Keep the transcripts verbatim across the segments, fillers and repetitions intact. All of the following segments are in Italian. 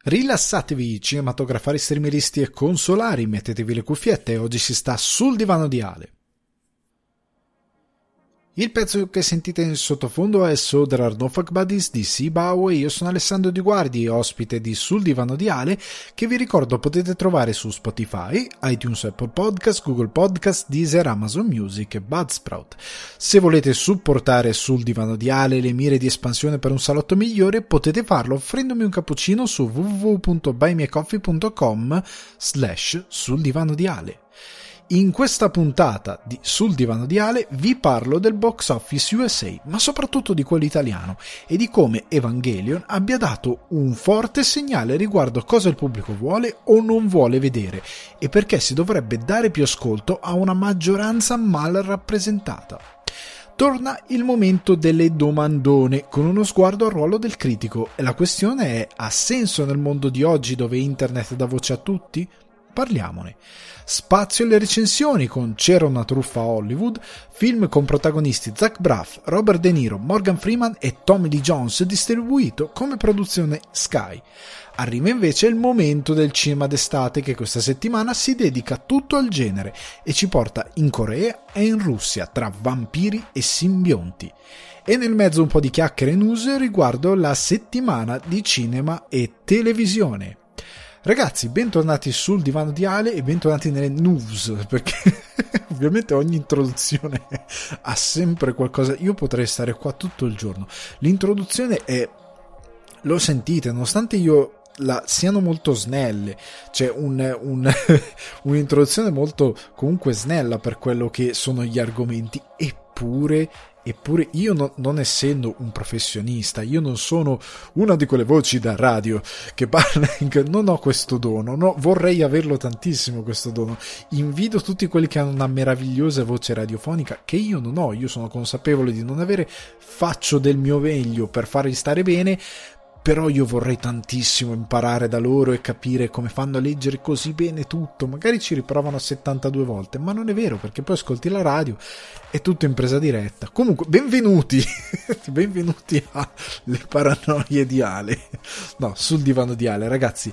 Rilassatevi, cinematografari, streameristi e consolari, mettetevi le cuffiette e oggi si sta sul divano di Ale. Il pezzo che sentite in sottofondo è So There Are No Fuck Buddies di Sibao e io sono Alessandro Di Guardi, ospite di Sul Divano di Ale, che vi ricordo potete trovare su Spotify, iTunes, Apple Podcast, Google Podcast, Deezer, Amazon Music e Buzzsprout. Se volete supportare Sul Divano di Ale le mire di espansione per un salotto migliore, potete farlo offrendomi un cappuccino su w w w punto buy me a coffee punto com slash sul divano di Ale. In questa puntata di Sul Divano di Ale vi parlo del box office U S A, ma soprattutto di quello italiano, e di come Evangelion abbia dato un forte segnale riguardo cosa il pubblico vuole o non vuole vedere, e perché si dovrebbe dare più ascolto a una maggioranza mal rappresentata. Torna il momento delle domandone, con uno sguardo al ruolo del critico, e la questione è: ha senso nel mondo di oggi dove internet dà voce a tutti? Parliamone. Spazio alle recensioni con C'era una truffa a Hollywood, film con protagonisti Zach Braff, Robert De Niro, Morgan Freeman e Tommy Lee Jones, distribuito come produzione Sky. Arriva invece il momento del cinema d'estate, che questa settimana si dedica tutto al genere e ci porta in Corea e in Russia tra vampiri e simbionti. E nel mezzo un po' di chiacchiere e news riguardo la settimana di cinema e televisione. Ragazzi, bentornati sul divano di Ale e bentornati nelle news, perché ovviamente ogni introduzione ha sempre qualcosa. Io potrei stare qua tutto il giorno. L'introduzione è, lo sentite, nonostante io la siano molto snelle, c'è un, un, un'introduzione molto comunque snella per quello che sono gli argomenti, eppure Eppure io no, non essendo un professionista, io non sono una di quelle voci da radio che parla, non ho questo dono, no, vorrei averlo tantissimo questo dono. Invidio tutti quelli che hanno una meravigliosa voce radiofonica che io non ho, io sono consapevole di non avere, faccio del mio meglio per farli stare bene, però io vorrei tantissimo imparare da loro e capire come fanno a leggere così bene tutto. Magari ci riprovano settantadue volte, ma non è vero, perché poi ascolti la radio, è tutto in presa diretta. Comunque, benvenuti, benvenuti alle paranoie di Ale, no, sul divano di Ale. Ragazzi,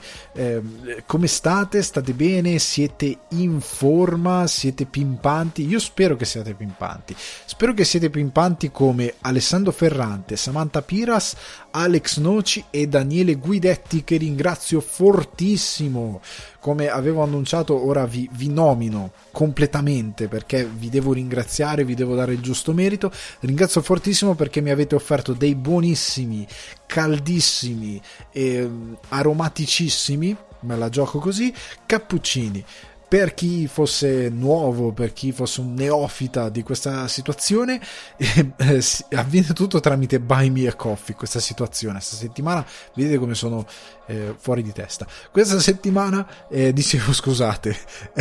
eh, come state? State bene? Siete in forma? Siete pimpanti? Io spero che siate pimpanti. Spero che siete pimpanti come Alessandro Ferrante, Samantha Piras, Alex Noci e Daniele Guidetti, che ringrazio fortissimo. Come avevo annunciato, ora vi, vi nomino completamente perché vi devo ringraziare, vi devo dare il giusto merito. Ringrazio fortissimo perché mi avete offerto dei buonissimi, caldissimi e aromaticissimi, me la gioco così, cappuccini. Per chi fosse nuovo, per chi fosse un neofita di questa situazione, eh, eh, avviene tutto tramite Buy Me a Coffee. Questa situazione, questa settimana, vedete come sono eh, fuori di testa. Questa settimana, eh, dicevo, scusate,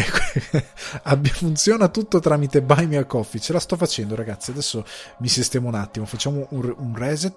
eh, funziona tutto tramite Buy Me a Coffee. Ce la sto facendo, ragazzi. Adesso mi sistemo un attimo, facciamo un, un reset.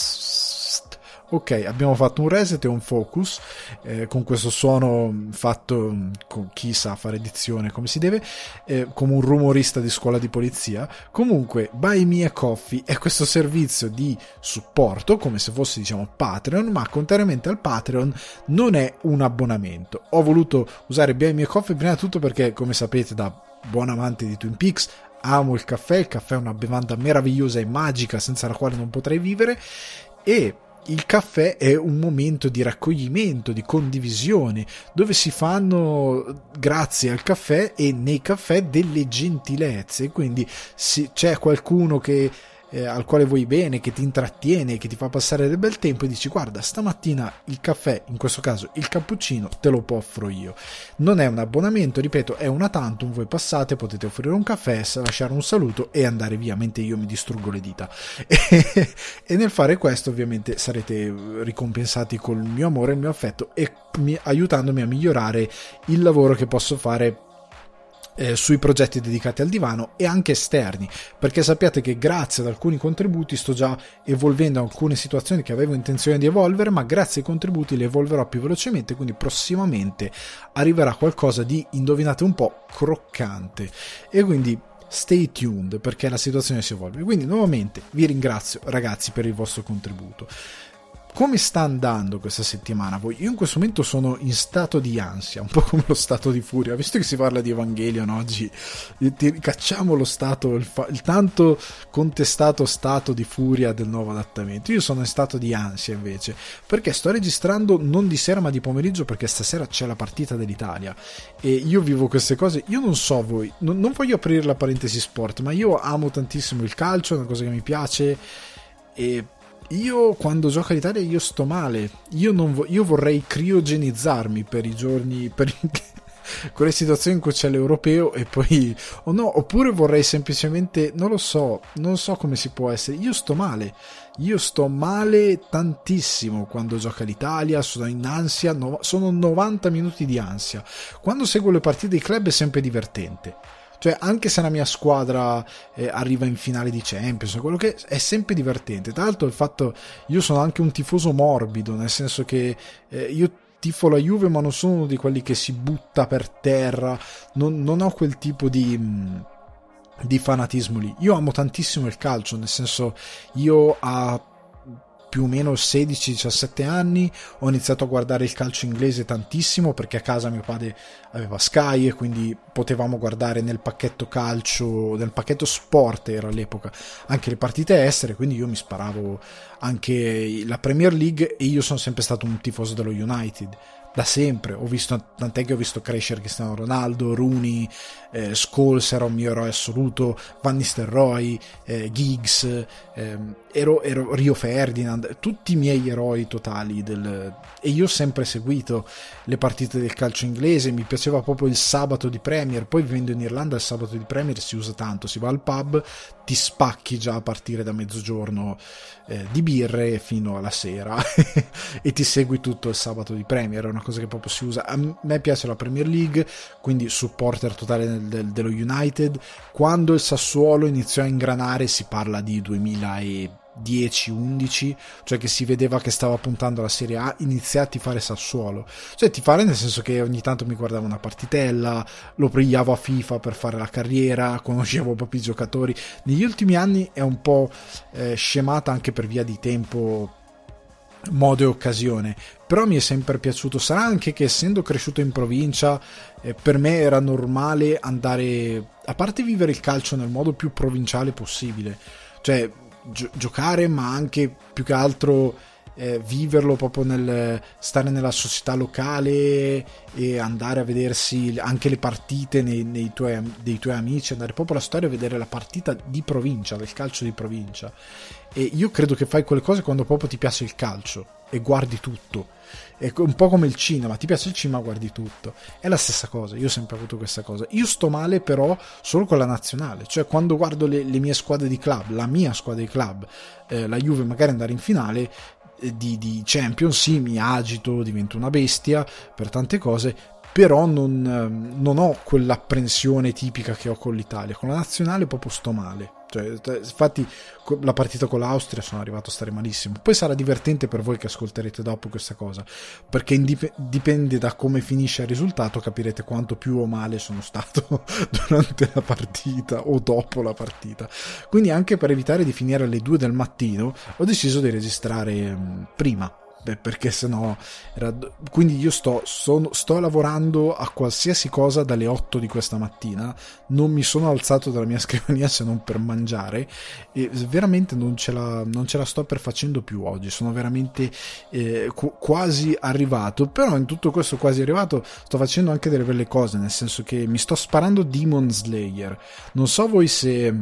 Ok, abbiamo fatto un reset e un focus eh, con questo suono fatto con chi sa fare edizione come si deve, eh, come un rumorista di scuola di polizia. Comunque, Buy Me a Coffee è questo servizio di supporto, come se fosse, diciamo, Patreon, ma contrariamente al Patreon non è un abbonamento. Ho voluto usare Buy Me a Coffee prima di tutto perché, come sapete, da buon amante di Twin Peaks, amo il caffè. Il caffè è una bevanda meravigliosa e magica senza la quale non potrei vivere, e il caffè è un momento di raccoglimento, di condivisione, dove si fanno, grazie al caffè e nei caffè, delle gentilezze. Quindi se c'è qualcuno che eh, al quale vuoi bene, che ti intrattiene, che ti fa passare del bel tempo, e dici: guarda, stamattina il caffè, in questo caso il cappuccino, te lo offro io. Non è un abbonamento, ripeto, è una tantum. Voi passate, potete offrire un caffè, lasciare un saluto e andare via, mentre io mi distruggo le dita. E, e nel fare questo ovviamente sarete ricompensati col mio amore, il mio affetto, e mi, aiutandomi a migliorare il lavoro che posso fare Eh, sui progetti dedicati al divano e anche esterni, perché sappiate che grazie ad alcuni contributi sto già evolvendo alcune situazioni che avevo intenzione di evolvere, ma grazie ai contributi le evolverò più velocemente, quindi prossimamente arriverà qualcosa di, indovinate un po', croccante. E quindi stay tuned, perché la situazione si evolve. Quindi nuovamente vi ringrazio, ragazzi, per il vostro contributo. come sta andando questa settimana voi? Io in questo momento sono in stato di ansia, un po' come lo stato di furia, visto che si parla di Evangelion oggi, ti cacciamo lo stato, il, fa- il tanto contestato stato di furia del nuovo adattamento. Io sono in stato di ansia invece, perché sto registrando non di sera ma di pomeriggio, perché stasera c'è la partita dell'Italia e io vivo queste cose. Io non so voi, non, non voglio aprire la parentesi sport, ma io amo tantissimo il calcio, è una cosa che mi piace, e io quando gioca l'Italia io sto male, io, non vo- io vorrei criogenizzarmi per i giorni, per i- con le situazioni in cui c'è l'europeo e poi o no, oppure vorrei semplicemente, non lo so, non so come si può essere, io sto male, io sto male tantissimo quando gioca l'Italia, sono in ansia, no, sono novanta minuti di ansia. Quando seguo le partite dei club è sempre divertente, cioè anche se la mia squadra eh, arriva in finale di Champions, quello che è, è sempre divertente. Tra l'altro il fatto, io sono anche un tifoso morbido, nel senso che eh, io tifo la Juve ma non sono uno di quelli che si butta per terra, non, non ho quel tipo di mh, di fanatismo lì. Io amo tantissimo il calcio, nel senso, io a più o meno sedici diciassette anni ho iniziato a guardare il calcio inglese tantissimo, perché a casa mio padre aveva Sky e quindi potevamo guardare nel pacchetto calcio, nel pacchetto sport era all'epoca, anche le partite estere, quindi io mi sparavo anche la Premier League e io sono sempre stato un tifoso dello United da sempre. Ho visto, tant'è che ho visto crescere Cristiano Ronaldo, Rooney, eh, Scholes era un mio eroe assoluto, Van Nistelrooy, eh, Giggs, eh, ero, ero Rio Ferdinand, tutti i miei eroi totali del, e io ho sempre seguito le partite del calcio inglese. Mi piaceva proprio il sabato di Premier, poi vivendo in Irlanda il sabato di Premier si usa tanto, si va al pub, ti spacchi già a partire da mezzogiorno eh, di birre fino alla sera e ti segui tutto il sabato di Premier, è una cosa che proprio si usa. A me piace la Premier League, quindi supporter totale del, del, dello United. Quando il Sassuolo iniziò a ingranare, si parla di duemiladieci undici, cioè che si vedeva che stava puntando alla Serie A, iniziai a tifare Sassuolo, cioè tifare nel senso che ogni tanto mi guardavo una partitella, lo pigliavo a FIFA per fare la carriera, conoscevo proprio i giocatori. Negli ultimi anni è un po' eh, scemata anche per via di tempo, modo e occasione, però mi è sempre piaciuto. Sarà anche che essendo cresciuto in provincia eh, per me era normale andare, a parte vivere il calcio nel modo più provinciale possibile, cioè gi- giocare ma anche più che altro eh, viverlo proprio nel stare nella società locale e andare a vedersi anche le partite nei, nei tuoi, dei tuoi amici, andare proprio alla storia a vedere la partita di provincia, del calcio di provincia. E io credo che fai quelle cose quando proprio ti piace il calcio e guardi tutto. È un po' come il cinema, ti piace il cinema, guardi tutto. È la stessa cosa, io ho sempre avuto questa cosa. Io sto male però solo con la nazionale, cioè quando guardo le, le mie squadre di club, la mia squadra di club, eh, la Juve magari andare in finale eh, di, di Champions, sì, mi agito, divento una bestia per tante cose, però non, non ho quell'apprensione tipica che ho con l'Italia. Con la nazionale proprio sto male, cioè, infatti la partita con l'Austria sono arrivato a stare malissimo. Poi sarà divertente per voi che ascolterete dopo questa cosa, perché indip- dipende da come finisce il risultato, capirete quanto più o male sono stato durante la partita o dopo la partita. Quindi anche per evitare di finire alle due del mattino ho deciso di registrare mh, prima. Beh, perché sennò era... quindi io sto, sono, sto lavorando a qualsiasi cosa dalle otto di questa mattina, non mi sono alzato dalla mia scrivania se non per mangiare e veramente non ce la, non ce la sto per facendo più oggi. Sono veramente eh, qu- quasi arrivato, però in tutto questo quasi arrivato sto facendo anche delle belle cose, nel senso che mi sto sparando Demon Slayer. Non so voi se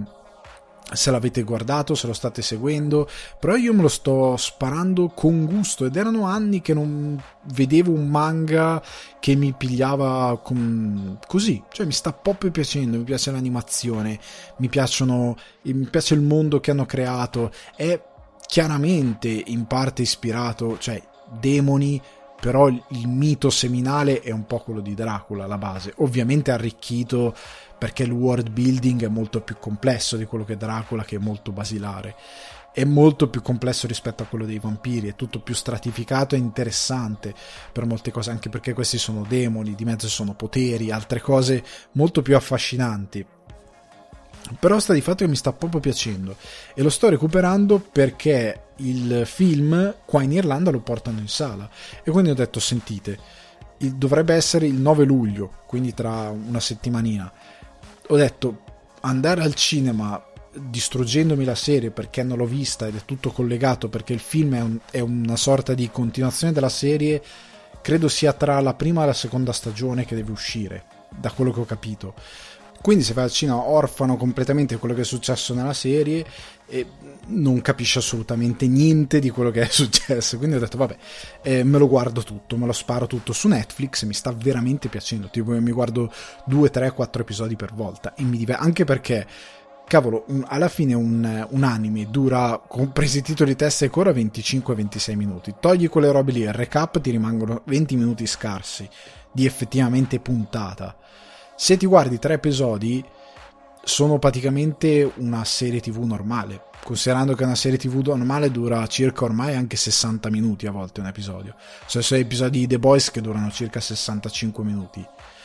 se l'avete guardato, se lo state seguendo, però io me lo sto sparando con gusto ed erano anni che non vedevo un manga che mi pigliava com- così, cioè mi sta proprio piacendo, mi piace l'animazione, mi piacciono, mi piace il mondo che hanno creato, è chiaramente in parte ispirato, cioè demoni, però il, il mito seminale è un po' quello di Dracula, la base, ovviamente arricchito perché il world building è molto più complesso di quello che è Dracula, che è molto basilare, è molto più complesso rispetto a quello dei vampiri, è tutto più stratificato e interessante per molte cose, anche perché questi sono demoni, di mezzo sono poteri, altre cose molto più affascinanti. Però sta di fatto che mi sta proprio piacendo e lo sto recuperando perché il film qua in Irlanda lo portano in sala e quindi ho detto sentite, il, dovrebbe essere il nove luglio, quindi tra una settimanina. Ho detto andare al cinema distruggendomi la serie perché non l'ho vista ed è tutto collegato, perché il film è, un, è una sorta di continuazione della serie, credo sia tra la prima e la seconda stagione che deve uscire, da quello che ho capito. Quindi se vai al cinema orfano completamente quello che è successo nella serie e non capisci assolutamente niente di quello che è successo. Quindi ho detto vabbè, eh, me lo guardo tutto, me lo sparo tutto su Netflix e mi sta veramente piacendo. Tipo mi guardo due, tre, quattro episodi per volta e mi diverte, anche perché cavolo, un, alla fine un, un anime dura, compresi i titoli testa e coda, venticinque ventisei minuti. Togli quelle robe lì, il recap ti rimangono venti minuti scarsi di effettivamente puntata. Se ti guardi tre episodi sono praticamente una serie tv normale, considerando che una serie tv normale dura circa ormai anche sessanta minuti a volte un episodio. Cioè sono episodi di The Boys che durano circa sessantacinque minuti.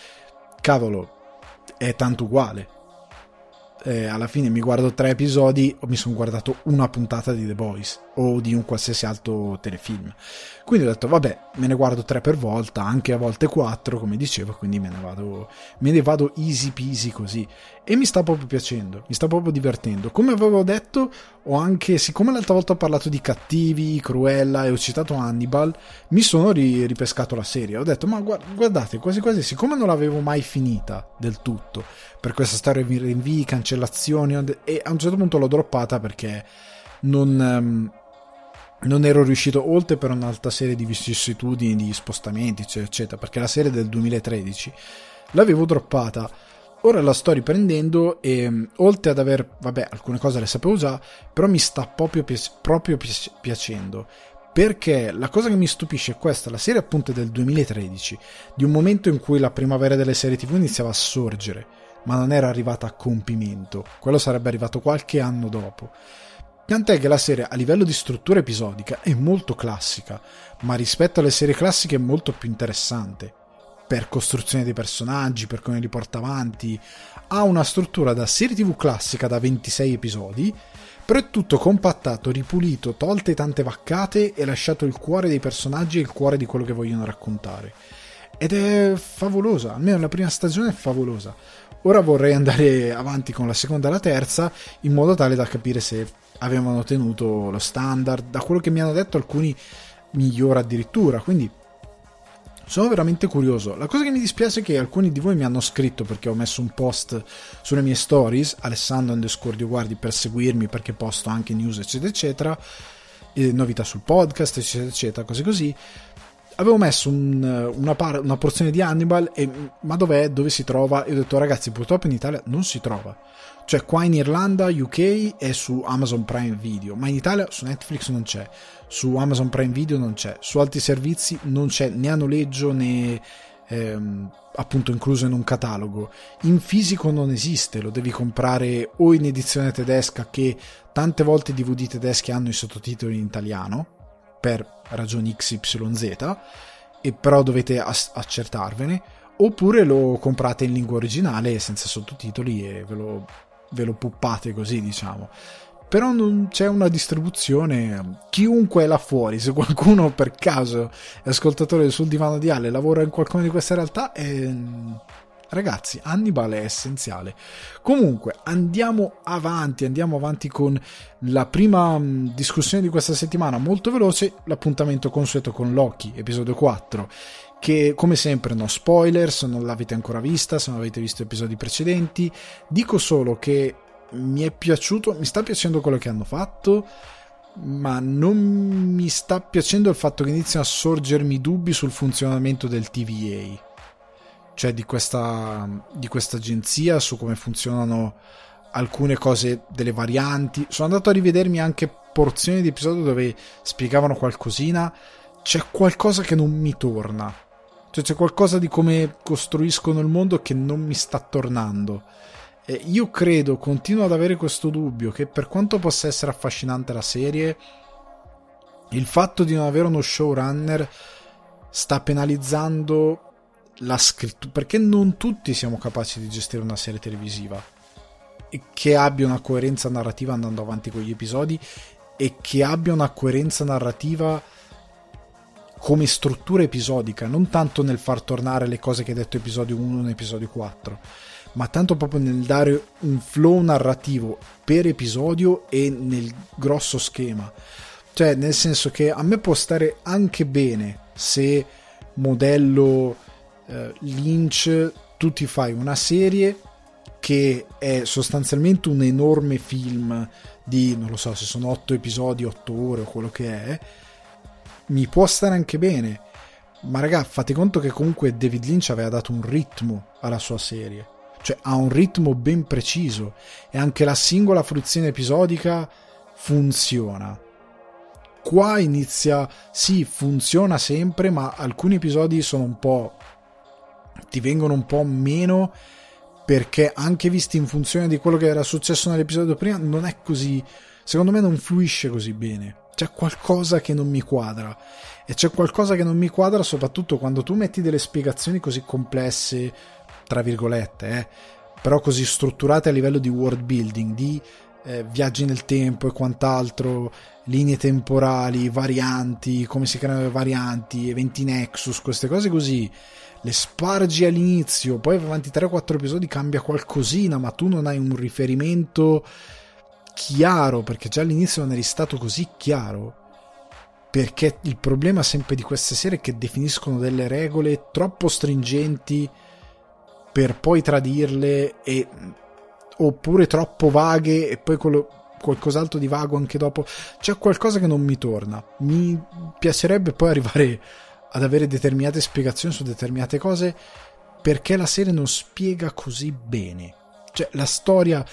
Cavolo, è tanto uguale. Eh, alla fine mi guardo tre episodi o mi sono guardato una puntata di The Boys o di un qualsiasi altro telefilm. Quindi ho detto vabbè, me ne guardo tre per volta, anche a volte quattro come dicevo, quindi me ne vado me ne vado easy peasy così e mi sta proprio piacendo, mi sta proprio divertendo. Come avevo detto, ho anche, siccome l'altra volta ho parlato di Cattivi, Cruella e ho citato Hannibal, mi sono ri- ripescato la serie. Ho detto ma guardate, quasi quasi, siccome non l'avevo mai finita del tutto per questa storia di rinvii, cancellazioni, e a un certo punto l'ho droppata perché non, um, non ero riuscito, oltre per un'altra serie di vicissitudini, di spostamenti eccetera, eccetera, perché la serie del duemilatredici l'avevo droppata. Ora la sto riprendendo e um, oltre ad aver, vabbè, alcune cose le sapevo già, però mi sta proprio, pi- proprio pi- piacendo, perché la cosa che mi stupisce è questa: la serie appunto è del duemilatredici, di un momento in cui la primavera delle serie tv iniziava a sorgere, ma non era arrivata a compimento, quello sarebbe arrivato qualche anno dopo. Tant'è che la serie a livello di struttura episodica è molto classica, ma rispetto alle serie classiche è molto più interessante, per costruzione dei personaggi, per come li porta avanti. Ha una struttura da serie tv classica da ventisei episodi, però è tutto compattato, ripulito, tolte tante vaccate e lasciato il cuore dei personaggi e il cuore di quello che vogliono raccontare. Ed è favolosa, almeno la prima stagione è favolosa. Ora vorrei andare avanti con la seconda e la terza, in modo tale da capire se avevano tenuto lo standard. Da quello che mi hanno detto alcuni migliora addirittura, quindi sono veramente curioso. La cosa che mi dispiace è che alcuni di voi mi hanno scritto, perché ho messo un post sulle mie stories, Alessandro underscore Dioguardi, per seguirmi, perché posto anche news eccetera eccetera, eh, novità sul podcast eccetera eccetera, cose così. Avevo messo un, una, par- una porzione di Hannibal e ma dov'è, dove si trova? E ho detto ragazzi, purtroppo in Italia non si trova, cioè qua in Irlanda, U K è su Amazon Prime Video, ma in Italia su Netflix non c'è, su Amazon Prime Video non c'è, su altri servizi non c'è né a noleggio né ehm, appunto incluso in un catalogo. In fisico non esiste, lo devi comprare o in edizione tedesca, che tante volte i D V D tedeschi hanno i sottotitoli in italiano per ragioni X Y Z, e però dovete as- accertarvene, oppure lo comprate in lingua originale senza sottotitoli e ve lo, ve lo puppate così, diciamo. Però non c'è una distribuzione. Chiunque è là fuori, se qualcuno per caso è ascoltatore sul divano di Ale, lavora in qualcuna di queste realtà, e ragazzi, Hannibal è essenziale. Comunque andiamo avanti andiamo avanti con la prima discussione di questa settimana, molto veloce, l'appuntamento consueto con Loki episodio quattro, che come sempre no spoiler se non l'avete ancora vista, se non avete visto episodi precedenti. Dico solo che mi è piaciuto, mi sta piacendo quello che hanno fatto, ma non mi sta piacendo il fatto che iniziano a sorgermi dubbi sul funzionamento del T V A, cioè di questa di questa agenzia, su come funzionano alcune cose delle varianti. Sono andato a rivedermi anche porzioni di episodio dove spiegavano qualcosina, c'è qualcosa che non mi torna, cioè c'è qualcosa di come costruiscono il mondo che non mi sta tornando. E io credo, continuo ad avere questo dubbio, che per quanto possa essere affascinante la serie, il fatto di non avere uno showrunner sta penalizzando la scrittura, perché non tutti siamo capaci di gestire una serie televisiva, che abbia una coerenza narrativa andando avanti con gli episodi e che abbia una coerenza narrativa come struttura episodica, non tanto nel far tornare le cose che hai detto episodio uno in episodio quattro, ma tanto proprio nel dare un flow narrativo per episodio e nel grosso schema. Cioè, nel senso che a me può stare anche bene se modello eh, Lynch tu ti fai una serie che è sostanzialmente un enorme film di, non lo so, se sono otto episodi, otto ore o quello che è, mi può stare anche bene, ma raga, fate conto che comunque David Lynch aveva dato un ritmo alla sua serie, cioè ha un ritmo ben preciso e anche la singola fruizione episodica funziona. Qua inizia, sì, funziona sempre, ma alcuni episodi sono un po', ti vengono un po' meno, perché anche visti in funzione di quello che era successo nell'episodio prima non è così, secondo me non fluisce così bene, c'è qualcosa che non mi quadra, e c'è qualcosa che non mi quadra soprattutto quando tu metti delle spiegazioni così complesse, tra virgolette, eh, però così strutturate a livello di world building, di eh, viaggi nel tempo e quant'altro, linee temporali, varianti, come si creano le varianti, eventi Nexus, queste cose così, le spargi all'inizio, poi avanti tre o quattro episodi cambia qualcosina, ma tu non hai un riferimento chiaro, perché già all'inizio non eri stato così chiaro, perché il problema sempre di queste serie è che definiscono delle regole troppo stringenti per poi tradirle, e oppure troppo vaghe e poi quello, qualcos'altro di vago anche dopo. C'è qualcosa che non mi torna. Mi piacerebbe poi arrivare ad avere determinate spiegazioni su determinate cose, perché la serie non spiega così bene, cioè la storia,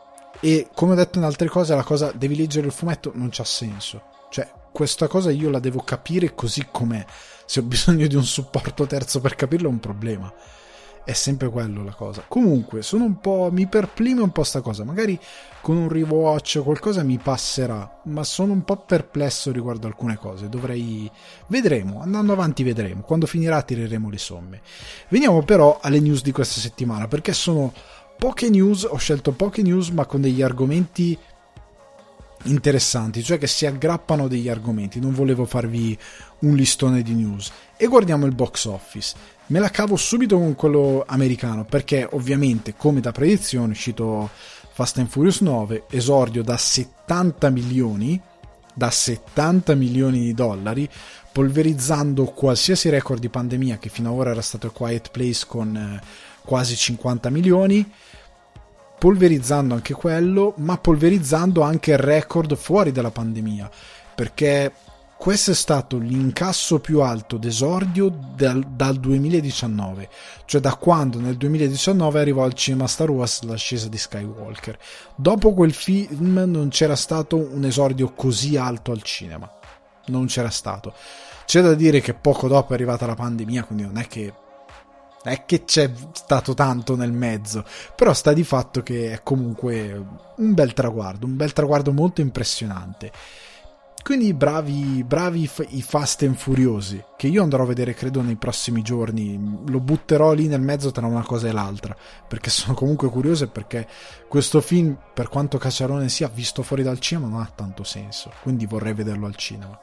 e come ho detto in altre cose, la cosa devi leggere il fumetto non c'ha senso, cioè questa cosa io la devo capire così com'è, se ho bisogno di un supporto terzo per capirlo è un problema, è sempre quello la cosa. Comunque sono un po', mi perplime un po' sta cosa, magari con un rewatch o qualcosa mi passerà, ma sono un po' perplesso riguardo alcune cose, dovrei, vedremo, andando avanti vedremo, quando finirà tireremo le somme. Veniamo però alle news di questa settimana, perché sono poche news, ho scelto poche news ma con degli argomenti interessanti, cioè che si aggrappano degli argomenti, non volevo farvi un listone di news. E guardiamo il box office, me la cavo subito con quello americano, perché ovviamente come da predizione è uscito Fast and Furious nove, esordio da settanta milioni, da settanta milioni di dollari, polverizzando qualsiasi record di pandemia che fino ad ora era stato Quiet Place con eh, quasi cinquanta milioni, polverizzando anche quello, ma polverizzando anche il record fuori dalla pandemia, perché questo è stato l'incasso più alto d'esordio dal, dal duemiladiciannove, cioè da quando nel duemiladiciannove arrivò al cinema Star Wars l'ascesa di Skywalker. Dopo quel film non c'era stato un esordio così alto al cinema, non c'era stato. C'è da dire che poco dopo è arrivata la pandemia, quindi non è che è che c'è stato tanto nel mezzo, però sta di fatto che è comunque un bel traguardo, un bel traguardo molto impressionante. Quindi bravi, bravi i Fast and Furiosi, che io andrò a vedere credo nei prossimi giorni, lo butterò lì nel mezzo tra una cosa e l'altra, perché sono comunque curioso e perché questo film, per quanto cacciarone sia, visto fuori dal cinema non ha tanto senso, quindi vorrei vederlo al cinema.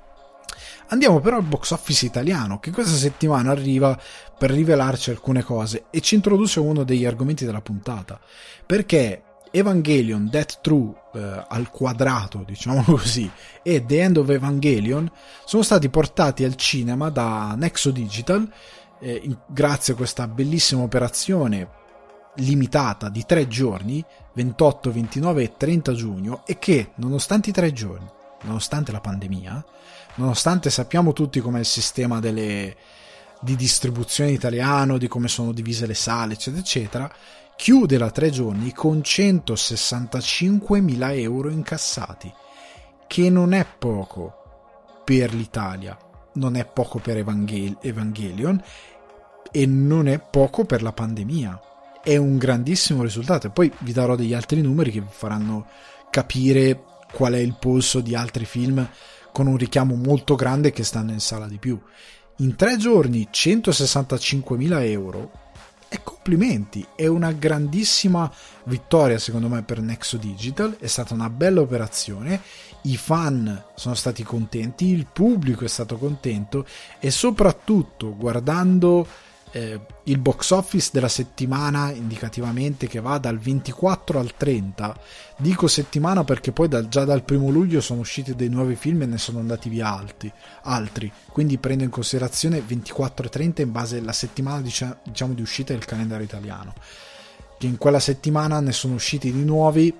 Andiamo però al box office italiano, che questa settimana arriva per rivelarci alcune cose e ci introduce uno degli argomenti della puntata, perché Evangelion Death True eh, al quadrato, diciamo così, e The End of Evangelion sono stati portati al cinema da Nexo Digital eh, in, grazie a questa bellissima operazione limitata di tre giorni, ventotto, ventinove e trenta giugno, e che nonostante i tre giorni, nonostante la pandemia, nonostante sappiamo tutti com'è il sistema delle, di distribuzione italiano, di come sono divise le sale eccetera eccetera, chiude la tre giorni con centosessantacinquemila euro incassati, che non è poco per l'Italia, non è poco per Evangel- Evangelion e non è poco per la pandemia, è un grandissimo risultato. E poi vi darò degli altri numeri che vi faranno capire qual è il polso di altri film con un richiamo molto grande che stanno in sala di più. In tre giorni centosessantacinquemila euro E complimenti, è una grandissima vittoria secondo me per Nexo Digital, è stata una bella operazione, i fan sono stati contenti, il pubblico è stato contento e soprattutto guardando eh, il box office della settimana indicativamente che va dal ventiquattro al trenta, dico settimana perché poi dal, già dal primo luglio sono usciti dei nuovi film e ne sono andati via altri, altri. Quindi prendo in considerazione ventiquattro e trenta in base alla settimana diciamo, diciamo di uscita del calendario italiano, che in quella settimana ne sono usciti di nuovi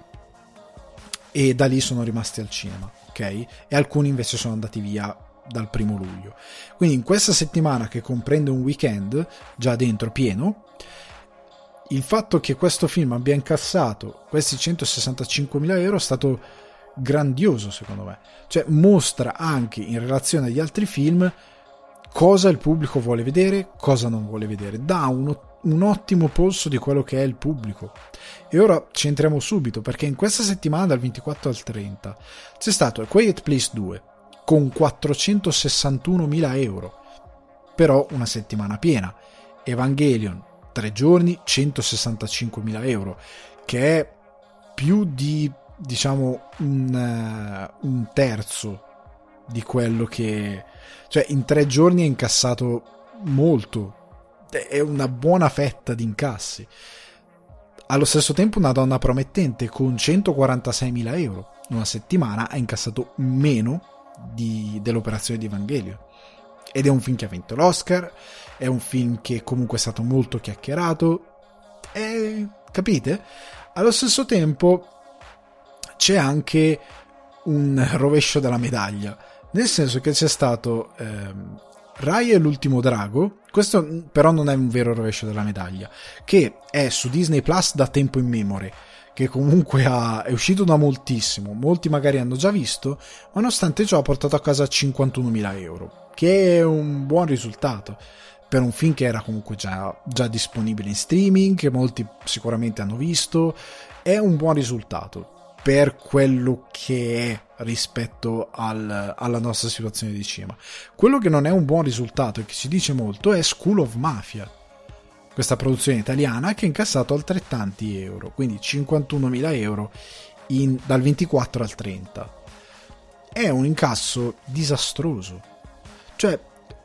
e da lì sono rimasti al cinema, ok? E alcuni invece sono andati via dal primo luglio. Quindi in questa settimana, che comprende un weekend già dentro pieno, il fatto che questo film abbia incassato questi centosessantacinquemila euro è stato grandioso secondo me, cioè mostra anche in relazione agli altri film cosa il pubblico vuole vedere, cosa non vuole vedere, dà uno, un ottimo polso di quello che è il pubblico. E ora ci entriamo subito, perché in questa settimana dal ventiquattro al trenta c'è stato A Quiet Place due con quattrocentosessantunomila euro, però una settimana piena. Evangelion tre giorni, centosessantacinquemila euro, che è più di diciamo un, uh, un terzo di quello che, cioè in tre giorni ha incassato molto, è una buona fetta di incassi. Allo stesso tempo una donna promettente con centoquarantaseimila euro in una settimana ha incassato meno di, dell'operazione di Evangelion, ed è un film che ha vinto l'Oscar, è un film che comunque è stato molto chiacchierato, e capite? Allo stesso tempo c'è anche un rovescio della medaglia, nel senso che c'è stato ehm, Raya e l'ultimo drago, questo però non è un vero rovescio della medaglia, che è su Disney Plus da tempo immemore, che comunque ha, è uscito da moltissimo, molti magari hanno già visto, ma nonostante ciò ha portato a casa cinquantunomila euro, che è un buon risultato per un film che era comunque già, già disponibile in streaming, che molti sicuramente hanno visto, è un buon risultato per quello che è rispetto al, alla nostra situazione di cinema. Quello che non è un buon risultato e che ci dice molto è School of Mafia, questa produzione italiana che ha incassato altrettanti euro, quindi cinquantunomila euro in, dal ventiquattro al trenta. È un incasso disastroso, cioè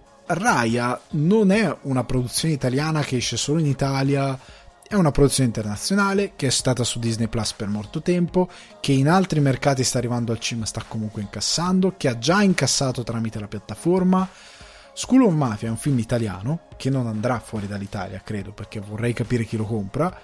Raya non è una produzione italiana che esce solo in Italia, è una produzione internazionale che è stata su Disney Plus per molto tempo, che in altri mercati sta arrivando al cinema, sta comunque incassando, che ha già incassato tramite la piattaforma. School of Mafia è un film italiano che non andrà fuori dall'Italia, credo, perché vorrei capire chi lo compra,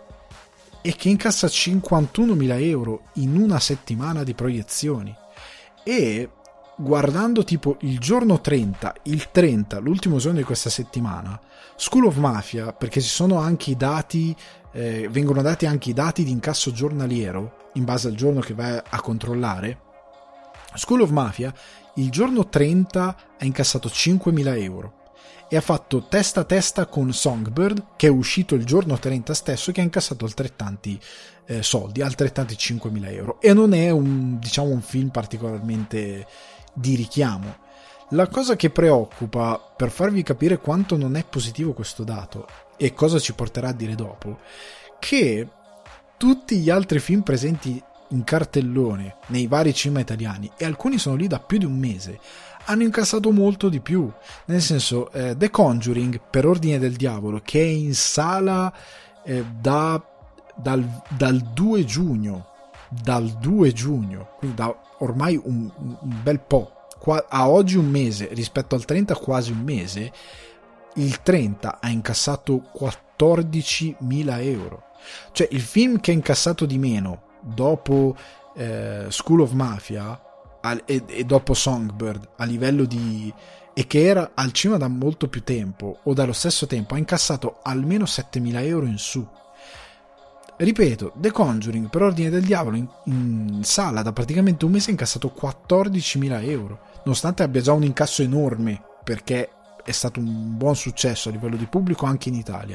e che incassa cinquantunomila euro in una settimana di proiezioni. E guardando tipo il giorno trenta, il trenta, l'ultimo giorno di questa settimana, School of Mafia, perché ci sono anche i dati, eh, vengono dati anche i dati di incasso giornaliero in base al giorno che vai a controllare. School of Mafia il giorno trenta ha incassato cinquemila euro e ha fatto testa a testa con Songbird, che è uscito il giorno trenta stesso, che ha incassato altrettanti eh, soldi, altrettanti cinquemila euro, e non è un, diciamo, un film particolarmente di richiamo. La cosa che preoccupa, per farvi capire quanto non è positivo questo dato e cosa ci porterà a dire dopo, che tutti gli altri film presenti in cartellone nei vari cinema italiani, e alcuni sono lì da più di un mese, hanno incassato molto di più. Nel senso, eh, The Conjuring, per ordine del diavolo, che è in sala eh, da, dal, dal due giugno, dal due giugno, quindi da ormai un, un bel po', qua, a oggi un mese, rispetto al trenta quasi un mese, il trenta ha incassato quattordicimila euro. Cioè il film che ha incassato di meno dopo eh, School of Mafia al, e, e dopo Songbird a livello di, e che era al cinema da molto più tempo o dallo stesso tempo, ha incassato almeno settemila euro in su. Ripeto, The Conjuring, per ordine del diavolo, in, in sala da praticamente un mese ha incassato quattordicimila euro, nonostante abbia già un incasso enorme, perché è stato un buon successo a livello di pubblico anche in Italia.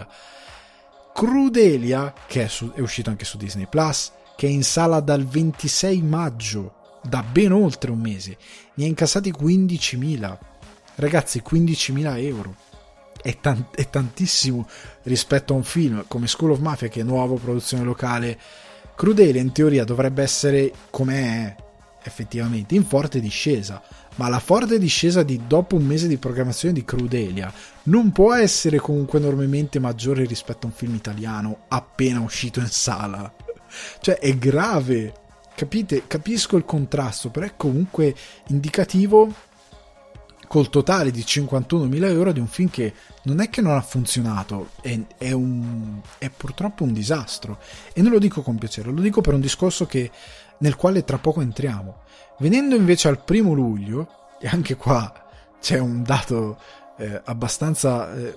Crudelia, che è, su, è uscito anche su Disney Plus, che è in sala dal ventisei maggio, da ben oltre un mese, ne ha incassati quindicimila. Ragazzi, quindicimila euro. è, tan- è tantissimo rispetto a un film come School of Mafia, che è nuovo, produzione locale. Crudelia in teoria dovrebbe essere, come è effettivamente, in forte discesa, ma la forte discesa di dopo un mese di programmazione di Crudelia non può essere comunque enormemente maggiore rispetto a un film italiano appena uscito in sala. Cioè è grave, capite? Capisco il contrasto, però è comunque indicativo col totale di cinquantunomila euro di un film che non è che non ha funzionato, è, è, un, è purtroppo un disastro, e non lo dico con piacere, lo dico per un discorso che, nel quale tra poco entriamo. Venendo invece al primo luglio, e anche qua c'è un dato eh, abbastanza eh,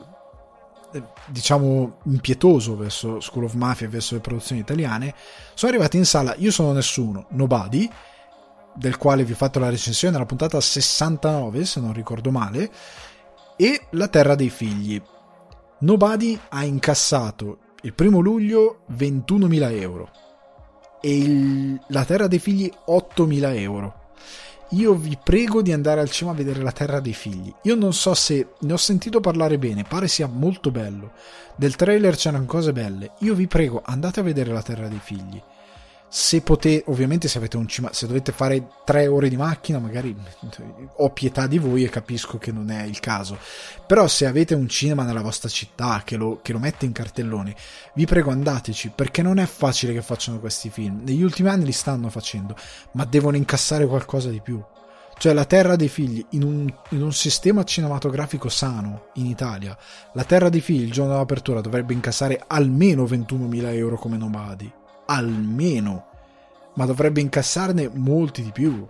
diciamo impietoso verso School of Mafia e verso le produzioni italiane, sono arrivati in sala Io sono nessuno, Nobody, del quale vi ho fatto la recensione nella puntata sessantanove se non ricordo male, e La terra dei figli. Nobody ha incassato il primo luglio ventunomila euro e il, La terra dei figli ottomila euro. Io vi prego di andare al cinema a vedere La terra dei figli. Io non so se ne ho sentito parlare bene, pare sia molto bello, del trailer c'erano cose belle. Io vi prego, andate a vedere La terra dei figli. Se potete, ovviamente se avete un cinema, se dovete fare tre ore di macchina, magari ho pietà di voi e capisco che non è il caso, però se avete un cinema nella vostra città che lo, che lo mette in cartellone, vi prego andateci, perché non è facile che facciano questi film. Negli ultimi anni li stanno facendo, ma devono incassare qualcosa di più. Cioè La terra dei figli in un, in un sistema cinematografico sano in Italia, La terra dei figli il giorno dell'apertura dovrebbe incassare almeno ventunomila euro come Nobody, almeno, ma dovrebbe incassarne molti di più.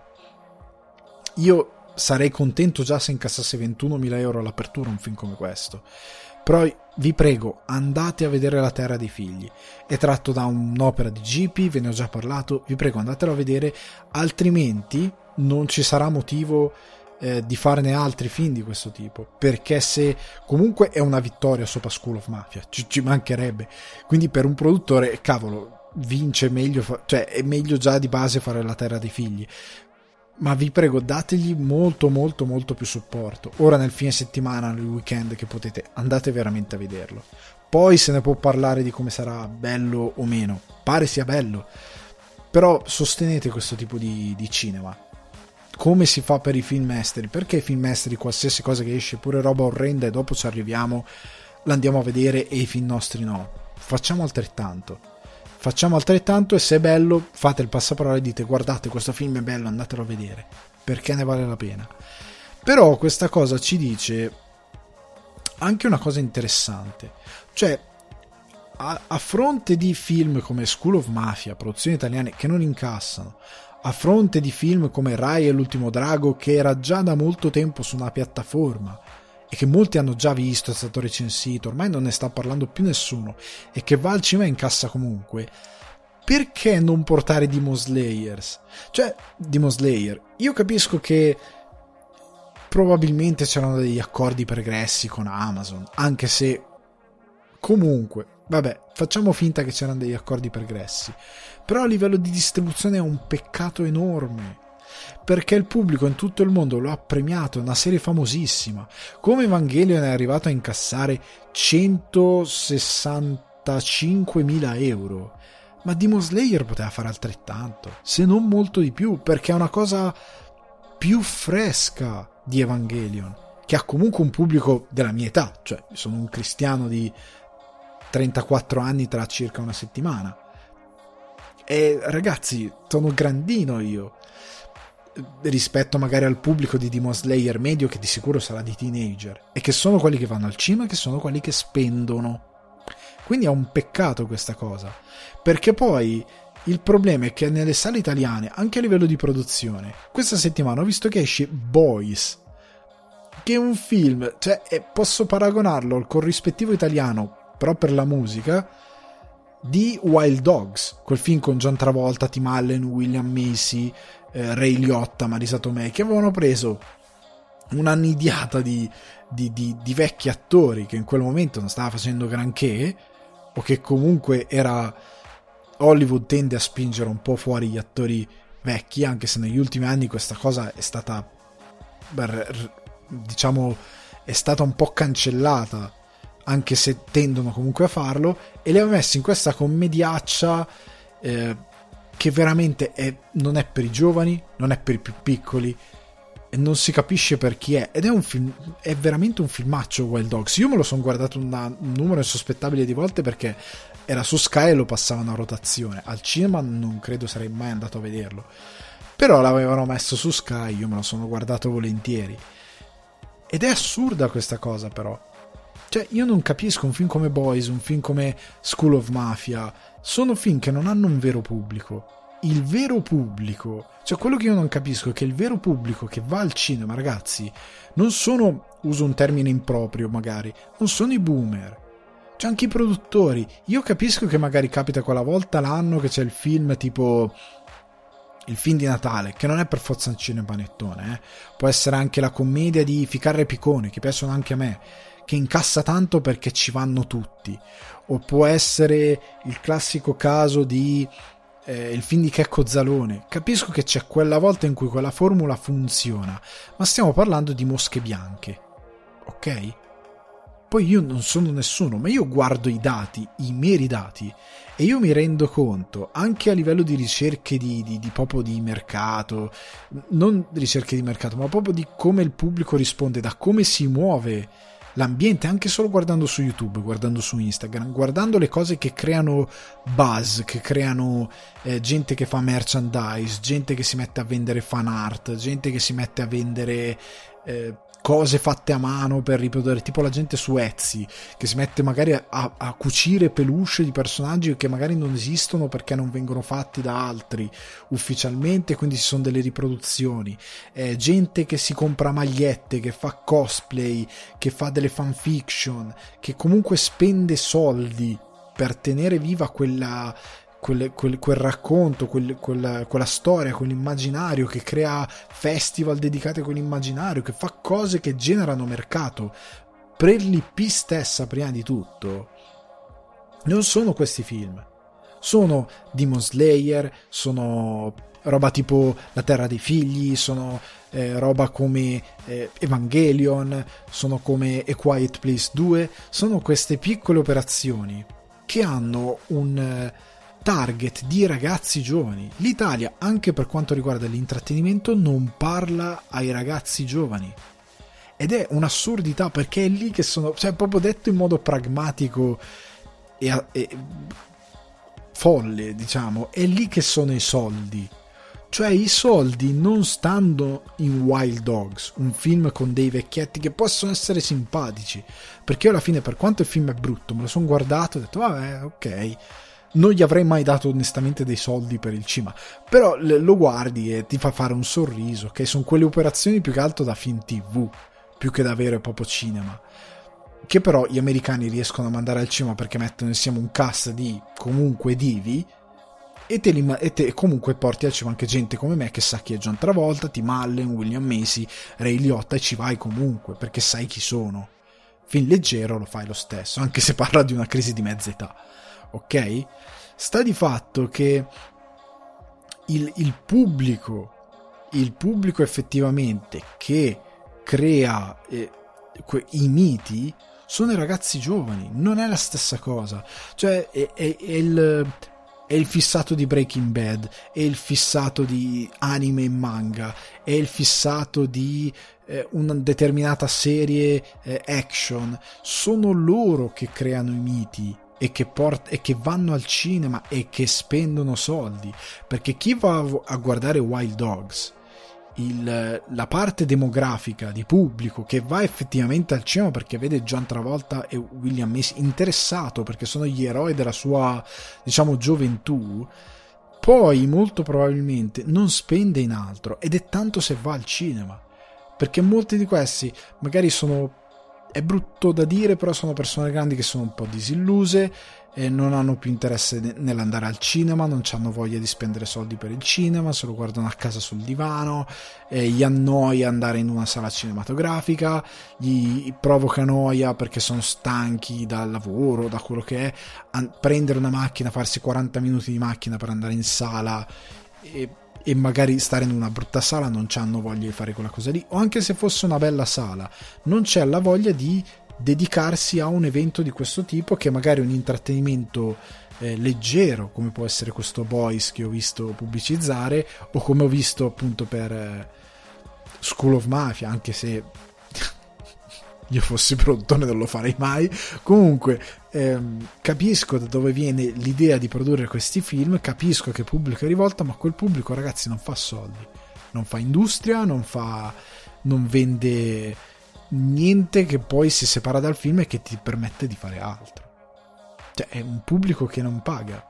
Io sarei contento già se incassasse ventunomila euro all'apertura un film come questo, però vi prego, andate a vedere La terra dei figli. È tratto da un'opera di G P, ve ne ho già parlato, vi prego andatelo a vedere, altrimenti non ci sarà motivo eh, di farne altri film di questo tipo, perché se comunque è una vittoria sopra School of Mafia, ci, ci mancherebbe, quindi per un produttore, cavolo, vince meglio, cioè è meglio già di base fare La terra dei figli, ma vi prego dategli molto molto molto più supporto. Ora nel fine settimana, nel weekend che potete, andate veramente a vederlo, poi se ne può parlare di come sarà bello o meno, pare sia bello, però sostenete questo tipo di, di cinema, come si fa per i film esteri, perché i film esteri qualsiasi cosa che esce, pure roba orrenda, e dopo ci arriviamo, l'andiamo a vedere, e i film nostri no. Facciamo altrettanto Facciamo altrettanto e se è bello fate il passaparola e dite guardate questo film è bello, andatelo a vedere, perché ne vale la pena. Però questa cosa ci dice anche una cosa interessante, cioè a, a fronte di film come School of Mafia, produzioni italiane che non incassano, a fronte di film come Rai e l'ultimo drago, che era già da molto tempo su una piattaforma e che molti hanno già visto, è stato recensito, ormai non ne sta parlando più nessuno, e che va al cinema e incassa comunque, perché non portare Demon Slayers? Cioè, Demon Slayer, io capisco che probabilmente c'erano degli accordi pregressi con Amazon, anche se comunque, vabbè, facciamo finta che c'erano degli accordi pregressi, però a livello di distribuzione è un peccato enorme, perché il pubblico in tutto il mondo lo ha premiato, è una serie famosissima. Come Evangelion è arrivato a incassare centosessantacinquemila euro, ma Demon Slayer poteva fare altrettanto, se non molto di più, perché è una cosa più fresca di Evangelion, che ha comunque un pubblico della mia età, cioè sono un cristiano di trentaquattro anni tra circa una settimana, e ragazzi, sono grandino io rispetto magari al pubblico di Demon Slayer medio, che di sicuro sarà di teenager, e che sono quelli che vanno al cinema, che sono quelli che spendono. Quindi è un peccato questa cosa, perché poi il problema è che nelle sale italiane, anche a livello di produzione, questa settimana ho visto che esce Boys, che è un film, cioè posso paragonarlo al corrispettivo italiano, però per la musica, di Wild Dogs, quel film con John Travolta, Tim Allen, William Macy, eh, Ray Liotta, Marisa Tomei, che avevano preso un'annidiata di, di, di, di vecchi attori che in quel momento non stava facendo granché, o che comunque era, Hollywood tende a spingere un po' fuori gli attori vecchi, anche se negli ultimi anni questa cosa è stata, diciamo, è stata un po' cancellata, anche se tendono comunque a farlo, e li ha messi in questa commediaccia eh, che veramente è, non è per i giovani, non è per i più piccoli, e non si capisce per chi è, ed è un film, è veramente un filmaccio Wild Dogs. Io me lo sono guardato una, un numero insospettabile di volte perché era su Sky e lo passavano a rotazione. Al cinema non credo sarei mai andato a vederlo, però l'avevano messo su Sky, io me lo sono guardato volentieri. Ed è assurda questa cosa, però. Cioè, io non capisco un film come Boys, un film come School of Mafia, sono film che non hanno un vero pubblico. Il vero pubblico, cioè quello che io non capisco è che il vero pubblico che va al cinema, ragazzi, non sono, uso un termine improprio magari, non sono i boomer. Cioè anche i produttori. Io capisco che magari capita quella volta l'anno che c'è il film tipo il film di Natale, che non è per forza un cinepanettone, eh. Può essere anche la commedia di Ficarra e Picone, che piacciono anche a me, che incassa tanto perché ci vanno tutti. O può essere il classico caso di eh, il film di Checco Zalone. Capisco che c'è quella volta in cui quella formula funziona, ma stiamo parlando di Mosche Bianche, ok? Poi io non sono nessuno, ma io guardo i dati, i meri dati, e io mi rendo conto, anche a livello di ricerche di, di, di proprio di mercato, non ricerche di mercato, ma proprio di come il pubblico risponde, da come si muove l'ambiente, anche solo guardando su YouTube, guardando su Instagram, guardando le cose che creano buzz, che creano eh, gente che fa merchandise, gente che si mette a vendere fan art, gente che si mette a vendere eh, cose fatte a mano per riprodurre, tipo la gente su Etsy che si mette magari a, a cucire peluche di personaggi che magari non esistono perché non vengono fatti da altri ufficialmente, quindi ci sono delle riproduzioni, eh, gente che si compra magliette, che fa cosplay, che fa delle fanfiction, che comunque spende soldi per tenere viva quella Quel, quel, quel racconto, quel, quella, quella storia, quell'immaginario, che crea festival dedicati a quell'immaginario, che fa cose che generano mercato per l'I P stessa. Prima di tutto non sono questi film, sono Demon Slayer, sono roba tipo La Terra dei Figli, sono eh, roba come eh, Evangelion, sono come A Quiet Place due, sono queste piccole operazioni che hanno un target di ragazzi giovani. L'Italia, anche per quanto riguarda l'intrattenimento, non parla ai ragazzi giovani, ed è un'assurdità, perché è lì che sono, cioè proprio detto in modo pragmatico e, e folle, diciamo, è lì che sono i soldi. Cioè i soldi non stanno in Wild Dogs, un film con dei vecchietti che possono essere simpatici, perché io alla fine, per quanto il film è brutto, me lo sono guardato e ho detto vabbè, ok, non gli avrei mai dato onestamente dei soldi per il cinema, però lo guardi e ti fa fare un sorriso, che sono quelle operazioni più che altro da film tv, più che da vero e proprio cinema, che però gli americani riescono a mandare al cinema perché mettono insieme un cast di comunque divi, e te, li, e te comunque porti al cinema anche gente come me che sa chi è John Travolta, Tim Allen, William Macy, Ray Liotta, e ci vai comunque perché sai chi sono. Film leggero lo fai lo stesso, anche se parla di una crisi di mezza età. Ok? Sta di fatto che il, il pubblico il pubblico effettivamente che crea eh, que, i miti sono i ragazzi giovani, non è la stessa cosa. Cioè è, è, è il è il fissato di Breaking Bad, è il fissato di anime e manga, è il fissato di eh, una determinata serie eh, action. Sono loro che creano i miti e che, port- e che vanno al cinema e che spendono soldi, perché chi va a guardare Wild Dogs, il, la parte demografica di pubblico che va effettivamente al cinema perché vede John Travolta e William Macy interessato perché sono gli eroi della sua, diciamo, gioventù, poi molto probabilmente non spende in altro, ed è tanto se va al cinema, perché molti di questi magari sono, è brutto da dire, però sono persone grandi che sono un po' disilluse e non hanno più interesse nell'andare al cinema, non hanno voglia di spendere soldi per il cinema, se lo guardano a casa sul divano, e gli annoia andare in una sala cinematografica, gli provoca noia perché sono stanchi dal lavoro, da quello che è, a prendere una macchina, farsi quaranta minuti di macchina per andare in sala e, e magari stare in una brutta sala non c'hanno voglia di fare quella cosa lì, o anche se fosse una bella sala non c'è la voglia di dedicarsi a un evento di questo tipo, che magari è un intrattenimento eh, leggero, come può essere questo Boys che ho visto pubblicizzare, o come ho visto appunto per eh, School of Mafia, anche se io fossi produttore non lo farei mai. Comunque ehm, capisco da dove viene l'idea di produrre questi film, capisco che pubblico è rivolta, ma quel pubblico, ragazzi, non fa soldi, non fa industria, non fa non vende niente che poi si separa dal film e che ti permette di fare altro. Cioè è un pubblico che non paga,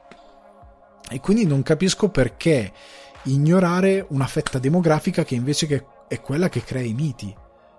e quindi non capisco perché ignorare una fetta demografica che invece che è quella che crea i miti,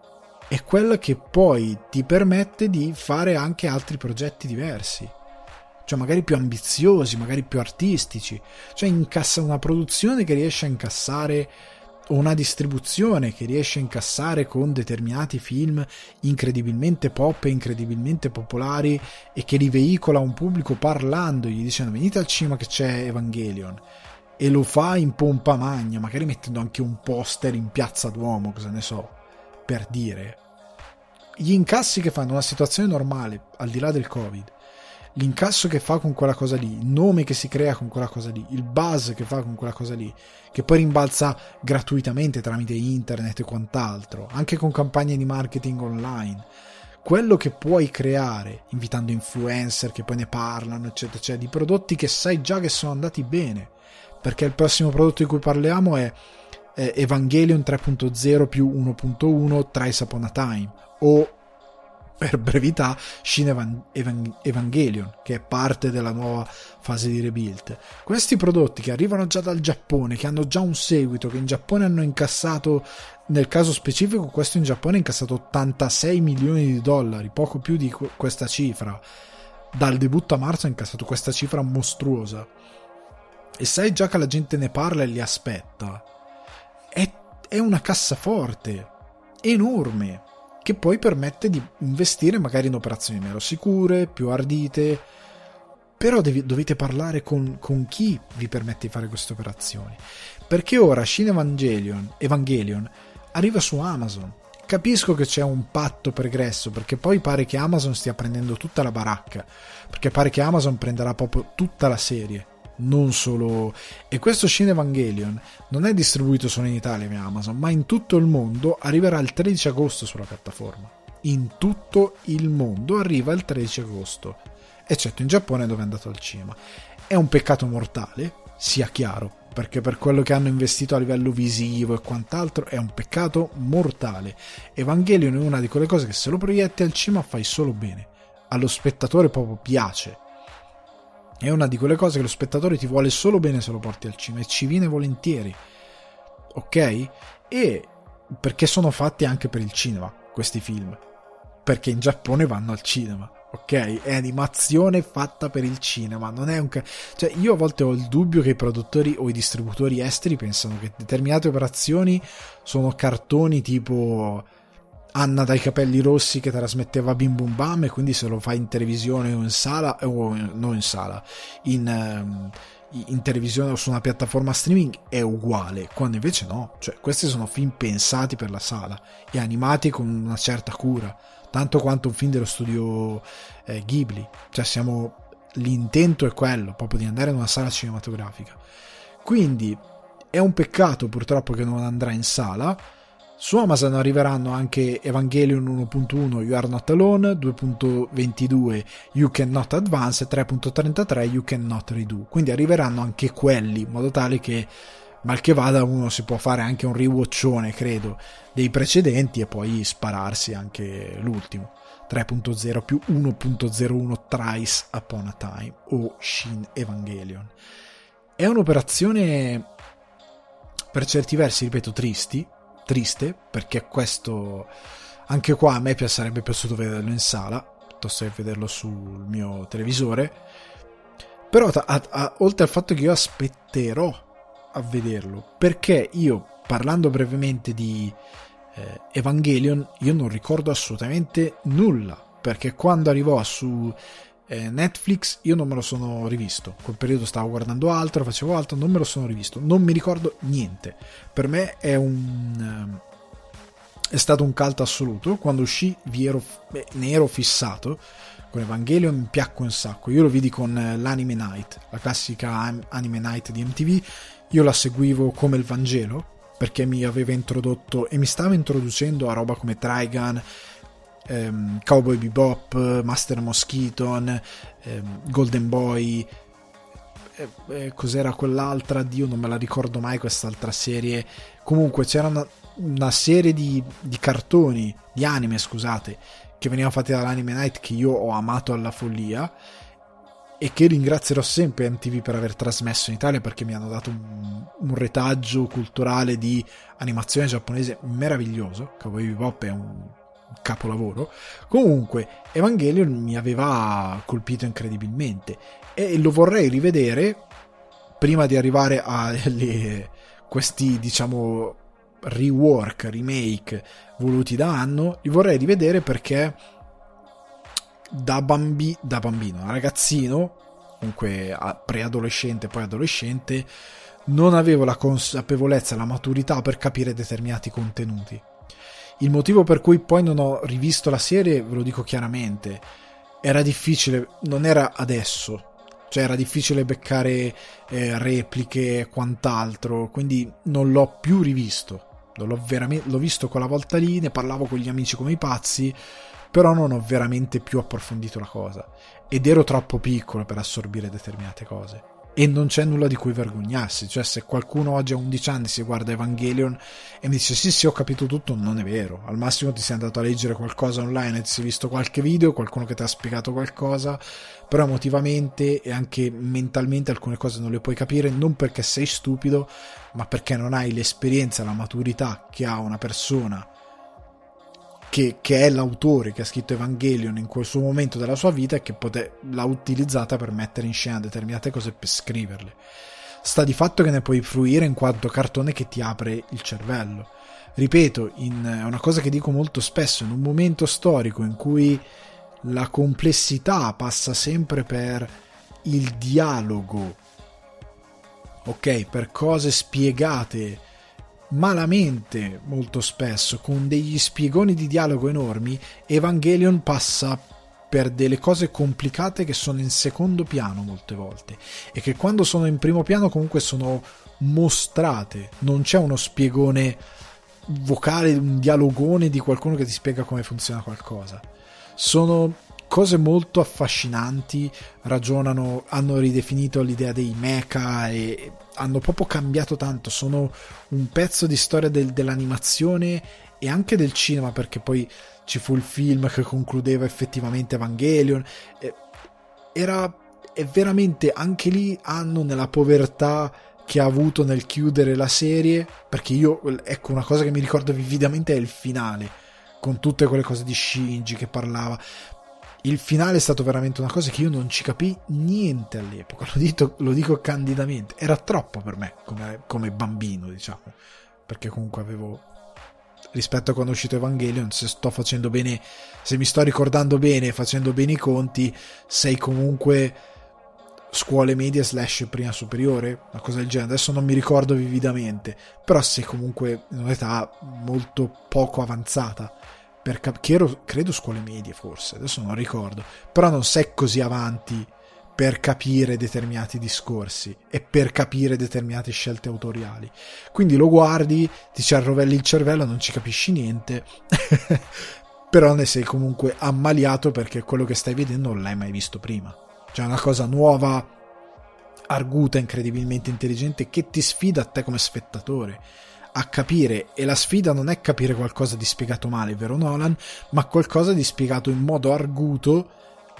è quella che poi ti permette di fare anche altri progetti diversi, cioè magari più ambiziosi, magari più artistici. Cioè incassa una produzione che riesce a incassare, o una distribuzione che riesce a incassare con determinati film incredibilmente pop e incredibilmente popolari, e che li veicola a un pubblico parlandogli, dicendo venite al cinema che c'è Evangelion, e lo fa in pompa magna, magari mettendo anche un poster in Piazza Duomo, cosa ne so, per dire. Gli incassi che fanno in una situazione normale, al di là del Covid, l'incasso che fa con quella cosa lì, il nome che si crea con quella cosa lì, il buzz che fa con quella cosa lì, che poi rimbalza gratuitamente tramite internet e quant'altro, anche con campagne di marketing online, quello che puoi creare invitando influencer che poi ne parlano, eccetera, eccetera, di prodotti che sai già che sono andati bene, perché il prossimo prodotto di cui parliamo è Evangelion tre punto zero più uno punto uno Thrice Upon a Time, o per brevità Shin Evan- Evan- Evangelion, che è parte della nuova fase di rebuild. Questi prodotti che arrivano già dal Giappone, che hanno già un seguito, che in Giappone hanno incassato, nel caso specifico questo in Giappone ha incassato ottantasei milioni di dollari, poco più di questa cifra, dal debutto a marzo ha incassato questa cifra mostruosa, e sai già che la gente ne parla e li aspetta. È, è una cassaforte enorme che poi permette di investire magari in operazioni meno sicure, più ardite, però devi, dovete parlare con, con chi vi permette di fare queste operazioni, perché ora Shin Evangelion, Evangelion arriva su Amazon. Capisco che c'è un patto pregresso, perché poi pare che Amazon stia prendendo tutta la baracca, perché pare che Amazon prenderà proprio tutta la serie, non solo. E questo Shin Evangelion non è distribuito solo in Italia via Amazon, ma in tutto il mondo arriverà il tredici agosto sulla piattaforma. In tutto il mondo arriva il tredici agosto, eccetto in Giappone dove è andato al cinema. È un peccato mortale, sia chiaro, perché per quello che hanno investito a livello visivo e quant'altro è un peccato mortale. Evangelion è una di quelle cose che se lo proietti al cinema fai solo bene, allo spettatore proprio piace. È una di quelle cose che lo spettatore ti vuole solo bene se lo porti al cinema, e ci viene volentieri, ok? E perché sono fatti anche per il cinema questi film, perché in Giappone vanno al cinema, ok? È animazione fatta per il cinema, non è un ca- cioè io a volte ho il dubbio che i produttori o i distributori esteri pensano che determinate operazioni sono cartoni tipo Anna dai capelli rossi che trasmetteva Bim Bum Bam, e quindi se lo fai in televisione o in sala, o non in sala, in, in televisione o su una piattaforma streaming è uguale, quando invece no. Cioè questi sono film pensati per la sala e animati con una certa cura, tanto quanto un film dello studio eh, Ghibli. Cioè siamo, l'intento è quello, proprio di andare in una sala cinematografica. Quindi è un peccato purtroppo che non andrà in sala. Su Amazon arriveranno anche Evangelion uno punto uno You Are Not Alone, due punto ventidue You Cannot Advance e tre punto trentatré You Cannot Redo. Quindi arriveranno anche quelli, in modo tale che mal che vada uno si può fare anche un rewatchone, credo, dei precedenti e poi spararsi anche l'ultimo. tre punto zero più uno punto zero uno Thrice Upon a Time o Shin Evangelion. È un'operazione per certi versi, ripeto, tristi, triste, perché questo anche qua a me sarebbe piaciuto vederlo in sala piuttosto che vederlo sul mio televisore, però a, a, oltre al fatto che io aspetterò a vederlo, perché io, parlando brevemente di eh, Evangelion, io non ricordo assolutamente nulla, perché quando arrivò su Eh, Netflix io non me lo sono rivisto, quel periodo stavo guardando altro, facevo altro, non me lo sono rivisto, non mi ricordo niente. Per me è un è stato un cult assoluto. Quando uscì vi ero, beh, ne ero fissato con Evangelion, mi piacque un sacco. Io lo vidi con l'Anime Night, la classica Anime Night di M T V. Io la seguivo come il Vangelo, perché mi aveva introdotto e mi stava introducendo a roba come Trigun, ehm, Cowboy Bebop, Master Moschiton, ehm, Golden Boy, eh, eh, cos'era quell'altra? Dio, non me la ricordo mai quest'altra serie. Comunque c'era una, una serie di, di cartoni, di anime, scusate, che venivano fatti dall'Anime Night, che io ho amato alla follia e che ringrazierò sempre M T V per aver trasmesso in Italia, perché mi hanno dato un, un retaggio culturale di animazione giapponese meraviglioso. Cowboy Bebop è un capolavoro. Comunque Evangelion mi aveva colpito incredibilmente e lo vorrei rivedere prima di arrivare a le, questi, diciamo, rework, remake voluti da Anno. Li vorrei rivedere perché da, bambi, da bambino, ragazzino, comunque preadolescente, poi adolescente, non avevo la consapevolezza, la maturità per capire determinati contenuti. Il motivo per cui poi non ho rivisto la serie, ve lo dico chiaramente, era difficile, non era adesso, cioè era difficile beccare eh, repliche e quant'altro, quindi non l'ho più rivisto. Non l'ho veramente, l'ho visto quella volta lì, ne parlavo con gli amici come i pazzi, però non ho veramente più approfondito la cosa ed ero troppo piccolo per assorbire determinate cose. E non c'è nulla di cui vergognarsi, cioè se qualcuno oggi a undici anni si guarda Evangelion e mi dice sì sì ho capito tutto, non è vero. Al massimo ti sei andato a leggere qualcosa online e ti sei visto qualche video, qualcuno che ti ha spiegato qualcosa, però emotivamente e anche mentalmente alcune cose non le puoi capire, non perché sei stupido, ma perché non hai l'esperienza, la maturità che ha una persona Che, che è l'autore che ha scritto Evangelion in quel suo momento della sua vita e che pote, l'ha utilizzata per mettere in scena determinate cose, per scriverle. Sta di fatto che ne puoi fruire in quanto cartone che ti apre il cervello. Ripeto, in, è una cosa che dico molto spesso, in un momento storico in cui la complessità passa sempre per il dialogo, ok, per cose spiegate malamente molto spesso, con degli spiegoni di dialogo enormi, Evangelion passa per delle cose complicate che sono in secondo piano molte volte e che quando sono in primo piano comunque sono mostrate, non c'è uno spiegone vocale, un dialogone di qualcuno che ti spiega come funziona qualcosa. Sono cose molto affascinanti, ragionano, hanno ridefinito l'idea dei mecha e hanno proprio cambiato tanto, sono un pezzo di storia del, dell'animazione e anche del cinema, perché poi ci fu il film che concludeva effettivamente Evangelion. Era è veramente, anche lì hanno nella povertà che ha avuto nel chiudere la serie, perché io, ecco, una cosa che mi ricordo vividamente è il finale, con tutte quelle cose di Shinji che parlava. Il finale è stato veramente una cosa che io non ci capii niente all'epoca, lo dico, lo dico candidamente, era troppo per me come, come bambino, diciamo, perché comunque avevo, rispetto a quando è uscito Evangelion, se sto facendo bene, se mi sto ricordando bene, facendo bene i conti, sei comunque scuole medie slash prima superiore, una cosa del genere, adesso non mi ricordo vividamente, però sei comunque in un'età molto poco avanzata, per cap- che ero, credo scuole medie forse, adesso non ricordo, però non sei così avanti per capire determinati discorsi e per capire determinate scelte autoriali, quindi lo guardi, ti ci arrovelli il cervello, non ci capisci niente però ne sei comunque ammaliato perché quello che stai vedendo non l'hai mai visto prima, cioè una cosa nuova, arguta, incredibilmente intelligente, che ti sfida a te come spettatore a capire, e la sfida non è capire qualcosa di spiegato male, vero Nolan, ma qualcosa di spiegato in modo arguto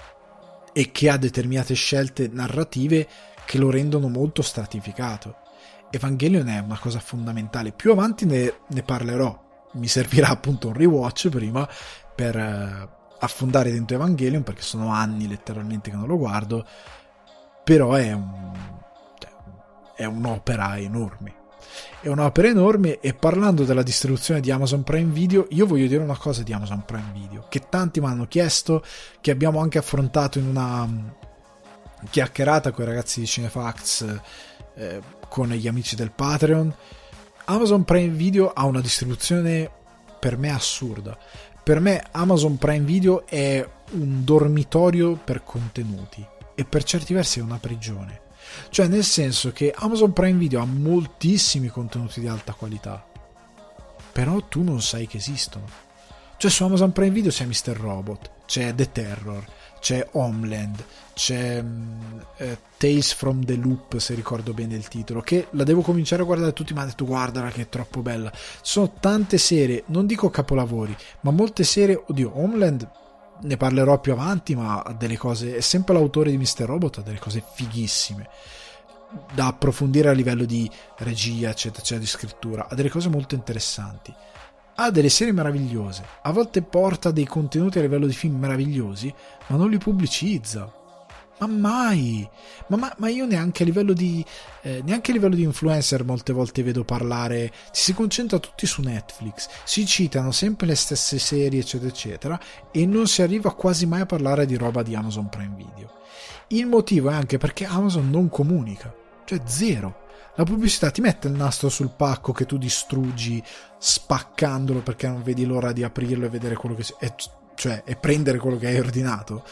e che ha determinate scelte narrative che lo rendono molto stratificato. Evangelion è una cosa fondamentale, più avanti ne, ne parlerò, mi servirà appunto un rewatch prima per eh, affondare dentro Evangelion, perché sono anni letteralmente che non lo guardo, però è un è un'opera enorme, è un'opera enorme. E parlando della distribuzione di Amazon Prime Video, io voglio dire una cosa di Amazon Prime Video che tanti mi hanno chiesto, che abbiamo anche affrontato in una chiacchierata con i ragazzi di Cinefacts, eh, con gli amici del Patreon. Amazon Prime Video ha una distribuzione per me assurda. Per me Amazon Prime Video è un dormitorio per contenuti e per certi versi è una prigione. Cioè, nel senso che Amazon Prime Video ha moltissimi contenuti di alta qualità, però tu non sai che esistono. Cioè, su Amazon Prime Video c'è mister Robot, c'è The Terror, c'è Homeland, c'è eh, Tales from the Loop, se ricordo bene il titolo, che la devo cominciare a guardare. Tutti mi hanno detto guardala che è troppo bella. Ci sono tante serie, non dico capolavori, ma molte serie. Oddio, Homeland ne parlerò più avanti, ma ha delle cose, è sempre l'autore di mister Robot, ha delle cose fighissime da approfondire a livello di regia, eccetera, eccetera, di scrittura. Ha delle cose molto interessanti, ha delle serie meravigliose, a volte porta dei contenuti a livello di film meravigliosi, ma non li pubblicizza. Ma mai, ma, ma, ma io neanche a livello di eh, neanche a livello di influencer molte volte vedo parlare. Ci si concentra tutti su Netflix, si citano sempre le stesse serie, eccetera eccetera, e non si arriva quasi mai a parlare di roba di Amazon Prime Video. Il motivo è anche perché Amazon non comunica, cioè zero. La pubblicità ti mette il nastro sul pacco che tu distruggi spaccandolo perché non vedi l'ora di aprirlo e vedere quello che è, cioè e prendere quello che hai ordinato.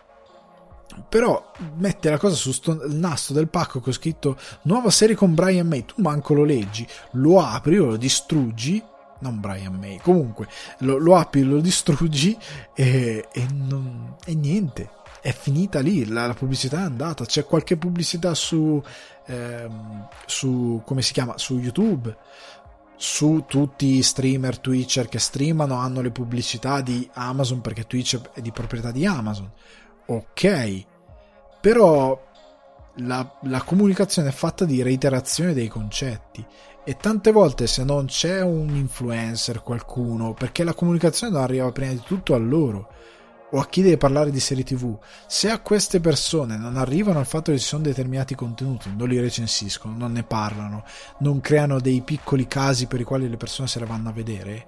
Però mette la cosa su sto, il nastro del pacco che ho scritto nuova serie con Brian May, tu manco lo leggi, lo apri o lo distruggi, non Brian May, comunque lo, lo apri, lo distruggi e, e, non, e niente, è finita lì, la, la pubblicità è andata. C'è qualche pubblicità su ehm, su come si chiama, su YouTube, su tutti i streamer Twitcher che streamano hanno le pubblicità di Amazon perché Twitch è di proprietà di Amazon. Ok, però la, la comunicazione è fatta di reiterazione dei concetti e tante volte se non c'è un influencer, qualcuno, perché la comunicazione non arriva prima di tutto a loro o a chi deve parlare di serie tv, se a queste persone non arrivano al fatto che ci sono determinati contenuti, non li recensiscono, non ne parlano, non creano dei piccoli casi per i quali le persone se le vanno a vedere,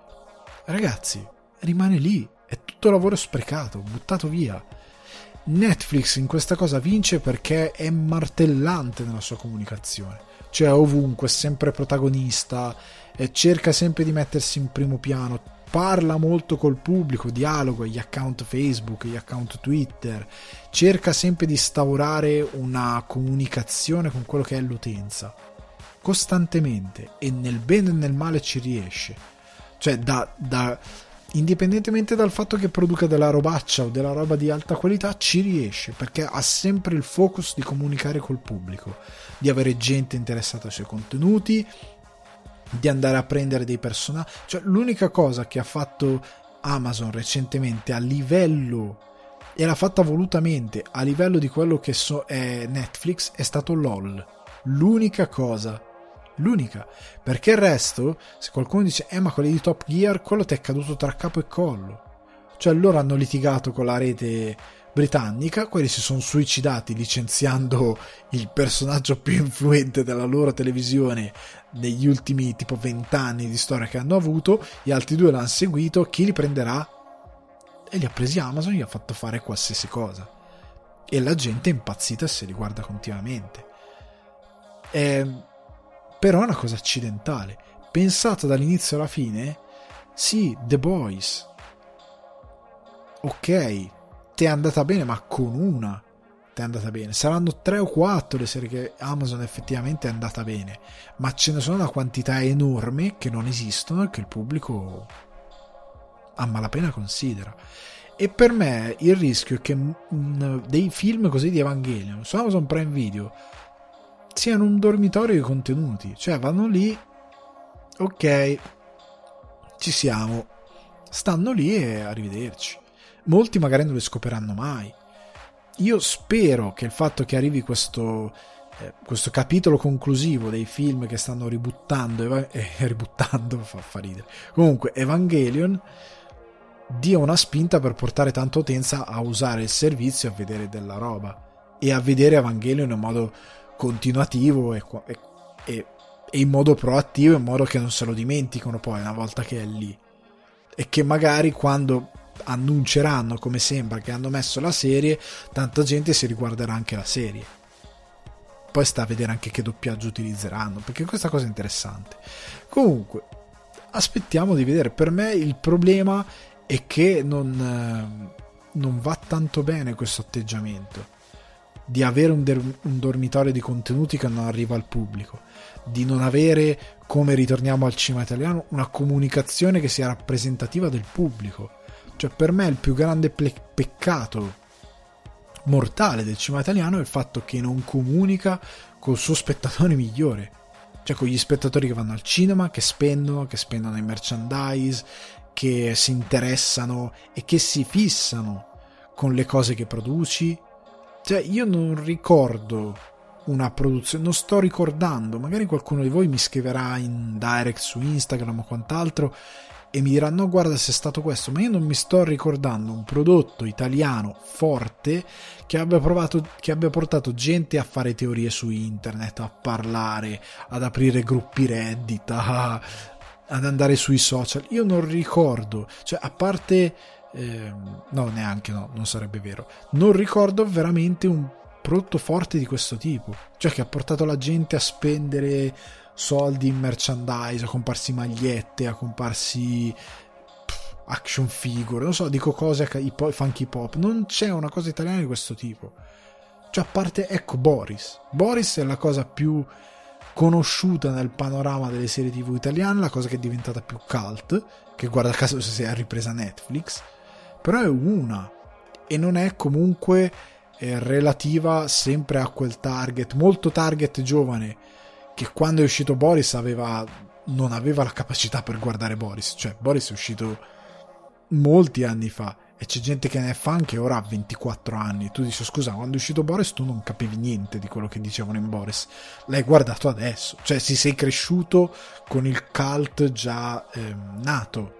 ragazzi, rimane lì, è tutto lavoro sprecato, buttato via. Netflix in questa cosa vince perché è martellante nella sua comunicazione, cioè ovunque, è sempre protagonista, e cerca sempre di mettersi in primo piano, parla molto col pubblico, dialoga, gli account Facebook, gli account Twitter, cerca sempre di instaurare una comunicazione con quello che è l'utenza costantemente, e nel bene e nel male ci riesce, cioè da, da indipendentemente dal fatto che produca della robaccia o della roba di alta qualità, ci riesce perché ha sempre il focus di comunicare col pubblico, di avere gente interessata ai suoi contenuti, di andare a prendere dei personaggi. Cioè, l'unica cosa che ha fatto Amazon recentemente a livello, e l'ha fatta volutamente a livello di quello che so è Netflix, è stato LOL. L'unica cosa, l'unica, perché il resto, se qualcuno dice eh ma quelli di Top Gear, quello ti è caduto tra capo e collo, cioè loro hanno litigato con la rete britannica, quelli si sono suicidati licenziando il personaggio più influente della loro televisione negli ultimi tipo vent'anni di storia che hanno avuto, gli altri due l'hanno seguito, chi li prenderà? E li ha presi Amazon, gli ha fatto fare qualsiasi cosa e la gente è impazzita e se li guarda continuamente. È però è una cosa accidentale, pensata dall'inizio alla fine. Sì, The Boys, ok, ti è andata bene, ma con una ti è andata bene. Saranno tre o quattro le serie che Amazon effettivamente è andata bene, ma ce ne sono una quantità enorme che non esistono e che il pubblico a malapena considera. E per me il rischio è che mh, dei film così di Evangelion su Amazon Prime Video siano un dormitorio di contenuti, cioè vanno lì, ok, ci siamo, stanno lì e arrivederci. Molti magari non le scopriranno mai. Io spero che il fatto che arrivi questo eh, questo capitolo conclusivo dei film che stanno ributtando eh, ributtando fa, fa ridere comunque Evangelion dia una spinta per portare tanta utenza a usare il servizio, a vedere della roba e a vedere Evangelion in modo continuativo e, e, e in modo proattivo, in modo che non se lo dimenticano poi una volta che è lì, e che magari quando annunceranno, come sembra, che hanno messo la serie, tanta gente si riguarderà anche la serie. Poi sta a vedere anche che doppiaggio utilizzeranno, perché questa cosa è interessante. Comunque aspettiamo di vedere. Per me il problema è che non, non va tanto bene questo atteggiamento di avere un, der- un dormitorio di contenuti che non arriva al pubblico, di non avere, come ritorniamo al cinema italiano, una comunicazione che sia rappresentativa del pubblico. Cioè, per me il più grande ple- peccato mortale del cinema italiano è il fatto che non comunica col suo spettatore migliore, cioè con gli spettatori che vanno al cinema, che spendono, che spendono i merchandise, che si interessano e che si fissano con le cose che produci. Cioè, io non ricordo una produzione, non sto ricordando, magari qualcuno di voi mi scriverà in direct su Instagram o quant'altro e mi dirà no guarda se è stato questo, ma io non mi sto ricordando un prodotto italiano forte che abbia provato, che abbia portato gente a fare teorie su internet, a parlare, ad aprire gruppi Reddit, a, ad andare sui social. Io non ricordo, cioè a parte eh, no neanche no, non sarebbe vero, non ricordo veramente un prodotto forte di questo tipo, cioè che ha portato la gente a spendere soldi in merchandise, a comparsi magliette, a comparsi pff, action figure, non so, dico cose i funky pop. Non c'è una cosa italiana di questo tipo, cioè a parte, ecco, Boris Boris è la cosa più conosciuta nel panorama delle serie tv italiane, la cosa che è diventata più cult, che guarda caso si è ripresa Netflix, però è una, e non è comunque eh, relativa sempre a quel target, molto target giovane, che quando è uscito Boris aveva, non aveva la capacità per guardare Boris. Cioè Boris è uscito molti anni fa e c'è gente che ne è fan che ora ha ventiquattro anni. Tu dici scusa, quando è uscito Boris tu non capivi niente di quello che dicevano in Boris, l'hai guardato adesso, cioè si sei cresciuto con il cult già eh, nato,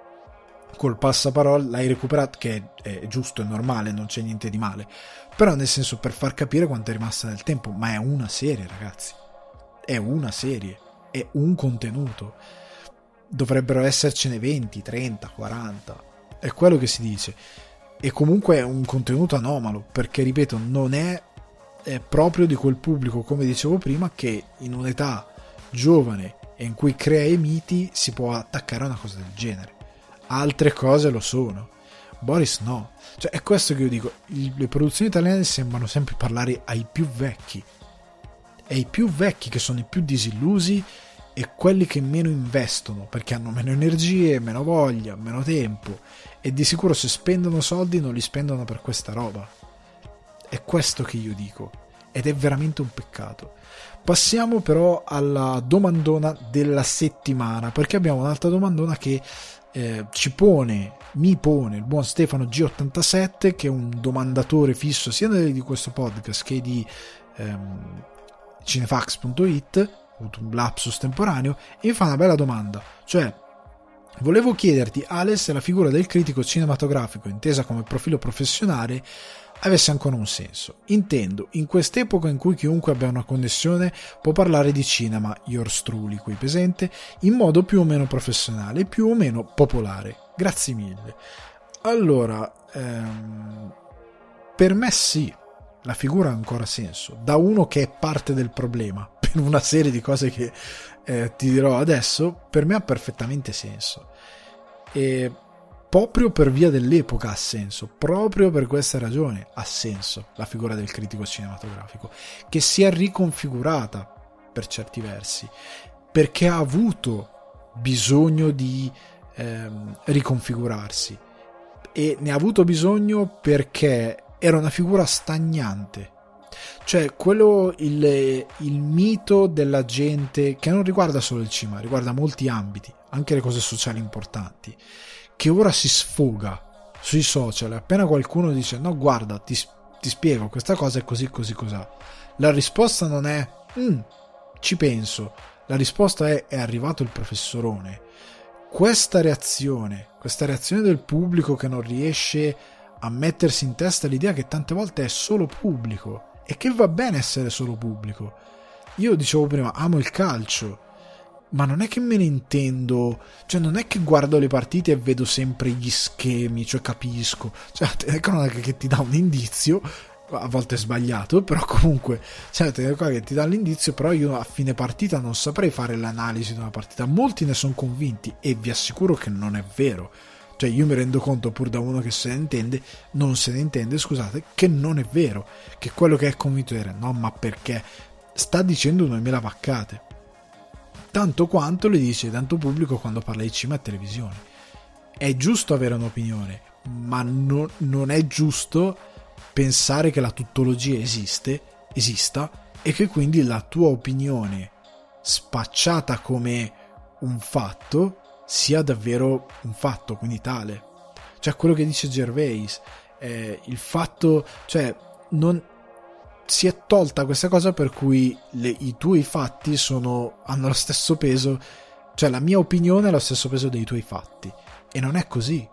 col passaparola l'hai recuperato, che è, è giusto, è normale, non c'è niente di male, però nel senso, per far capire quanto è rimasta nel tempo. Ma è una serie, ragazzi, è una serie, è un contenuto, dovrebbero essercene venti, trenta, quaranta, è quello che si dice, e comunque è un contenuto anomalo, perché ripeto, non è, è proprio di quel pubblico, come dicevo prima, che in un'età giovane e in cui crea i miti si può attaccare a una cosa del genere. Altre cose lo sono, Boris no, cioè è questo che io dico, le produzioni italiane sembrano sempre parlare ai più vecchi, e i più vecchi che sono i più disillusi e quelli che meno investono, perché hanno meno energie, meno voglia, meno tempo, e di sicuro se spendono soldi non li spendono per questa roba. È questo che io dico, ed è veramente un peccato. Passiamo però alla domandona della settimana, perché abbiamo un'altra domandona che eh, ci pone, mi pone il buon Stefano G ottantasette, che è un domandatore fisso sia di questo podcast che di ehm, cinefax punto it, ho avuto un lapsus temporaneo, e mi fa una bella domanda, cioè: volevo chiederti, Ale, se la figura del critico cinematografico intesa come profilo professionale avesse ancora un senso. Intendo, in quest'epoca in cui chiunque abbia una connessione può parlare di cinema, yours truly qui presente, in modo più o meno professionale, più o meno popolare. Grazie mille. Allora, ehm, per me sì, la figura ha ancora senso, da uno che è parte del problema, per una serie di cose che eh, ti dirò adesso. Per me ha perfettamente senso, e proprio per via dell'epoca ha senso, proprio per questa ragione ha senso la figura del critico cinematografico, che si è riconfigurata per certi versi, perché ha avuto bisogno di ehm, riconfigurarsi, e ne ha avuto bisogno perché era una figura stagnante, cioè quello, il, il mito della gente, che non riguarda solo il cinema, riguarda molti ambiti, anche le cose sociali importanti, che ora si sfoga sui social. Appena qualcuno dice no guarda ti, ti spiego questa cosa è così così cos'ha, la risposta non è mm, ci penso, la risposta è è arrivato il professorone. Questa reazione questa reazione del pubblico che non riesce a mettersi in testa l'idea che tante volte è solo pubblico, e che va bene essere solo pubblico, io dicevo prima, amo il calcio, ma non è che me ne intendo, cioè non è che guardo le partite e vedo sempre gli schemi, cioè capisco, cioè la telecronaca che ti dà un indizio, a volte è sbagliato, però comunque cioè la telecronaca che ti dà l'indizio, però io a fine partita non saprei fare l'analisi di una partita. Molti ne sono convinti e vi assicuro che non è vero, cioè io mi rendo conto, pur da uno che se ne intende, non se ne intende, scusate, che non è vero, che quello che è convinto era no, ma perché sta dicendo duemila vaccate, tanto quanto le dice tanto pubblico quando parla di cinema e televisione. È giusto avere un'opinione, ma no, non è giusto pensare che la tuttologia esiste, esista e che quindi la tua opinione spacciata come un fatto sia davvero un fatto, quindi tale. Cioè quello che dice Gervais, eh, il fatto, cioè non si è tolta questa cosa per cui le, i tuoi fatti sono, hanno lo stesso peso, cioè la mia opinione ha lo stesso peso dei tuoi fatti, e non è così.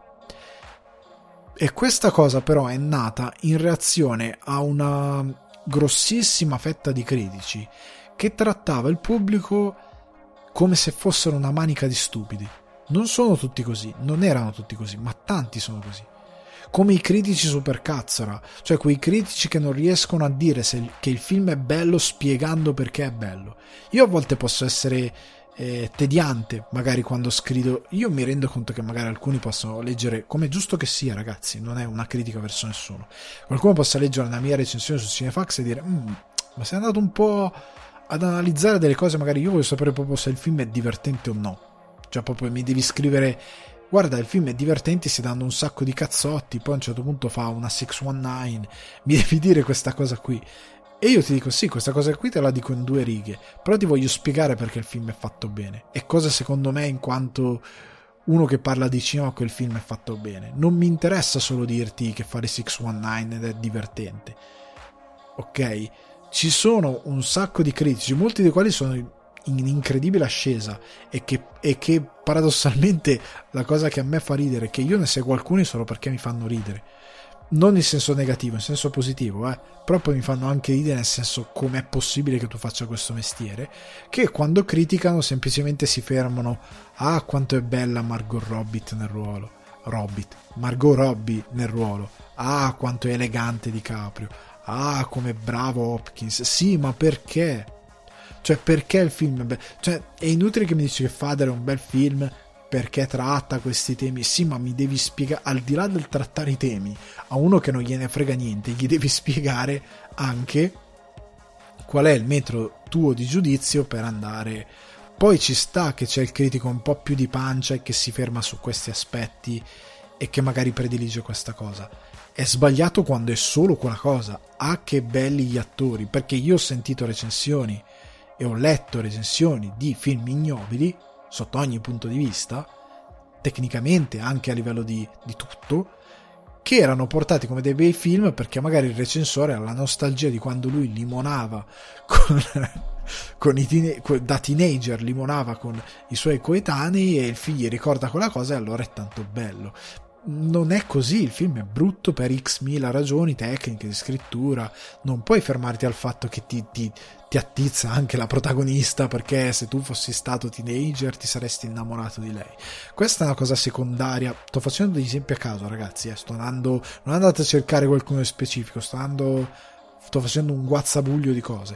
E questa cosa però è nata in reazione a una grossissima fetta di critici che trattava il pubblico come se fossero una manica di stupidi. Non sono tutti così, non erano tutti così, ma tanti sono così. Come i critici supercazzora, cioè quei critici che non riescono a dire se, che il film è bello spiegando perché è bello. Io a volte posso essere eh, tediante, magari quando scrivo, io mi rendo conto che magari alcuni possono leggere, come è giusto che sia ragazzi, non è una critica verso nessuno, qualcuno possa leggere una mia recensione su Cinefax e dire ma sei andato un po' ad analizzare delle cose, magari io voglio sapere proprio se il film è divertente o no, cioè proprio mi devi scrivere guarda il film è divertente, si danno un sacco di cazzotti, poi a un certo punto fa una sei diciannove, mi devi dire questa cosa qui, e io ti dico sì, questa cosa qui te la dico in due righe, però ti voglio spiegare perché il film è fatto bene e cosa secondo me in quanto uno che parla di cinema quel film è fatto bene. Non mi interessa solo dirti che fare sei diciannove ed è divertente, ok? Ci sono un sacco di critici, molti dei quali sono in incredibile ascesa e che, e che paradossalmente la cosa che a me fa ridere è che io ne seguo alcuni solo perché mi fanno ridere, non in senso negativo, in senso positivo, eh? Però poi mi fanno anche ridere nel senso com'è possibile che tu faccia questo mestiere, che quando criticano semplicemente si fermano ah quanto è bella Margot Robbie nel ruolo Robbie Margot Robbie nel ruolo, ah quanto è elegante DiCaprio, ah com'è bravo Hopkins, sì ma perché? Cioè perché il film è bello? Cioè è inutile che mi dici che Father è un bel film perché tratta questi temi, sì ma mi devi spiegare, al di là del trattare i temi a uno che non gliene frega niente, gli devi spiegare anche qual è il metro tuo di giudizio per andare. Poi ci sta che c'è il critico un po' più di pancia e che si ferma su questi aspetti e che magari predilige questa cosa. È sbagliato quando è solo quella cosa. Ah che belli gli attori, perché io ho sentito recensioni e ho letto recensioni di film ignobili sotto ogni punto di vista, tecnicamente anche a livello di, di tutto, che erano portati come dei bei film perché magari il recensore ha la nostalgia di quando lui limonava con, con i teen, da teenager limonava con i suoi coetanei e il figlio ricorda quella cosa e allora è tanto bello. Non è così, il film è brutto per x mila ragioni tecniche di scrittura, non puoi fermarti al fatto che ti, ti, ti attizza anche la protagonista perché se tu fossi stato teenager ti saresti innamorato di lei. Questa è una cosa secondaria, sto facendo degli esempi a caso ragazzi, eh. sto andando, non andate a cercare qualcuno in specifico, sto andando, sto facendo un guazzabuglio di cose.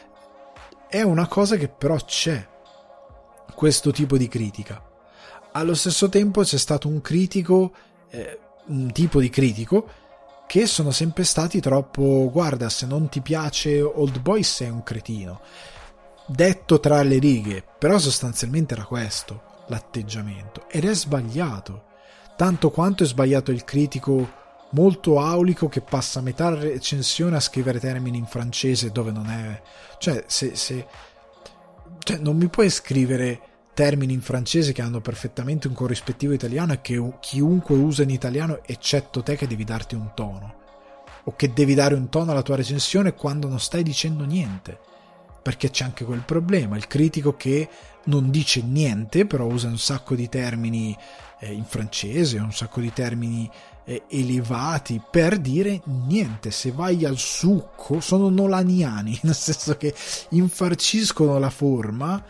È una cosa che però c'è, questo tipo di critica. Allo stesso tempo c'è stato un critico, eh, un tipo di critico che sono sempre stati troppo guarda se non ti piace Oldboy sei un cretino, detto tra le righe, però sostanzialmente era questo l'atteggiamento ed è sbagliato, tanto quanto è sbagliato il critico molto aulico che passa metà recensione a scrivere termini in francese dove non è, cioè se, se cioè non mi puoi scrivere termini in francese che hanno perfettamente un corrispettivo italiano e che chiunque usa in italiano eccetto te che devi darti un tono o che devi dare un tono alla tua recensione quando non stai dicendo niente, perché c'è anche quel problema, il critico che non dice niente però usa un sacco di termini eh, in francese, un sacco di termini eh, elevati per dire niente. Se vai al succo sono nolaniani, nel senso che infarciscono la forma,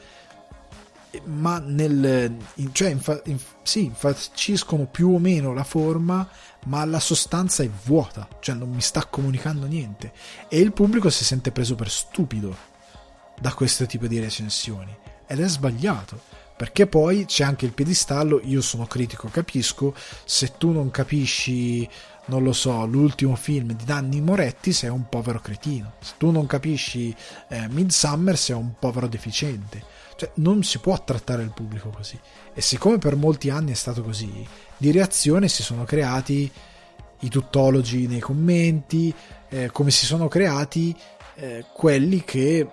ma nel cioè infa, inf, sì, infarciscono più o meno la forma, ma la sostanza è vuota, cioè non mi sta comunicando niente, e il pubblico si sente preso per stupido da questo tipo di recensioni, ed è sbagliato, perché poi c'è anche il piedistallo. Io sono critico, capisco, se tu non capisci, non lo so, l'ultimo film di Nanni Moretti sei un povero cretino, se tu non capisci eh, Midsommar sei un povero deficiente. Cioè, non si può trattare il pubblico così, e siccome per molti anni è stato così, di reazione si sono creati i tuttologi nei commenti, eh, come si sono creati eh, quelli che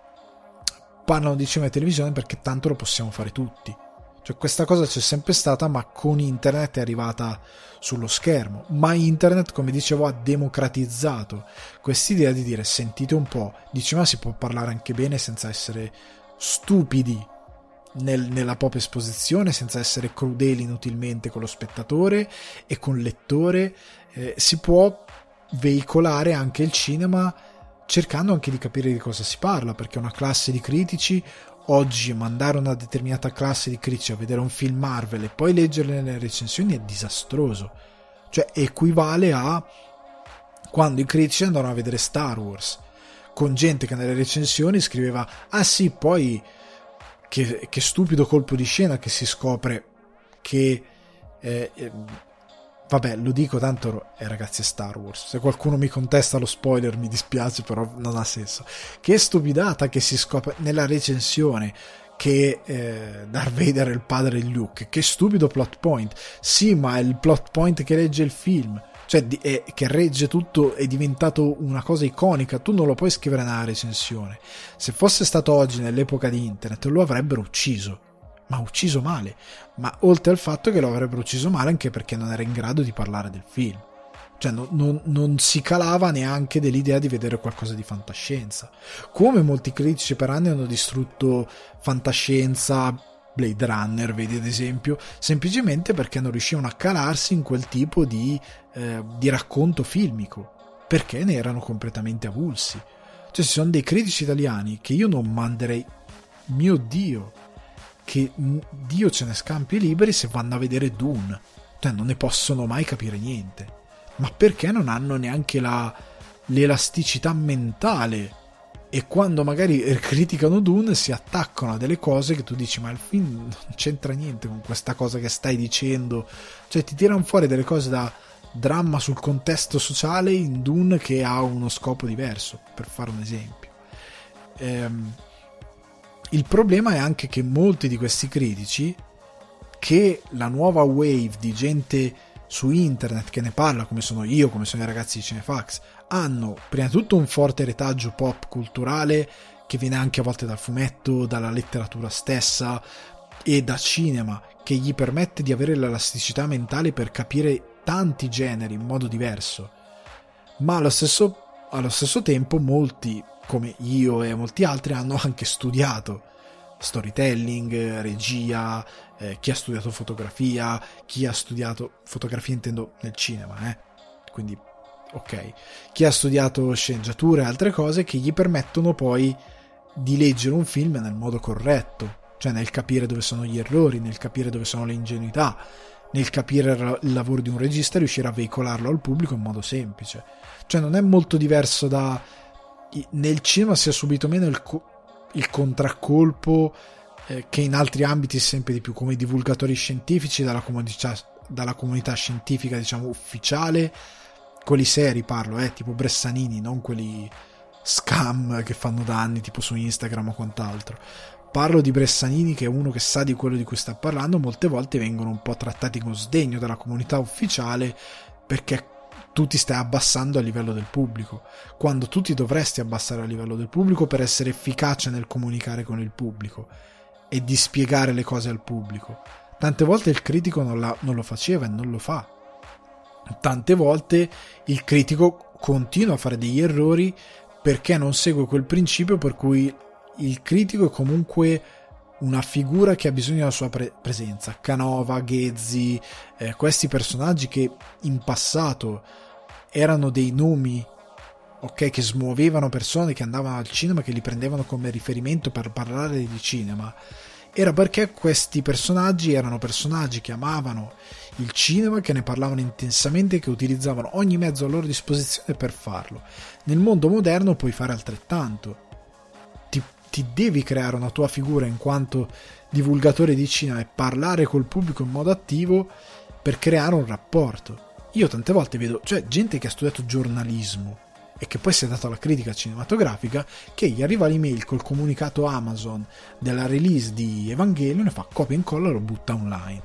parlano di cinema e televisione perché tanto lo possiamo fare tutti. Cioè, questa cosa c'è sempre stata, ma con internet è arrivata sullo schermo. Ma internet, come dicevo, ha democratizzato quest'idea di dire: sentite un po', di cinema si può parlare anche bene senza essere stupidi nel, nella propria esposizione, senza essere crudeli inutilmente con lo spettatore e con il lettore. Eh, si può veicolare anche il cinema cercando anche di capire di cosa si parla, perché una classe di critici oggi, mandare una determinata classe di critici a vedere un film Marvel e poi leggerle nelle recensioni è disastroso. Cioè equivale a quando i critici andavano a vedere Star Wars, con gente che nelle recensioni scriveva: ah sì, poi che, che stupido colpo di scena che si scopre che eh, eh, vabbè, lo dico tanto, eh, ragazzi, è Star Wars, se qualcuno mi contesta lo spoiler mi dispiace, però non ha senso. Che stupidata che si scopre nella recensione che eh, Darth Vader è il padre di Luke. Che stupido plot point. Sì, ma è il plot point che regge il film, cioè è, che regge tutto, è diventato una cosa iconica. Tu non lo puoi scrivere nella recensione. Se fosse stato oggi, nell'epoca di internet, lo avrebbero ucciso, ma ucciso male. Ma oltre al fatto che lo avrebbero ucciso male anche perché non era in grado di parlare del film, cioè non, non, non si calava neanche dell'idea di vedere qualcosa di fantascienza, come molti critici per anni hanno distrutto fantascienza, Blade Runner, vedi ad esempio, semplicemente perché non riuscivano a calarsi in quel tipo di, eh, di racconto filmico, perché ne erano completamente avulsi. Cioè ci sono dei critici italiani che io non manderei, mio Dio, che Dio ce ne scampi liberi, se vanno a vedere Dune, cioè non ne possono mai capire niente, ma perché non hanno neanche la, l'elasticità mentale, e quando magari criticano Dune si attaccano a delle cose che tu dici: ma il film non c'entra niente con questa cosa che stai dicendo. Cioè ti tirano fuori delle cose da dramma sul contesto sociale in Dune che ha uno scopo diverso, per fare un esempio. ehm Il problema è anche che molti di questi critici, che la nuova wave di gente su internet che ne parla, come sono io, come sono i ragazzi di Cinefax, hanno prima di tutto un forte retaggio pop culturale che viene anche a volte dal fumetto, dalla letteratura stessa e da cinema, che gli permette di avere l'elasticità mentale per capire tanti generi in modo diverso. Ma allo stesso, allo stesso tempo molti, come io e molti altri, hanno anche studiato storytelling, regia, eh, chi ha studiato fotografia, chi ha studiato fotografia intendo nel cinema, eh? Quindi ok, chi ha studiato sceneggiatura e altre cose che gli permettono poi di leggere un film nel modo corretto, cioè nel capire dove sono gli errori, nel capire dove sono le ingenuità, nel capire il lavoro di un regista e riuscire a veicolarlo al pubblico in modo semplice. Cioè non è molto diverso da... nel cinema si è subito meno il, co- il contraccolpo eh, che in altri ambiti sempre di più, come i divulgatori scientifici dalla comunità, dalla comunità scientifica, diciamo, ufficiale, quelli seri parlo, eh, tipo Bressanini, non quelli scam che fanno danni tipo su Instagram o quant'altro. Parlo di Bressanini, che è uno che sa di quello di cui sta parlando. Molte volte vengono un po' trattati con sdegno dalla comunità ufficiale perché tu ti stai abbassando a livello del pubblico, quando tu ti dovresti abbassare a livello del pubblico per essere efficace nel comunicare con il pubblico e di spiegare le cose al pubblico. Tante volte il critico non, la, non lo faceva e non lo fa. Tante volte il critico continua a fare degli errori perché non segue quel principio per cui il critico è comunque una figura che ha bisogno della sua pre- presenza. Canova, Ghezzi, eh, questi personaggi che in passato erano dei nomi, ok, che smuovevano persone che andavano al cinema, che li prendevano come riferimento per parlare di cinema, era perché questi personaggi erano personaggi che amavano il cinema, che ne parlavano intensamente, che utilizzavano ogni mezzo a loro disposizione per farlo. Nel mondo moderno puoi fare altrettanto. Ti, ti devi creare una tua figura in quanto divulgatore di cinema e parlare col pubblico in modo attivo per creare un rapporto. Io tante volte vedo, cioè, gente che ha studiato giornalismo e che poi si è dato alla critica cinematografica, che gli arriva l'email col comunicato Amazon della release di Evangelion e fa copia e incolla e lo butta online.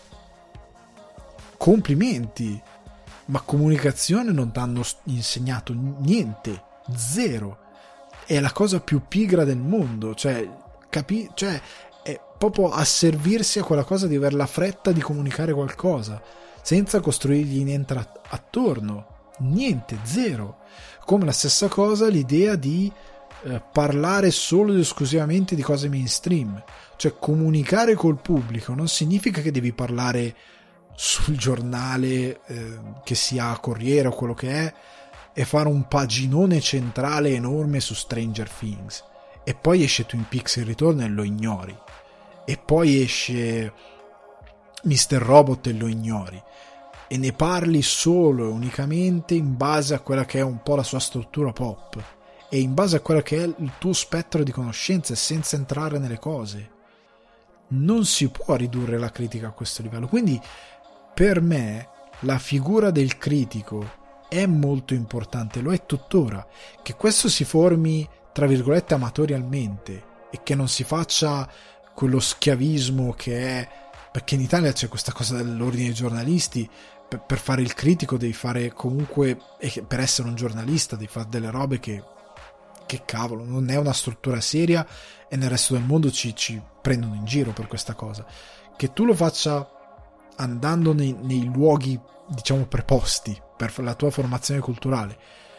Complimenti, ma comunicazione non ti hanno insegnato niente, zero. È la cosa più pigra del mondo, cioè, capi- cioè è proprio asservirsi a quella cosa di aver la fretta di comunicare qualcosa senza costruirgli niente attorno, niente, zero. Come la stessa cosa l'idea di eh, parlare solo ed esclusivamente di cose mainstream, cioè comunicare col pubblico non significa che devi parlare sul giornale eh, che sia Corriere o quello che è e fare un paginone centrale enorme su Stranger Things e poi esce Twin Peaks il ritorno e lo ignori, e poi esce mister Robot e lo ignori, e ne parli solo e unicamente in base a quella che è un po' la sua struttura pop e in base a quello che è il tuo spettro di conoscenze, senza entrare nelle cose. Non si può ridurre la critica a questo livello. Quindi per me la figura del critico è molto importante, lo è tuttora. Che questo si formi tra virgolette amatorialmente e che non si faccia quello schiavismo che è, perché in Italia c'è questa cosa dell'ordine dei giornalisti, per, per fare il critico devi fare comunque, e per essere un giornalista devi fare delle robe che che cavolo, non è una struttura seria, e nel resto del mondo ci, ci prendono in giro per questa cosa. Che tu lo faccia andando nei, nei luoghi, diciamo, preposti per la tua formazione culturale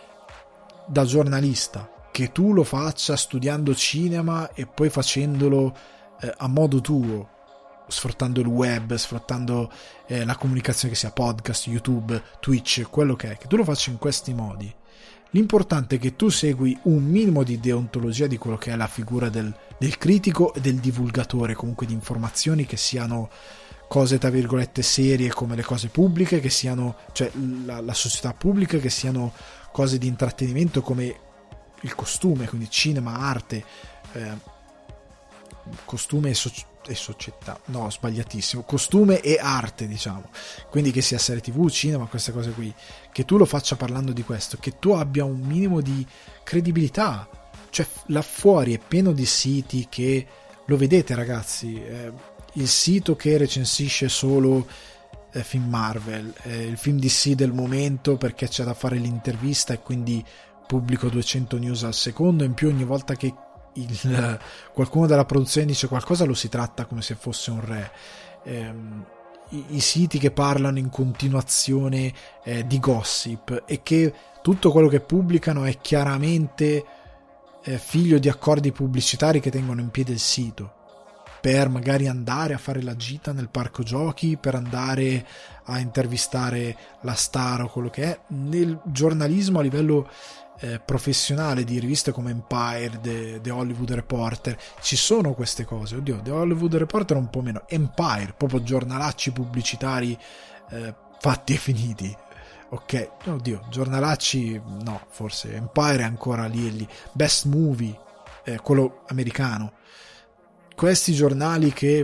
da giornalista, che tu lo faccia studiando cinema e poi facendolo eh, a modo tuo, sfruttando il web, sfruttando eh, la comunicazione, che sia podcast, YouTube, Twitch, quello che è, che tu lo faccia in questi modi. L'importante è che tu segui un minimo di deontologia di quello che è la figura del, del critico e del divulgatore, comunque di informazioni, che siano cose tra virgolette serie come le cose pubbliche, che siano, cioè la, la società pubblica, che siano cose di intrattenimento come il costume, quindi cinema, arte, eh, costume e, so- e società, no, sbagliatissimo, costume e arte, diciamo, quindi che sia serie tv, cinema, queste cose qui, che tu lo faccia parlando di questo, che tu abbia un minimo di credibilità. Cioè là fuori è pieno di siti che, lo vedete ragazzi, eh, il sito che recensisce solo eh, film Marvel, eh, il film D C del momento, perché c'è da fare l'intervista e quindi pubblico duecento news al secondo, in più ogni volta che il, qualcuno della produzione dice qualcosa lo si tratta come se fosse un re. ehm, i, i siti che parlano in continuazione eh, di gossip, e che tutto quello che pubblicano è chiaramente eh, figlio di accordi pubblicitari che tengono in piedi il sito per magari andare a fare la gita nel parco giochi, per andare a intervistare la star o quello che è. Nel giornalismo a livello Eh, professionale di riviste come Empire, The, The Hollywood Reporter, ci sono queste cose. Oddio, The Hollywood Reporter un po' meno. Empire, proprio giornalacci pubblicitari eh, fatti e finiti. Ok, oddio, giornalacci no, forse Empire è ancora lì e lì. Best Movie, eh, quello americano. Questi giornali che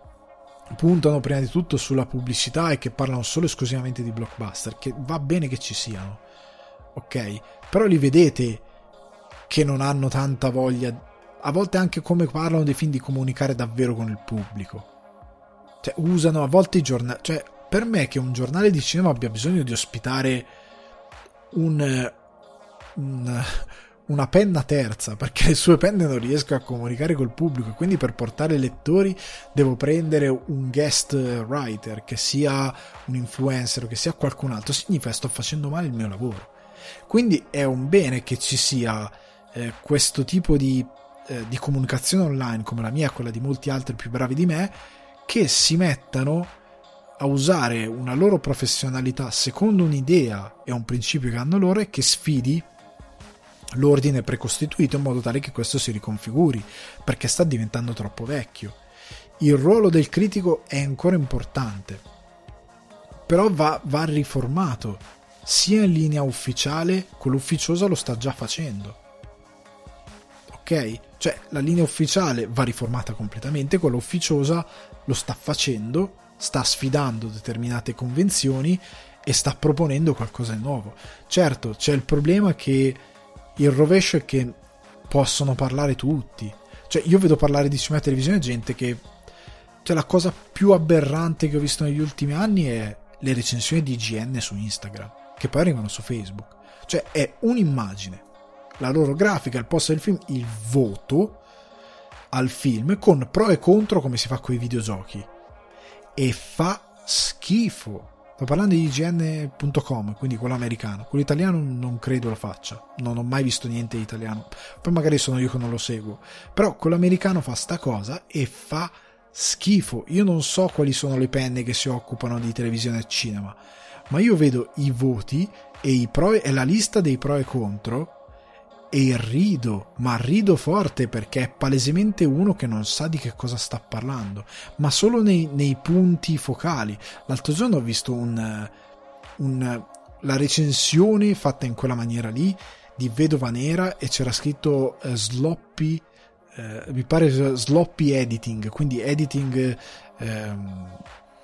puntano prima di tutto sulla pubblicità e che parlano solo esclusivamente di blockbuster, che va bene che ci siano, ok, però li vedete che non hanno tanta voglia, a volte anche come parlano dei film, di comunicare davvero con il pubblico. Cioè usano a volte i giornali, cioè per me che un giornale di cinema abbia bisogno di ospitare un, un una penna terza, perché le sue penne non riesco a comunicare col pubblico, e quindi per portare lettori devo prendere un guest writer, che sia un influencer o che sia qualcun altro, significa che sto facendo male il mio lavoro. Quindi è un bene che ci sia eh, questo tipo di eh, di comunicazione online come la mia e quella di molti altri più bravi di me, che si mettano a usare una loro professionalità secondo un'idea e un principio che hanno loro e che sfidi l'ordine precostituito in modo tale che questo si riconfiguri, perché sta diventando troppo vecchio. Il ruolo del critico è ancora importante, però va, va riformato, sia in linea ufficiale, quello ufficiosa lo sta già facendo, ok? Cioè la linea ufficiale va riformata completamente, quella ufficiosa lo sta facendo, sta sfidando determinate convenzioni e sta proponendo qualcosa di nuovo. Certo, c'è il problema che il rovescio è che possono parlare tutti, cioè io vedo parlare di cinema e televisione gente che, cioè la cosa più aberrante che ho visto negli ultimi anni è le recensioni di I G N su Instagram, che poi arrivano su Facebook, cioè è un'immagine, la loro grafica, il post del film, il voto al film con pro e contro come si fa con i videogiochi, e fa schifo. Sto parlando di I G N punto com, quindi quello americano. Quello italiano non credo lo faccia, non ho mai visto niente di italiano, poi magari sono io che non lo seguo, però quello americano fa sta cosa e fa schifo. Io non so quali sono le penne che si occupano di televisione e cinema, ma io vedo i voti e i pro e la lista dei pro e contro e rido, ma rido forte, perché è palesemente uno che non sa di che cosa sta parlando, ma solo nei, nei punti focali. L'altro giorno ho visto un, un, la recensione fatta in quella maniera lì di Vedova Nera e c'era scritto uh, sloppy, uh, mi pare sloppy editing, quindi editing um,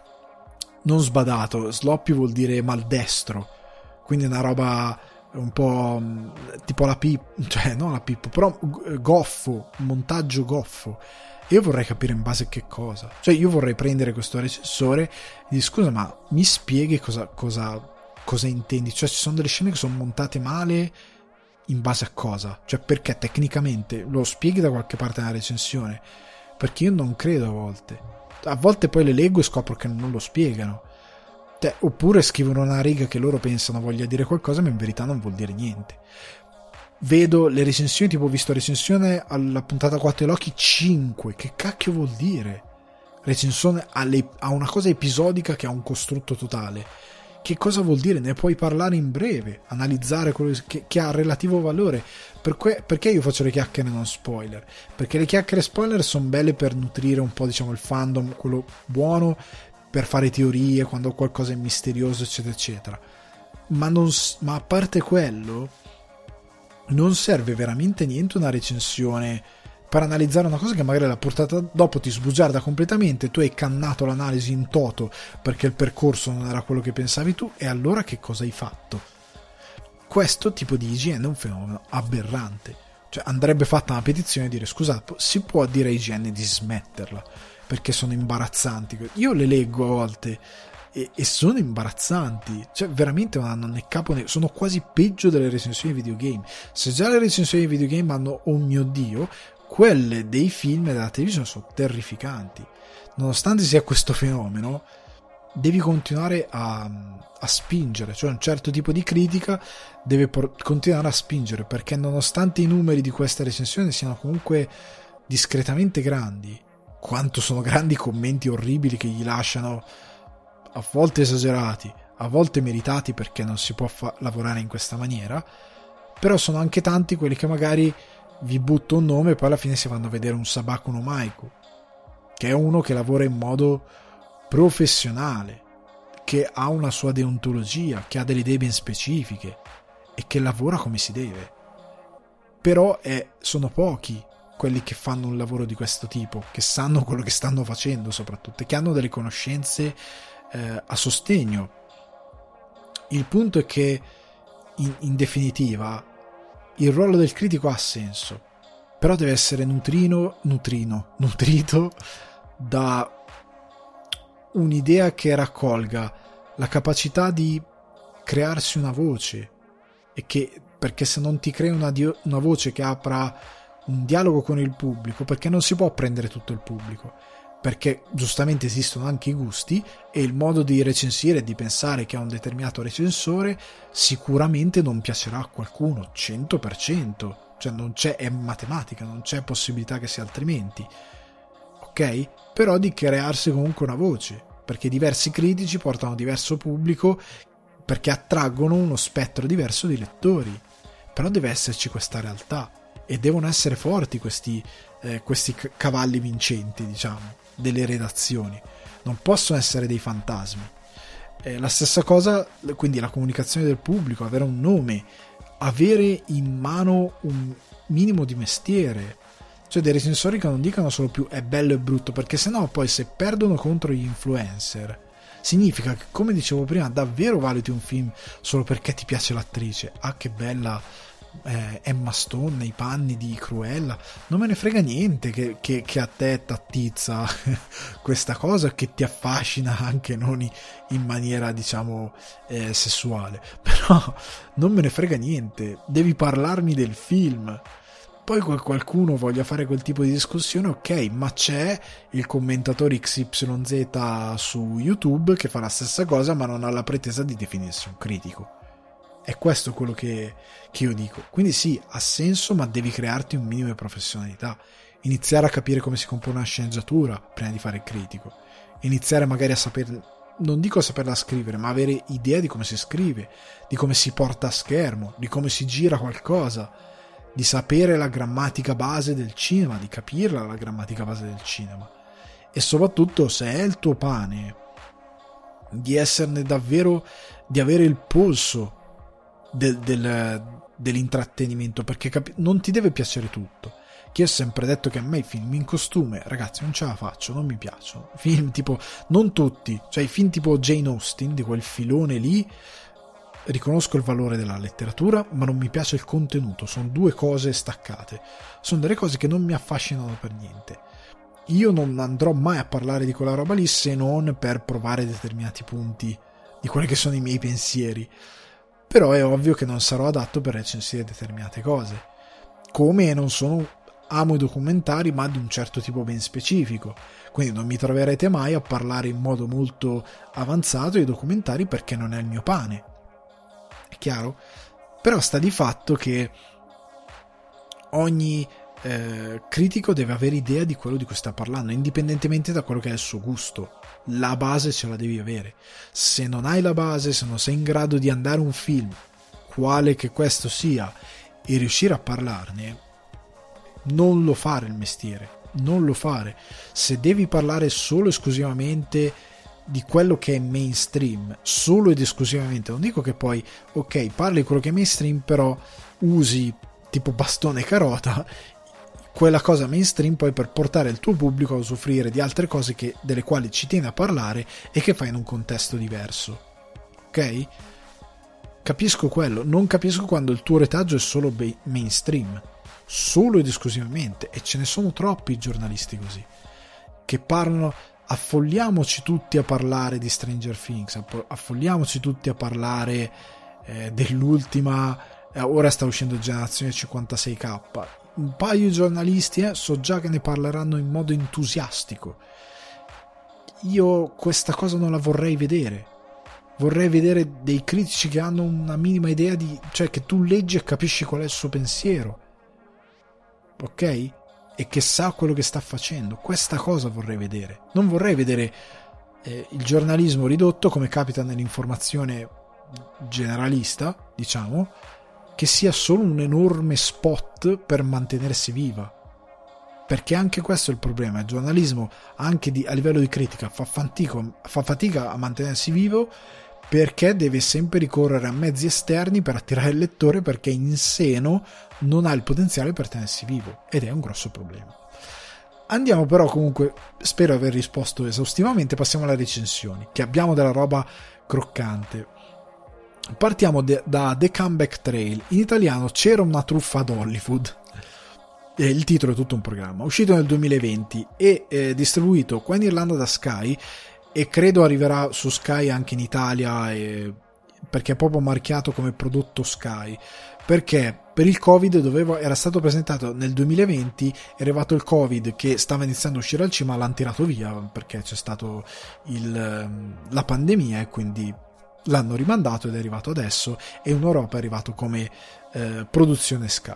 non sbadato. Sloppy vuol dire maldestro, quindi una roba un po' tipo la Pippo, cioè non la Pippo, però goffo, un montaggio goffo. E io vorrei capire in base a che cosa, cioè io vorrei prendere questo recensore e dire: scusa, ma mi spieghi cosa, cosa, cosa intendi? Cioè ci sono delle scene che sono montate male in base a cosa? Cioè perché tecnicamente lo spieghi da qualche parte nella recensione, perché io non credo a volte a volte poi le leggo e scopro che non lo spiegano. Cioè, oppure scrivono una riga che loro pensano voglia dire qualcosa, ma in verità non vuol dire niente. Vedo le recensioni, tipo ho visto recensione alla puntata quattro di Loki cinque, che cacchio vuol dire? Recensione alle, a una cosa episodica che ha un costrutto totale. Che cosa vuol dire? Ne puoi parlare in breve, analizzare quello che, che ha relativo valore. Per que, perché io faccio le chiacchiere non spoiler? Perché le chiacchiere spoiler sono belle per nutrire un po', diciamo, il fandom, quello buono, per fare teorie quando qualcosa è misterioso, eccetera eccetera, ma, non, ma a parte quello non serve veramente niente una recensione per analizzare una cosa che magari la portata dopo ti sbugiarda completamente, tu hai cannato l'analisi in toto perché il percorso non era quello che pensavi tu, e allora che cosa hai fatto? Questo tipo di I G N è un fenomeno aberrante, cioè andrebbe fatta una petizione e dire: scusate, si può dire a I G N di smetterla perché sono imbarazzanti. Io le leggo a volte e, e sono imbarazzanti, cioè veramente non hanno né capo né, sono quasi peggio delle recensioni di videogame. Se già le recensioni di videogame hanno, oh mio dio, quelle dei film e della televisione sono terrificanti. Nonostante sia questo fenomeno, devi continuare a, a spingere, cioè un certo tipo di critica deve por- continuare a spingere, perché nonostante i numeri di questa recensione siano comunque discretamente grandi, quanto sono grandi i commenti orribili che gli lasciano, a volte esagerati, a volte meritati, perché non si può fa- lavorare in questa maniera, però sono anche tanti quelli che magari vi butto un nome e poi alla fine si vanno a vedere un Sabaku no Maiku, che è uno che lavora in modo professionale, che ha una sua deontologia, che ha delle idee ben specifiche e che lavora come si deve. Però è, sono pochi quelli che fanno un lavoro di questo tipo, che sanno quello che stanno facendo soprattutto, e che hanno delle conoscenze eh, a sostegno. Il punto è che in, in definitiva il ruolo del critico ha senso, però deve essere nutrino, nutrino, nutrito da un'idea che raccolga la capacità di crearsi una voce, e che, perché se non ti crei una, dio, una voce che apra un dialogo con il pubblico, perché non si può prendere tutto il pubblico, perché giustamente esistono anche i gusti, e il modo di recensire e di pensare che a un determinato recensore sicuramente non piacerà a qualcuno, cento per cento, cioè non c'è, è matematica, non c'è possibilità che sia altrimenti, ok? Però di crearsi comunque una voce, perché diversi critici portano diverso pubblico, perché attraggono uno spettro diverso di lettori, però deve esserci questa realtà e devono essere forti questi, eh, questi cavalli vincenti, diciamo, delle redazioni, non possono essere dei fantasmi. Eh, la stessa cosa, quindi la comunicazione del pubblico, avere un nome, avere in mano un minimo di mestiere, cioè dei recensori che non dicano solo più è bello e brutto, perché sennò poi se perdono contro gli influencer significa che, come dicevo prima, davvero valuti un film solo perché ti piace l'attrice. Ah, che bella eh, Emma Stone nei panni di Cruella, non me ne frega niente che, che, che a te t'attizza questa cosa, che ti affascina anche non in maniera, diciamo, eh, sessuale, però non me ne frega niente, devi parlarmi del film. Poi qualcuno voglia fare quel tipo di discussione, ok, ma c'è il commentatore X Y Z su YouTube che fa la stessa cosa ma non ha la pretesa di definirsi un critico. È questo quello che, che io dico. Quindi sì, ha senso, ma devi crearti un minimo di professionalità, iniziare a capire come si compone una sceneggiatura prima di fare il critico, iniziare magari a sapere, non dico saperla scrivere, ma avere idea di come si scrive, di come si porta a schermo, di come si gira qualcosa, di sapere la grammatica base del cinema, di capirla la grammatica base del cinema, e soprattutto, se è il tuo pane, di esserne davvero, di avere il polso del, del, dell'intrattenimento, perché capi- non ti deve piacere tutto. Che ho sempre detto che a me i film in costume, ragazzi, non ce la faccio, non mi piacciono. Film tipo, non tutti, cioè i film tipo Jane Austen, di quel filone lì, riconosco il valore della letteratura, ma non mi piace il contenuto, sono due cose staccate, sono delle cose che non mi affascinano per niente. Io non andrò mai a parlare di quella roba lì se non per provare determinati punti di quelli che sono i miei pensieri, però è ovvio che non sarò adatto per recensire determinate cose, come non sono, amo i documentari, ma di un certo tipo ben specifico, quindi non mi troverete mai a parlare in modo molto avanzato di documentari, perché non è il mio pane. È chiaro? Però sta di fatto che ogni eh, critico deve avere idea di quello di cui sta parlando, indipendentemente da quello che è il suo gusto. La base ce la devi avere. Se non hai la base, se non sei in grado di andare a un film, quale che questo sia, e riuscire a parlarne, non lo fare il mestiere, non lo fare. Se devi parlare solo esclusivamente di quello che è mainstream, solo ed esclusivamente, non dico che poi ok parli di quello che è mainstream, però usi tipo bastone e carota quella cosa mainstream poi per portare il tuo pubblico a usufruire di altre cose che, delle quali ci tieni a parlare e che fai in un contesto diverso. Ok? Capisco quello, non capisco quando il tuo retaggio è solo be- mainstream, solo ed esclusivamente, e ce ne sono troppi giornalisti così che parlano. Affolliamoci tutti a parlare di Stranger Things, affolliamoci tutti a parlare eh, dell'ultima, eh, ora sta uscendo Generazione cinquantasei K, un paio di giornalisti eh, so già che ne parleranno in modo entusiastico. Io questa cosa non la vorrei vedere, vorrei vedere dei critici che hanno una minima idea di, cioè che tu leggi e capisci qual è il suo pensiero, ok? E che sa quello che sta facendo. Questa cosa vorrei vedere. Non vorrei vedere eh, il giornalismo ridotto, come capita nell'informazione generalista, diciamo, che sia solo un enorme spot per mantenersi viva, perché anche questo è il problema. Il giornalismo, anche di, a livello di critica, fa fatica, fa fatica a mantenersi vivo, perché deve sempre ricorrere a mezzi esterni per attirare il lettore, perché in seno non ha il potenziale per tenersi vivo, ed è un grosso problema. Andiamo però, comunque, spero aver risposto esaustivamente, passiamo alle recensioni, che abbiamo della roba croccante. Partiamo de- da The Comeback Trail, in italiano C'era una truffa ad Hollywood, e il titolo è tutto un programma, uscito nel duemilaventi e eh, distribuito qua in Irlanda da Sky, e credo arriverà su Sky anche in Italia, e... perché è proprio marchiato come prodotto Sky, perché per il Covid doveva, era stato presentato nel duemilaventi, è arrivato il Covid che stava iniziando a uscire al cinema, l'hanno tirato via perché c'è stato il, la pandemia, e quindi l'hanno rimandato ed è arrivato adesso, e in Europa è arrivato come eh, produzione Sky.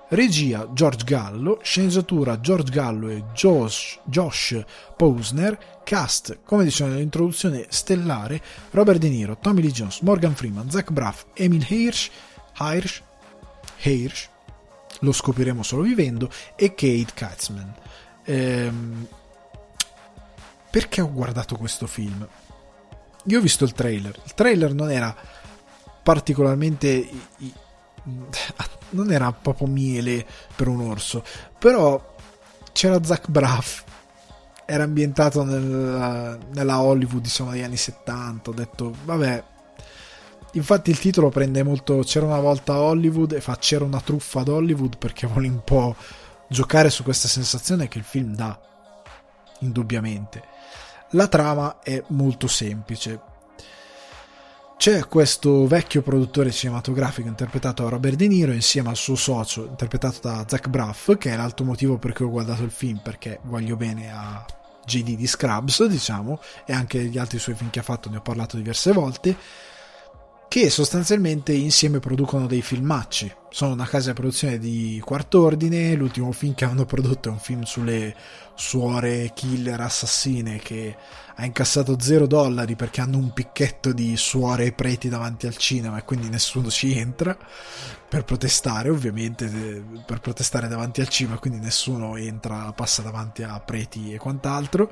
regia George Gallo, sceneggiatura George Gallo e Josh, Josh Posner, cast, come dicevo nell'introduzione, stellare: Robert De Niro, Tommy Lee Jones, Morgan Freeman, Zach Braff, Emil Hirsch, Hirsch, Hirsch, lo scopriremo solo vivendo, e Kate Katzman. Ehm, perché ho guardato questo film? Io ho visto il trailer. Il trailer non era particolarmente, non era proprio miele per un orso, però c'era Zach Braff, era ambientato nella, nella Hollywood, diciamo, degli anni settanta. Ho detto vabbè, infatti il titolo prende molto C'era una volta a Hollywood, e fa C'era una truffa ad Hollywood, perché vuole un po' giocare su questa sensazione che il film dà, indubbiamente. La trama è molto semplice. C'è questo vecchio produttore cinematografico interpretato da Robert De Niro insieme al suo socio interpretato da Zach Braff, che è l'altro motivo per cui ho guardato il film, perché voglio bene a J D di Scrubs, diciamo, e anche gli altri suoi film che ha fatto, ne ho parlato diverse volte, che sostanzialmente insieme producono dei filmacci. Sono una casa di produzione di quarto ordine. L'ultimo film che hanno prodotto è un film sulle suore killer assassine, che ha incassato zero dollari perché hanno un picchetto di suore e preti davanti al cinema, e quindi nessuno ci entra per protestare, ovviamente, per protestare davanti al cinema, quindi nessuno entra, passa davanti a preti e quant'altro.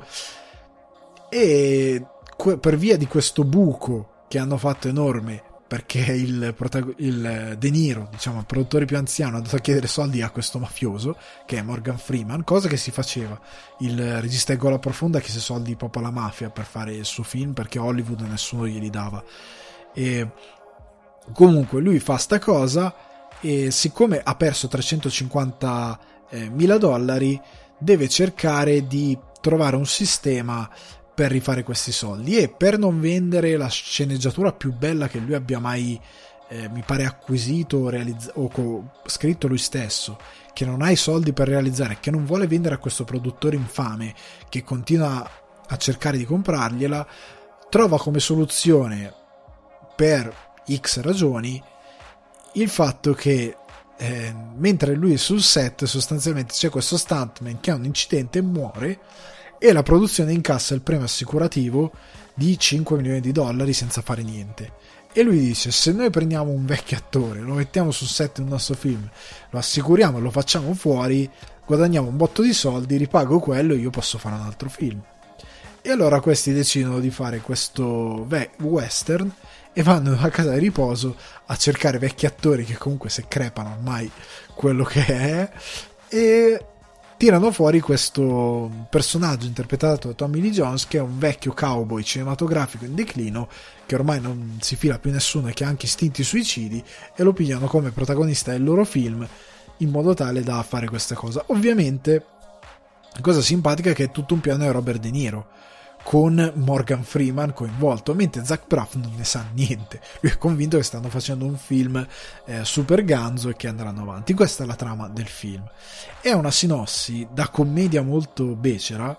E per via di questo buco che hanno fatto enorme, perché il, protago- il De Niro, diciamo il produttore più anziano, è andato a chiedere soldi a questo mafioso che è Morgan Freeman, cosa che si faceva. Il regista di Gola Profonda chiese soldi proprio alla mafia per fare il suo film, perché Hollywood nessuno glieli dava. E comunque lui fa sta cosa, e siccome ha perso trecentocinquantamila dollari, deve cercare di trovare un sistema per rifare questi soldi, e per non vendere la sceneggiatura più bella che lui abbia mai eh, mi pare acquisito o, realizz- o co- scritto lui stesso, che non ha i soldi per realizzare, che non vuole vendere a questo produttore infame che continua a cercare di comprargliela, trova come soluzione, per X ragioni, il fatto che eh, mentre lui è sul set sostanzialmente c'è questo stuntman che ha un incidente e muore, e la produzione incassa il premio assicurativo di cinque milioni di dollari senza fare niente. E lui dice: se noi prendiamo un vecchio attore, lo mettiamo sul set del nostro film, lo assicuriamo e lo facciamo fuori, guadagniamo un botto di soldi, ripago quello e io posso fare un altro film. E allora questi decidono di fare questo western e vanno a casa di riposo a cercare vecchi attori che comunque se crepano ormai quello che è, e tirano fuori questo personaggio interpretato da Tommy Lee Jones, che è un vecchio cowboy cinematografico in declino, che ormai non si fila più nessuno e che ha anche istinti suicidi, e lo pigliano come protagonista del loro film in modo tale da fare questa cosa. Ovviamente la cosa simpatica è che è tutto un piano di Robert De Niro, con Morgan Freeman coinvolto, mentre Zach Braff non ne sa niente. Lui è convinto che stanno facendo un film eh, super ganzo e che andranno avanti. Questa è la trama del film. È una sinossi da commedia molto becera,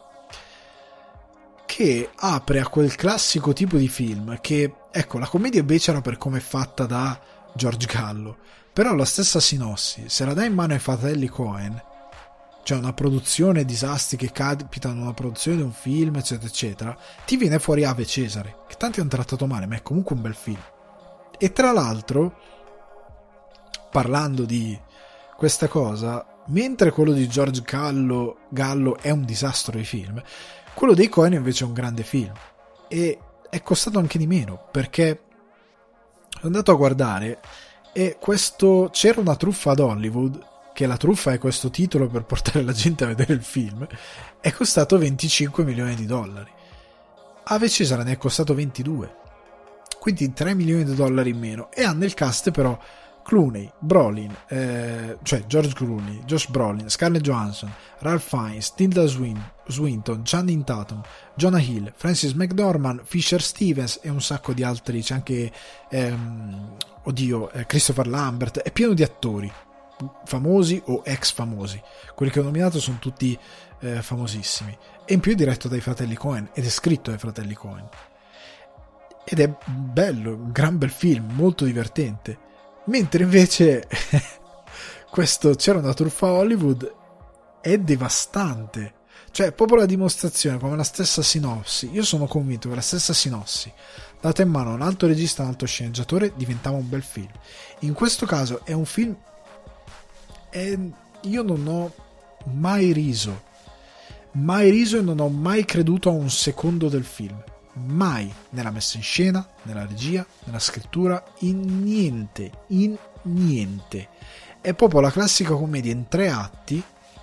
che apre a quel classico tipo di film che, ecco, la commedia è becera per come è fatta da George Gallo, però la stessa sinossi, se la dai in mano ai fratelli Coen, cioè una produzione, disastri che capitano, una produzione di un film, eccetera eccetera, ti viene fuori Ave Cesare, che tanti hanno trattato male, ma è comunque un bel film. E tra l'altro, parlando di questa cosa, mentre quello di George Gallo, Gallo è un disastro di film, quello dei Coen invece è un grande film, e è costato anche di meno, perché sono andato a guardare, e questo C'era una truffa ad Hollywood, che la truffa è questo titolo per portare la gente a vedere il film, è costato venticinque milioni di dollari. Ave Cesare ne è costato ventidue, quindi tre milioni di dollari in meno, e ha nel cast però Clooney, Brolin, eh, cioè George Clooney, Josh Brolin, Scarlett Johansson, Ralph Fiennes, Tilda Swin- Swinton, Channing Tatum, Jonah Hill, Francis McDormand, Fisher Stevens e un sacco di altri. C'è anche ehm, oddio, eh, Christopher Lambert. È pieno di attori famosi o ex famosi. Quelli che ho nominato sono tutti eh, famosissimi, e in più è diretto dai fratelli Coen ed è scritto dai fratelli Coen, ed è bello, un gran bel film, molto divertente. Mentre invece questo C'era una truffa a Hollywood è devastante, cioè proprio la dimostrazione, come la stessa sinossi. Io sono convinto che la stessa sinossi data in mano a un altro regista, un altro sceneggiatore, diventava un bel film. In questo caso è un film, è... io non ho mai riso mai riso e non ho mai creduto a un secondo del film, mai, nella messa in scena, nella regia, nella scrittura, in niente, in niente. È proprio la classica commedia in tre atti,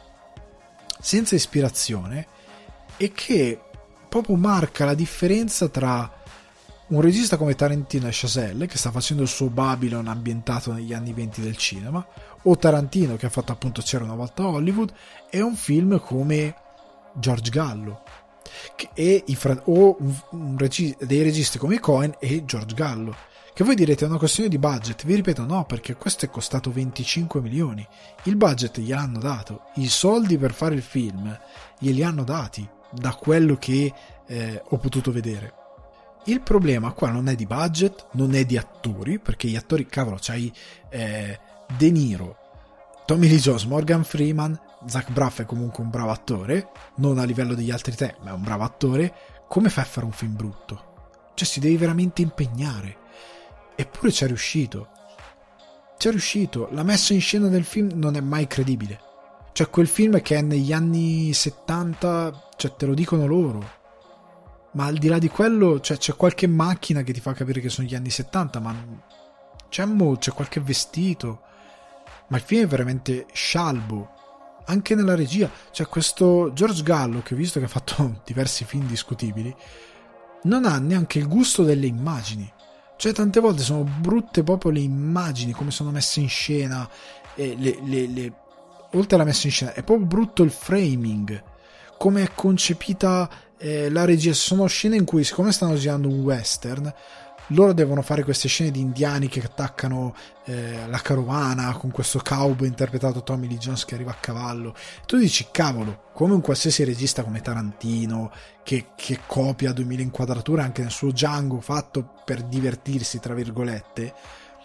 senza ispirazione, e che proprio marca la differenza tra un regista come Tarantino e Chazelle, che sta facendo il suo Babylon ambientato negli anni venti del cinema, o Tarantino, che ha fatto appunto C'era una volta a Hollywood, e un film come George Gallo, che è i fra- o un, un regi- dei registi come Coen e George Gallo, che voi direte è una questione di budget. Vi ripeto, no, perché questo è costato venticinque milioni, il budget gliel'hanno dato, i soldi per fare il film glieli hanno dati, da quello che eh, ho potuto vedere. Il problema qua non è di budget, non è di attori, perché gli attori, cavolo, c'hai eh, De Niro, Tommy Lee Jones, Morgan Freeman, Zach Braff è comunque un bravo attore, non a livello degli altri tre, ma è un bravo attore. Come fai a fare un film brutto? Cioè si devi veramente impegnare. Eppure c'è riuscito. C'è riuscito. La messa in scena del film non è mai credibile. Cioè quel film che è negli anni settanta, cioè te lo dicono loro. Ma al di là di quello, cioè c'è qualche macchina che ti fa capire che sono gli anni settanta, ma c'è, mo, c'è qualche vestito. Ma il film è veramente scialbo. Anche nella regia, cioè questo George Gallo, che ho visto che ha fatto diversi film discutibili, non ha neanche il gusto delle immagini. Cioè tante volte sono brutte proprio le immagini, come sono messe in scena, e le, le, le... oltre alla messa in scena è proprio brutto il framing, come è concepita eh, la regia. Sono scene in cui, siccome stanno girando un western, loro devono fare queste scene di indiani che attaccano eh, la carovana con questo cowboy interpretato da Tommy Lee Jones che arriva a cavallo. Tu dici, cavolo, come un qualsiasi regista come Tarantino che, che copia duemila inquadrature anche nel suo Django fatto per divertirsi tra virgolette,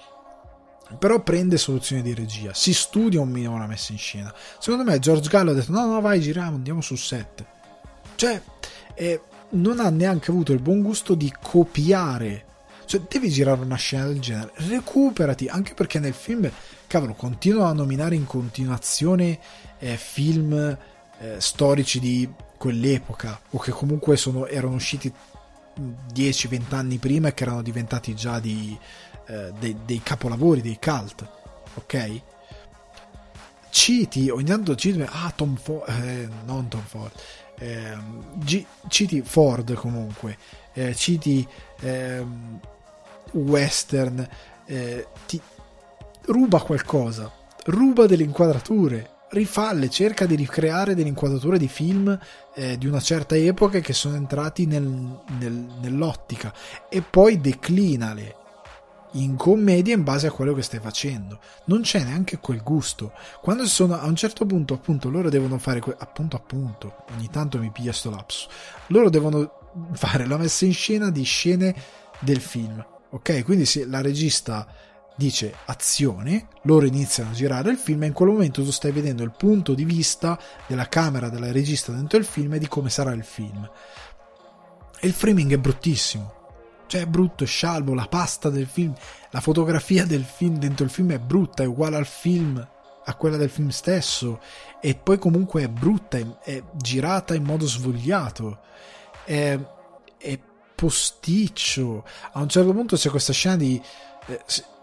però prende soluzioni di regia, si studia un minimo la messa in scena. Secondo me George Gallo ha detto no no vai, giriamo, andiamo sul set. Cioè eh, non ha neanche avuto il buon gusto di copiare. Cioè devi girare una scena del genere, recuperati, anche perché nel film, cavolo, continuano a nominare in continuazione eh, film eh, storici di quell'epoca, o che comunque sono, erano usciti dieci venti anni prima e che erano diventati già di, eh, dei, dei capolavori, dei cult, ok? Citi, ogni tanto citi, ah Tom Ford, eh, non Tom Ford, eh, G- citi Ford comunque, eh, citi... Eh, western, eh, ti ruba qualcosa, ruba delle inquadrature, rifalle, cerca di ricreare delle inquadrature di film eh, di una certa epoca che sono entrati nel, nel, nell'ottica, e poi declinale in commedia in base a quello che stai facendo. Non c'è neanche quel gusto. Quando sono a un certo punto, appunto, loro devono fare que- appunto appunto ogni tanto mi piglia sto lapsus, loro devono fare la messa in scena di scene del film. Ok, quindi se la regista dice azione, loro iniziano a girare il film e in quel momento tu stai vedendo il punto di vista della camera della regista dentro il film e di come sarà il film. E il framing è bruttissimo, cioè è brutto, è scialbo, la pasta del film, la fotografia del film dentro il film è brutta, è uguale al film, a quella del film stesso, e poi comunque è brutta, è, è girata in modo svogliato, è, è posticcio. A un certo punto c'è questa scena di eh,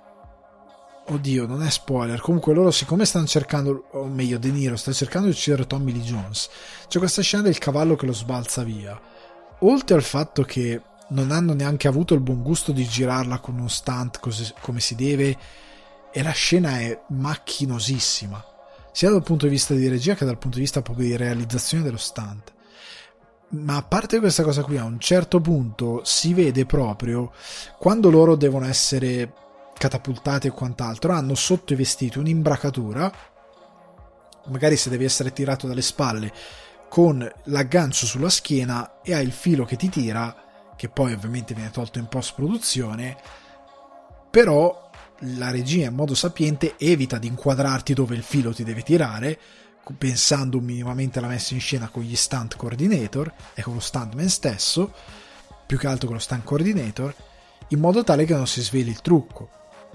oddio, non è spoiler, comunque loro, siccome stanno cercando, o meglio De Niro sta cercando di uccidere Tommy Lee Jones, c'è questa scena del cavallo che lo sbalza via. Oltre al fatto che non hanno neanche avuto il buon gusto di girarla con uno stunt così, come si deve, e la scena è macchinosissima sia dal punto di vista di regia che dal punto di vista proprio di realizzazione dello stunt. Ma a parte questa cosa qui, a un certo punto si vede proprio quando loro devono essere catapultati e quant'altro, hanno sotto i vestiti un'imbracatura, magari se devi essere tirato dalle spalle, con l'aggancio sulla schiena, e hai il filo che ti tira, che poi ovviamente viene tolto in post produzione, però la regia in modo sapiente evita di inquadrarti dove il filo ti deve tirare, pensando minimamente alla messa in scena con gli stunt coordinator e con lo stuntman stesso, più che altro con lo stunt coordinator, in modo tale che non si sveli il trucco.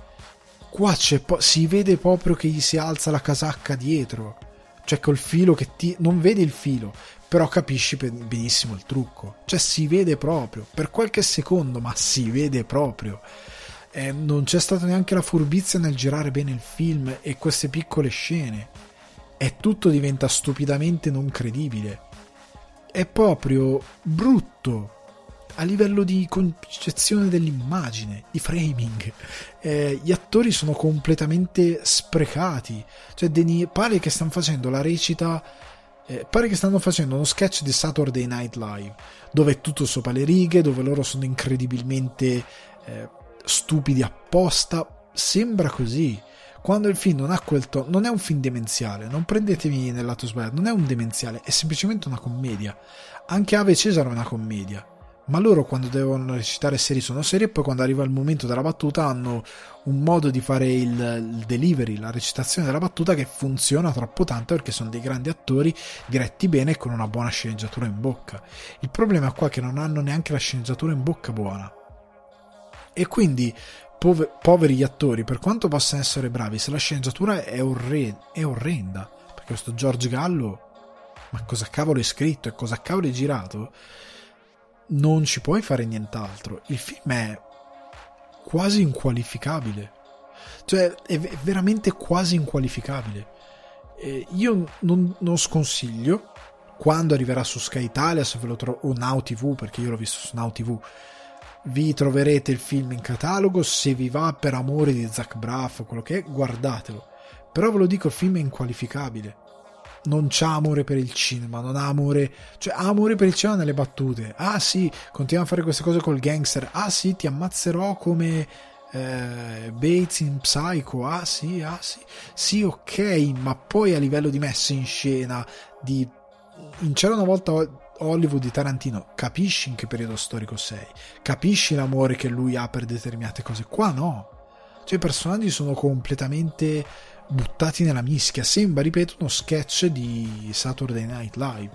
Qua c'è po- si vede proprio che gli si alza la casacca dietro, cioè col filo che ti non vedi il filo, però capisci benissimo il trucco, cioè si vede proprio per qualche secondo, ma si vede proprio. Eh, non c'è stata neanche la furbizia nel girare bene il film e queste piccole scene, e tutto diventa stupidamente non credibile. È proprio brutto a livello di concezione dell'immagine, di framing. Eh, gli attori sono completamente sprecati, cioè Denis, pare che stanno facendo la recita eh, pare che stanno facendo uno sketch di Saturday Night Live dove è tutto sopra le righe, dove loro sono incredibilmente eh, stupidi apposta. Sembra così, quando il film non ha quel tono. Non è un film demenziale, non prendetemi nel lato sbagliato, non è un demenziale, è semplicemente una commedia. Anche Ave Cesare è una commedia, ma loro quando devono recitare serie sono serie, e poi quando arriva il momento della battuta hanno un modo di fare il, il delivery, la recitazione della battuta che funziona troppo tanto, perché sono dei grandi attori diretti bene e con una buona sceneggiatura in bocca. Il problema è qua che non hanno neanche la sceneggiatura in bocca buona, e quindi pove, poveri gli attori, per quanto possano essere bravi, se la sceneggiatura è, orre, è orrenda, perché questo George Gallo, ma cosa cavolo è scritto e cosa cavolo è girato, non ci puoi fare nient'altro. Il film è quasi inqualificabile, cioè è veramente quasi inqualificabile. E io non, non sconsiglio, quando arriverà su Sky Italia, se ve lo trovo, o Now ti vu, perché io l'ho visto su Now ti vu, vi troverete il film in catalogo. Se vi va per amore di Zach Braff, quello che è, guardatelo, però ve lo dico, il film è inqualificabile. Non c'ha amore per il cinema, non ha amore, cioè ha amore per il cinema nelle battute. Ah sì, continua a fare queste cose col gangster. Ah sì, ti ammazzerò come eh, Bates in Psycho. Ah sì, ah sì, sì, ok, ma poi a livello di messa in scena, di in C'era una volta Hollywood di Tarantino, capisci in che periodo storico sei, capisci l'amore che lui ha per determinate cose. Qua no, cioè i personaggi sono completamente buttati nella mischia. Sembra, ripeto, uno sketch di Saturday Night Live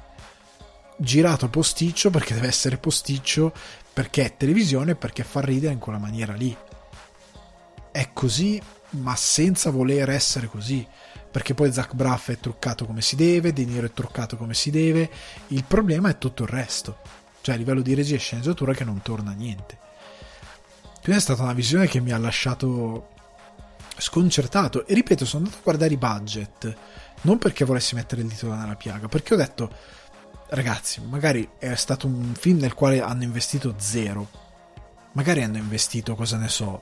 girato posticcio, perché deve essere posticcio, perché è televisione, perché fa ridere in quella maniera lì. È così, ma senza voler essere così, perché poi Zach Braff è truccato come si deve, De Niro è truccato come si deve. Il problema è tutto il resto, cioè a livello di regia e sceneggiatura, che non torna niente. Quindi è stata una visione che mi ha lasciato sconcertato, e ripeto, sono andato a guardare i budget non perché volessi mettere il dito nella piaga, perché ho detto, ragazzi, magari è stato un film nel quale hanno investito zero, magari hanno investito, cosa ne so,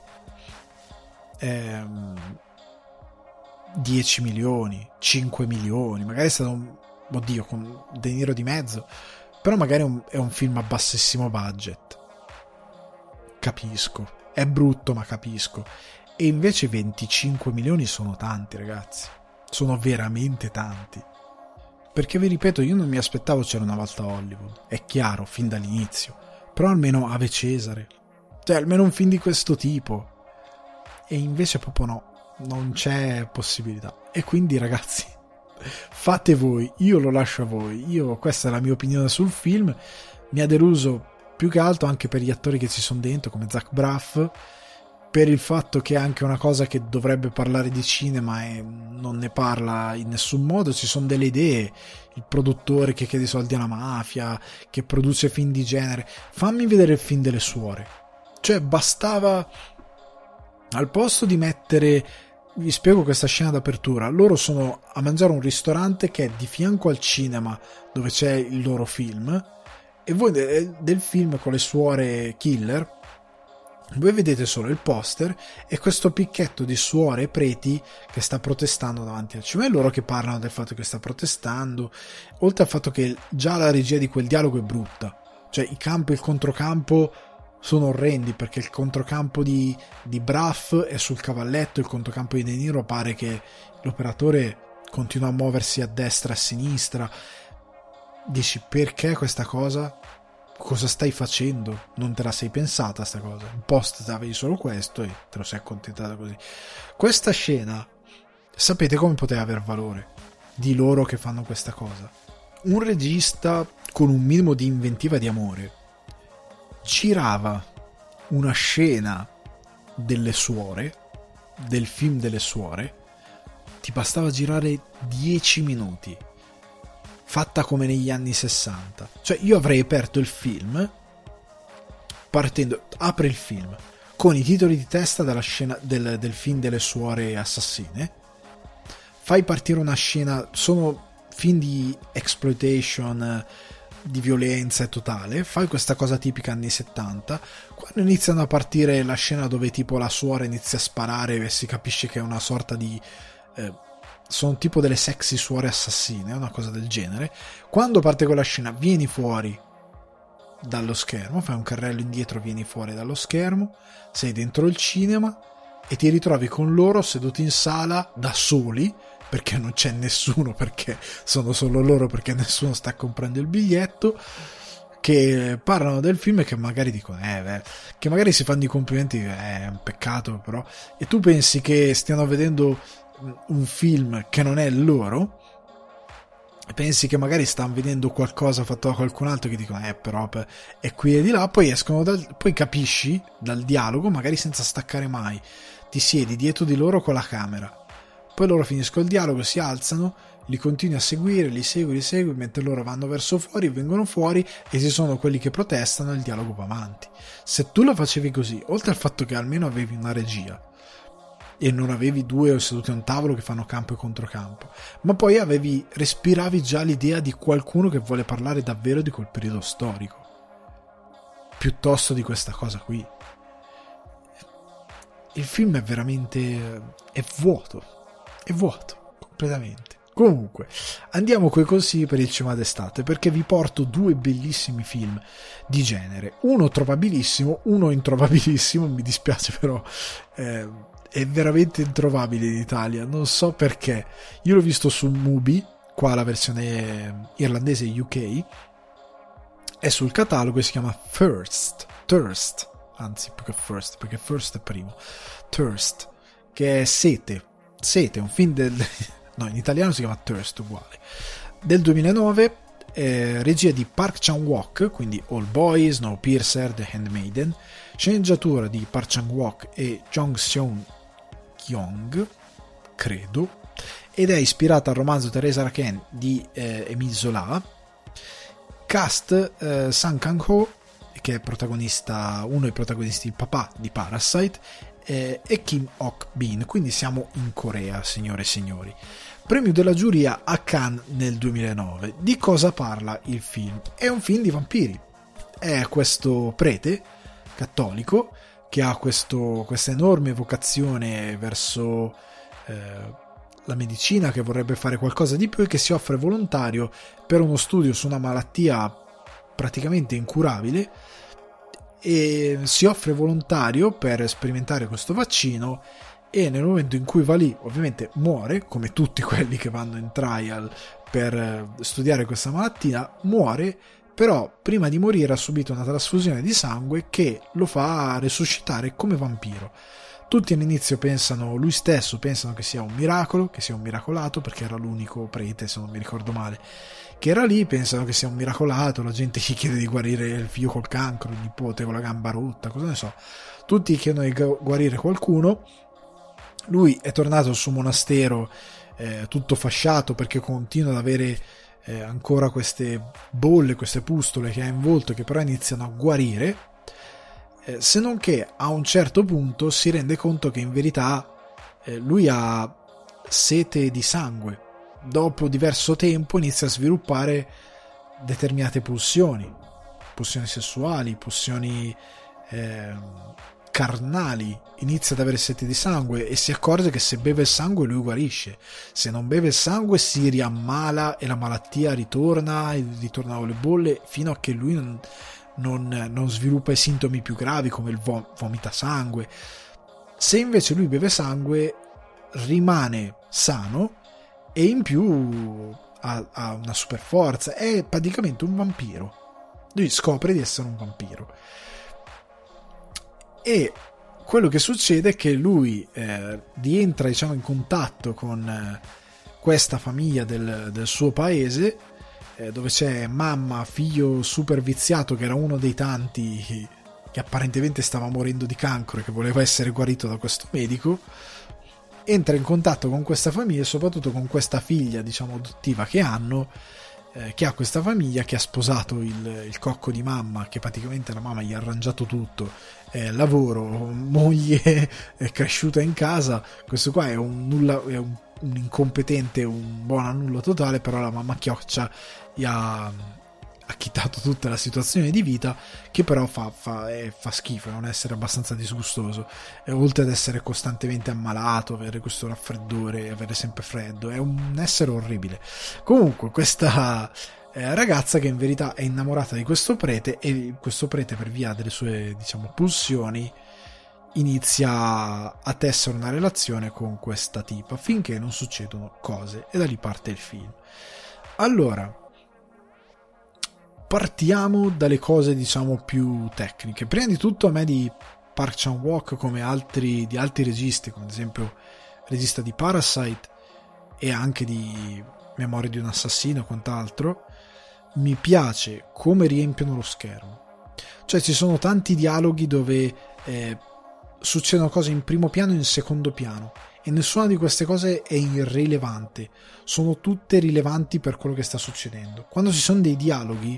ehm, dieci milioni, cinque milioni, magari è stato un, oddio, con De Niro di mezzo, però magari è un, è un film a bassissimo budget, capisco, è brutto ma capisco. E invece venticinque milioni sono tanti, ragazzi, sono veramente tanti, perché vi ripeto, io non mi aspettavo C'era una volta Hollywood, è chiaro, fin dall'inizio, però almeno Ave Cesare, cioè almeno un film di questo tipo, e invece proprio no, non c'è possibilità. E quindi, ragazzi, fate voi, io lo lascio a voi. Io, questa è la mia opinione sul film. Mi ha deluso più che altro anche per gli attori che ci sono dentro, come Zach Braff, per il fatto che è anche una cosa che dovrebbe parlare di cinema e non ne parla in nessun modo. Ci sono delle idee, il produttore che chiede soldi alla mafia, che produce film di genere. Fammi vedere il film delle suore, cioè bastava, al posto di mettere, vi spiego questa scena d'apertura, loro sono a mangiare a un ristorante che è di fianco al cinema dove c'è il loro film, e voi del film con le suore killer, voi vedete solo il poster e questo picchetto di suore e preti che sta protestando davanti al cinema, e loro che parlano del fatto che sta protestando, oltre al fatto che già la regia di quel dialogo è brutta, cioè i campo e il controcampo sono orrendi, perché il controcampo di, di Braff è sul cavalletto, il controcampo di De Niro pare che l'operatore continua a muoversi a destra e a sinistra. Dici, perché questa cosa? cosa stai facendo? Non te la sei pensata sta cosa? In post avevi solo questo e te lo sei accontentata così. Questa scena, sapete come poteva aver valore di loro che fanno questa cosa? Un regista con un minimo di inventiva e di amore girava una scena delle suore, del film delle suore, ti bastava girare dieci minuti, fatta come negli anni sessanta. Cioè io avrei aperto il film partendo, apre il film con i titoli di testa della scena del, del film delle suore assassine, fai partire una scena, sono film di exploitation, di violenza e totale, fai questa cosa tipica anni settanta, quando iniziano a partire la scena dove tipo la suora inizia a sparare e si capisce che è una sorta di eh, sono tipo delle sexy suore assassine, una cosa del genere. Quando parte quella scena vieni fuori dallo schermo, fai un carrello indietro, vieni fuori dallo schermo, sei dentro il cinema e ti ritrovi con loro seduti in sala da soli, perché non c'è nessuno, perché sono solo loro, perché nessuno sta comprando il biglietto, che parlano del film e che magari dicono eh, beh, che magari si fanno i complimenti, eh, è un peccato però, e tu pensi che stiano vedendo un film che non è loro, pensi che magari stanno vedendo qualcosa fatto da qualcun altro, che dicono eh però è qui e di là, poi escono dal, poi capisci dal dialogo, magari senza staccare mai, ti siedi dietro di loro con la camera, poi loro finiscono il dialogo, si alzano, li continui a seguire, li segui, li segui, mentre loro vanno verso fuori, vengono fuori e ci sono quelli che protestano e il dialogo va avanti. Se tu la facevi così, oltre al fatto che almeno avevi una regia e non avevi due seduti a un tavolo che fanno campo e controcampo, ma poi avevi, respiravi già l'idea di qualcuno che vuole parlare davvero di quel periodo storico, piuttosto di questa cosa qui. Il film è veramente è vuoto, è vuoto completamente. Comunque andiamo coi consigli per il cinema d'estate, perché vi porto due bellissimi film di genere, uno trovabilissimo, uno introvabilissimo, mi dispiace però eh, è veramente introvabile in Italia, non so perché. Io l'ho visto su Mubi, qua la versione irlandese U K, è sul catalogo e si chiama First Thirst, anzi più che First, perché First è primo, Thirst, che è sete sete, un film del no, in italiano si chiama Thirst uguale, del duemilanove, eh, regia di Park Chan-wook, quindi All Boy, Snowpiercer, The Handmaiden, sceneggiatura di Park Chan-wook e Jong Seon-kyung, credo, ed è ispirata al romanzo Teresa Raquin di eh, Émile Zola. Cast eh, Sang Kang-ho, che è protagonista, uno dei protagonisti, il papà di Parasite, eh, e Kim Ok-bin, quindi siamo in Corea, signore e signori. Premio della giuria a Cannes nel duemilanove. Di cosa parla il film? È un film di vampiri. È questo prete cattolico che ha questo, questa enorme vocazione verso eh, la medicina, che vorrebbe fare qualcosa di più e che si offre volontario per uno studio su una malattia praticamente incurabile, e si offre volontario per sperimentare questo vaccino, e nel momento in cui va lì ovviamente muore, come tutti quelli che vanno in trial per studiare questa malattia, muore, però prima di morire ha subito una trasfusione di sangue che lo fa resuscitare come vampiro. Tutti all'inizio pensano, lui stesso pensano che sia un miracolo, che sia un miracolato, perché era l'unico prete, se non mi ricordo male, che era lì, pensano che sia un miracolato, la gente gli chiede di guarire il figlio col cancro, il nipote con la gamba rotta, cosa ne so, tutti chiedono di guarire qualcuno. Lui è tornato al suo monastero eh, tutto fasciato, perché continua ad avere eh, ancora queste bolle, queste pustole che ha in volto, che però iniziano a guarire, eh, se non che a un certo punto si rende conto che in verità eh, lui ha sete di sangue. Dopo diverso tempo inizia a sviluppare determinate pulsioni, pulsioni sessuali, pulsioni eh, carnali, inizia ad avere sete di sangue e si accorge che se beve il sangue lui guarisce, se non beve il sangue si riammala e la malattia ritorna e ritornano le bolle fino a che lui non, non, non sviluppa i sintomi più gravi come il vom- vomita sangue. Se invece lui beve sangue rimane sano e in più ha, ha una super forza, è praticamente un vampiro, Lui scopre di essere un vampiro. E quello che succede è che lui eh, rientra, diciamo, in contatto con eh, questa famiglia del, del suo paese, eh, dove c'è mamma, figlio super viziato, che era uno dei tanti che apparentemente stava morendo di cancro e che voleva essere guarito da questo medico. Entra in contatto con questa famiglia e soprattutto con questa figlia, diciamo, adottiva che hanno, eh, che ha questa famiglia, che ha sposato il, il cocco di mamma, che praticamente la mamma gli ha arrangiato tutto, eh, lavoro, moglie, è cresciuta in casa. Questo qua è un nulla, è un, un incompetente, un buon a nulla totale, però la mamma chioccia gli ha ha quitato tutta la situazione di vita, che però fa, fa, eh, fa schifo, non essere abbastanza disgustoso, e oltre ad essere costantemente ammalato, avere questo raffreddore, avere sempre freddo, è un essere orribile. Comunque questa eh, ragazza, che in verità è innamorata di questo prete, e questo prete, per via delle sue, diciamo, pulsioni, inizia a tessere una relazione con questa tipa finché non succedono cose, e da lì parte il film. Allora, partiamo dalle cose, diciamo, più tecniche. Prima di tutto, a me di Park Chan-wook, come altri di altri registi, come ad esempio il regista di Parasite e anche di Memoria di un assassino e quant'altro, mi piace come riempiono lo schermo. Cioè, ci sono tanti dialoghi dove eh, succedono cose in primo piano e in secondo piano, e nessuna di queste cose è irrilevante, sono tutte rilevanti per quello che sta succedendo. Quando ci sono dei dialoghi,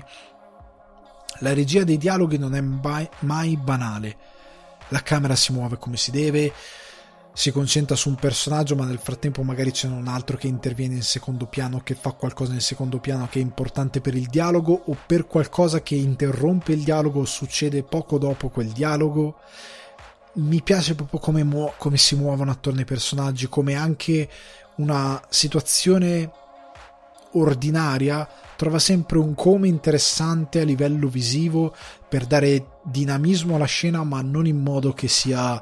la regia dei dialoghi non è mai, mai banale, la camera si muove come si deve, si concentra su un personaggio, ma nel frattempo magari c'è un altro che interviene in secondo piano, che fa qualcosa in secondo piano che è importante per il dialogo, o per qualcosa che interrompe il dialogo o succede poco dopo quel dialogo. Mi piace proprio come, muo- come si muovono attorno ai personaggi, come anche una situazione ordinaria trova sempre un come interessante a livello visivo per dare dinamismo alla scena, ma non in modo che sia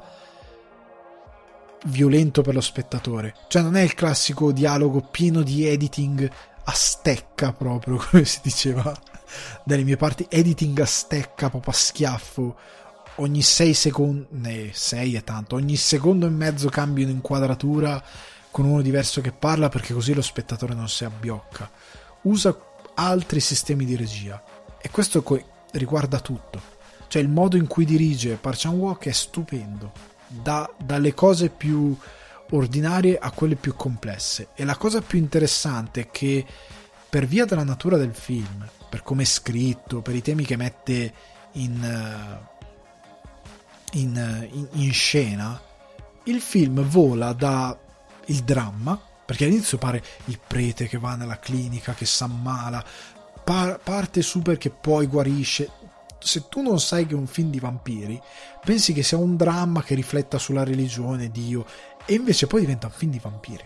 violento per lo spettatore. Cioè, non è il classico dialogo pieno di editing a stecca, proprio come si diceva dalle mie parti, editing a stecca, proprio a schiaffo. Ogni sei secondi, sei è tanto, ogni secondo e mezzo cambia un'inquadratura con uno diverso che parla, perché così lo spettatore non si abbiocca. Usa altri sistemi di regia, e questo riguarda tutto. Cioè, il modo in cui dirige Park Chan-wook è stupendo, da, dalle cose più ordinarie a quelle più complesse. E la cosa più interessante è che, per via della natura del film, per come è scritto, per i temi che mette in... Uh, In, in, in scena, il film vola da il dramma, perché all'inizio pare il prete che va nella clinica, che s'ammala, par, parte super che poi guarisce. Se tu non sai che è un film di vampiri, pensi che sia un dramma che rifletta sulla religione, Dio, e invece poi diventa un film di vampiri,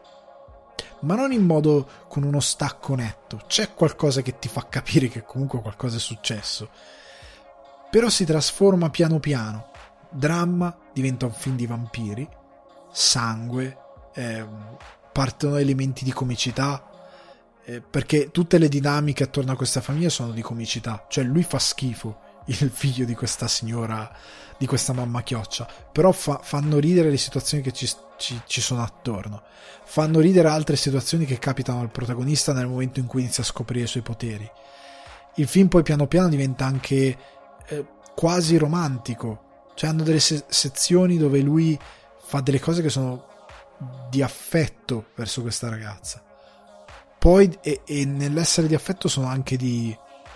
ma non in modo con uno stacco netto. C'è qualcosa che ti fa capire che comunque qualcosa è successo, però si trasforma piano piano. Dramma diventa un film di vampiri, sangue, ehm, partono elementi di comicità, eh, perché tutte le dinamiche attorno a questa famiglia sono di comicità. Cioè, lui fa schifo, il figlio di questa signora, di questa mamma chioccia, però fa, fanno ridere le situazioni che ci, ci, ci sono attorno, fanno ridere altre situazioni che capitano al protagonista nel momento in cui inizia a scoprire i suoi poteri. Il film poi piano piano diventa anche eh, quasi romantico. Cioè, hanno delle se- sezioni dove lui fa delle cose che sono di affetto verso questa ragazza. Poi, e, e nell'essere di affetto sono anche di,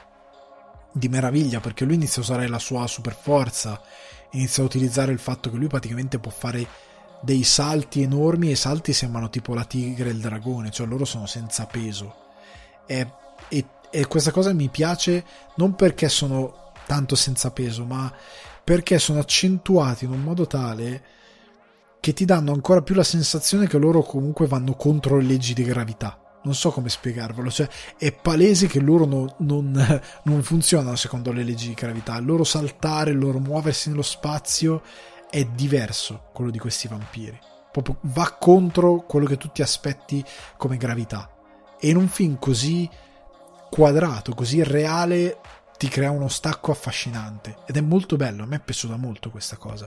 di meraviglia, perché lui inizia a usare la sua super forza, inizia a utilizzare il fatto che lui praticamente può fare dei salti enormi, e i salti sembrano tipo la tigre e il dragone, cioè loro sono senza peso. E, e, e questa cosa mi piace non perché sono tanto senza peso, ma perché sono accentuati in un modo tale che ti danno ancora più la sensazione che loro comunque vanno contro le leggi di gravità. Non so come spiegarvelo, cioè è palese che loro no, non, non funzionano secondo le leggi di gravità. Il loro saltare, il loro muoversi nello spazio è diverso quello di questi vampiri, proprio va contro quello che tu ti aspetti come gravità. E in un film così quadrato, così reale, ti crea uno stacco affascinante ed è molto bello. A me è piaciuta molto questa cosa.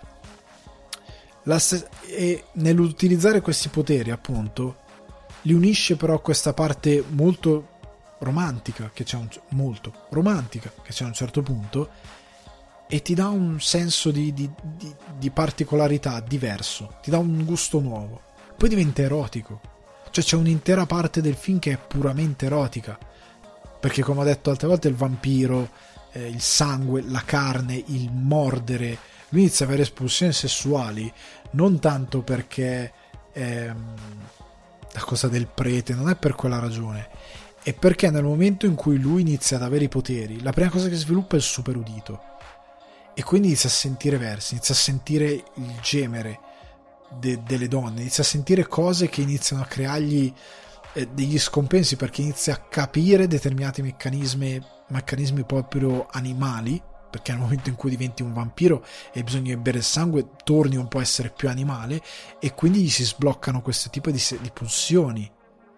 La st- e nell'utilizzare questi poteri, appunto, li unisce però a questa parte molto romantica che c'è un, molto romantica che c'è a un certo punto, e ti dà un senso di, di, di, di particolarità diverso, ti dà un gusto nuovo. Poi diventa erotico, cioè c'è un'intera parte del film che è puramente erotica, perché come ho detto altre volte, il vampiro, eh, il sangue, la carne, il mordere, lui inizia ad avere espulsioni sessuali, non tanto perché ehm, la cosa del prete, non è per quella ragione, è perché nel momento in cui lui inizia ad avere i poteri, la prima cosa che sviluppa è il super udito, e quindi inizia a sentire versi, inizia a sentire il gemere de- delle donne, inizia a sentire cose che iniziano a creargli eh, degli scompensi, perché inizia a capire determinati meccanismi, meccanismi proprio animali, perché nel momento in cui diventi un vampiro e hai bisogno di bere il sangue, torni un po' a essere più animale, e quindi gli si sbloccano questo tipo di, di pulsioni.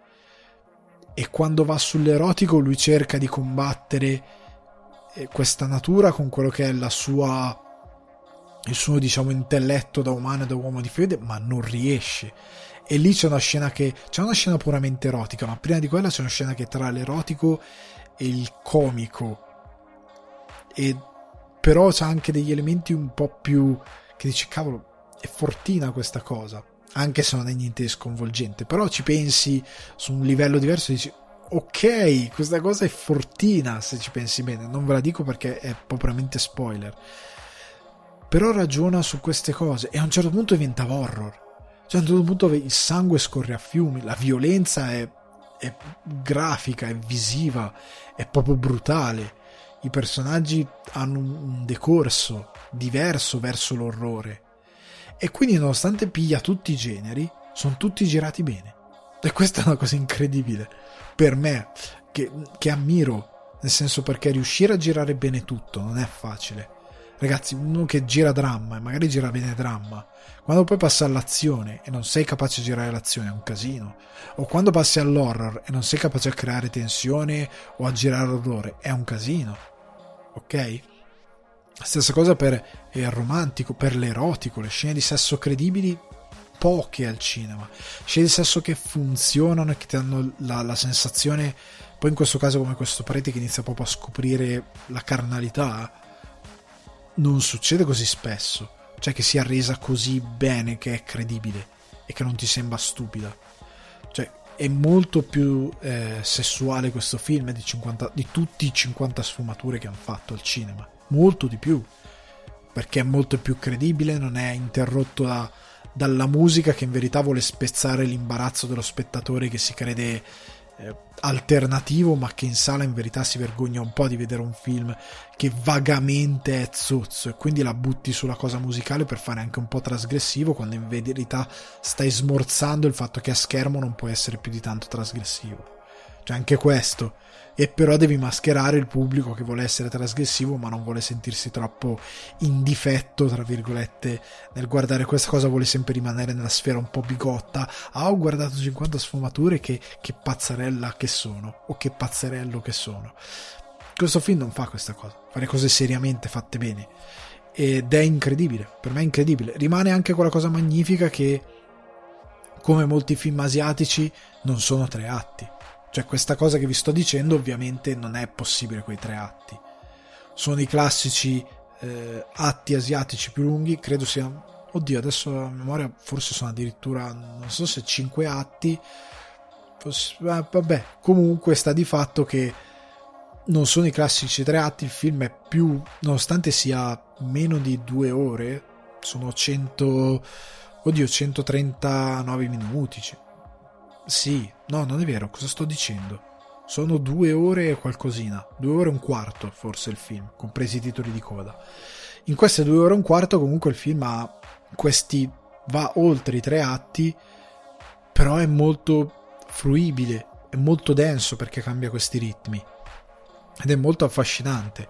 E quando va sull'erotico lui cerca di combattere questa natura con quello che è la sua, il suo, diciamo, intelletto da umano e da uomo di fede, ma non riesce. E lì c'è una scena che c'è una scena puramente erotica, ma prima di quella c'è una scena che è tra l'erotico e il comico, e però c'è anche degli elementi un po' più che dici cavolo, è fortina questa cosa, anche se non è niente di sconvolgente, però ci pensi su un livello diverso e dici ok, questa cosa è fortina se ci pensi bene. Non ve la dico perché è propriamente spoiler, però ragiona su queste cose, e a un certo punto diventa horror, cioè a un certo punto il sangue scorre a fiumi, la violenza è, è grafica, è visiva, è proprio brutale, i personaggi hanno un decorso diverso verso l'orrore, e quindi nonostante piglia tutti i generi, sono tutti girati bene, e questa è una cosa incredibile per me, che, che ammiro, nel senso, perché riuscire a girare bene tutto non è facile, ragazzi. Uno che gira dramma e magari gira bene dramma, quando poi passa all'azione e non sei capace di girare l'azione è un casino, o quando passi all'horror e non sei capace a creare tensione o a girare orrore è un casino, ok? Stessa cosa per il romantico, per l'erotico, le scene di sesso credibili poche al cinema, scene di sesso che funzionano e che ti danno la, la sensazione, poi in questo caso come questo prete che inizia proprio a scoprire la carnalità, non succede così spesso, cioè che sia resa così bene che è credibile e che non ti sembra stupida, cioè è molto più eh, sessuale questo film di, cinquanta, di tutti i cinquanta sfumature che hanno fatto al cinema, molto di più, perché è molto più credibile, non è interrotto da dalla musica che in verità vuole spezzare l'imbarazzo dello spettatore che si crede eh, alternativo, ma che in sala in verità si vergogna un po' di vedere un film che vagamente è zozzo, e quindi la butti sulla cosa musicale per fare anche un po' trasgressivo, quando in verità stai smorzando il fatto che a schermo non può essere più di tanto trasgressivo. Cioè anche questo, e però devi mascherare il pubblico che vuole essere trasgressivo ma non vuole sentirsi troppo in difetto, tra virgolette, nel guardare questa cosa, vuole sempre rimanere nella sfera un po' bigotta. Ah, ho guardato cinquanta sfumature, che, che pazzarella che sono, o che pazzerello che sono. Questo film non fa questa cosa, fa le cose seriamente fatte bene, ed è incredibile, per me è incredibile. Rimane anche quella cosa magnifica che, come molti film asiatici, non sono tre atti. Cioè questa cosa che vi sto dicendo ovviamente non è possibile quei tre atti, sono i classici eh, atti asiatici più lunghi, credo sia, oddio adesso a memoria forse sono addirittura, non so se cinque atti, forse, eh, vabbè, comunque sta di fatto che non sono i classici tre atti, il film è più, nonostante sia meno di due ore, sono cento, oddio centotrentanove minuti, sì, no, non è vero, cosa sto dicendo? Sono due ore e qualcosina, due ore e un quarto forse il film, compresi i titoli di coda. In queste due ore e un quarto comunque il film ha questi, va oltre i tre atti, però è molto fruibile, è molto denso perché cambia questi ritmi, ed è molto affascinante,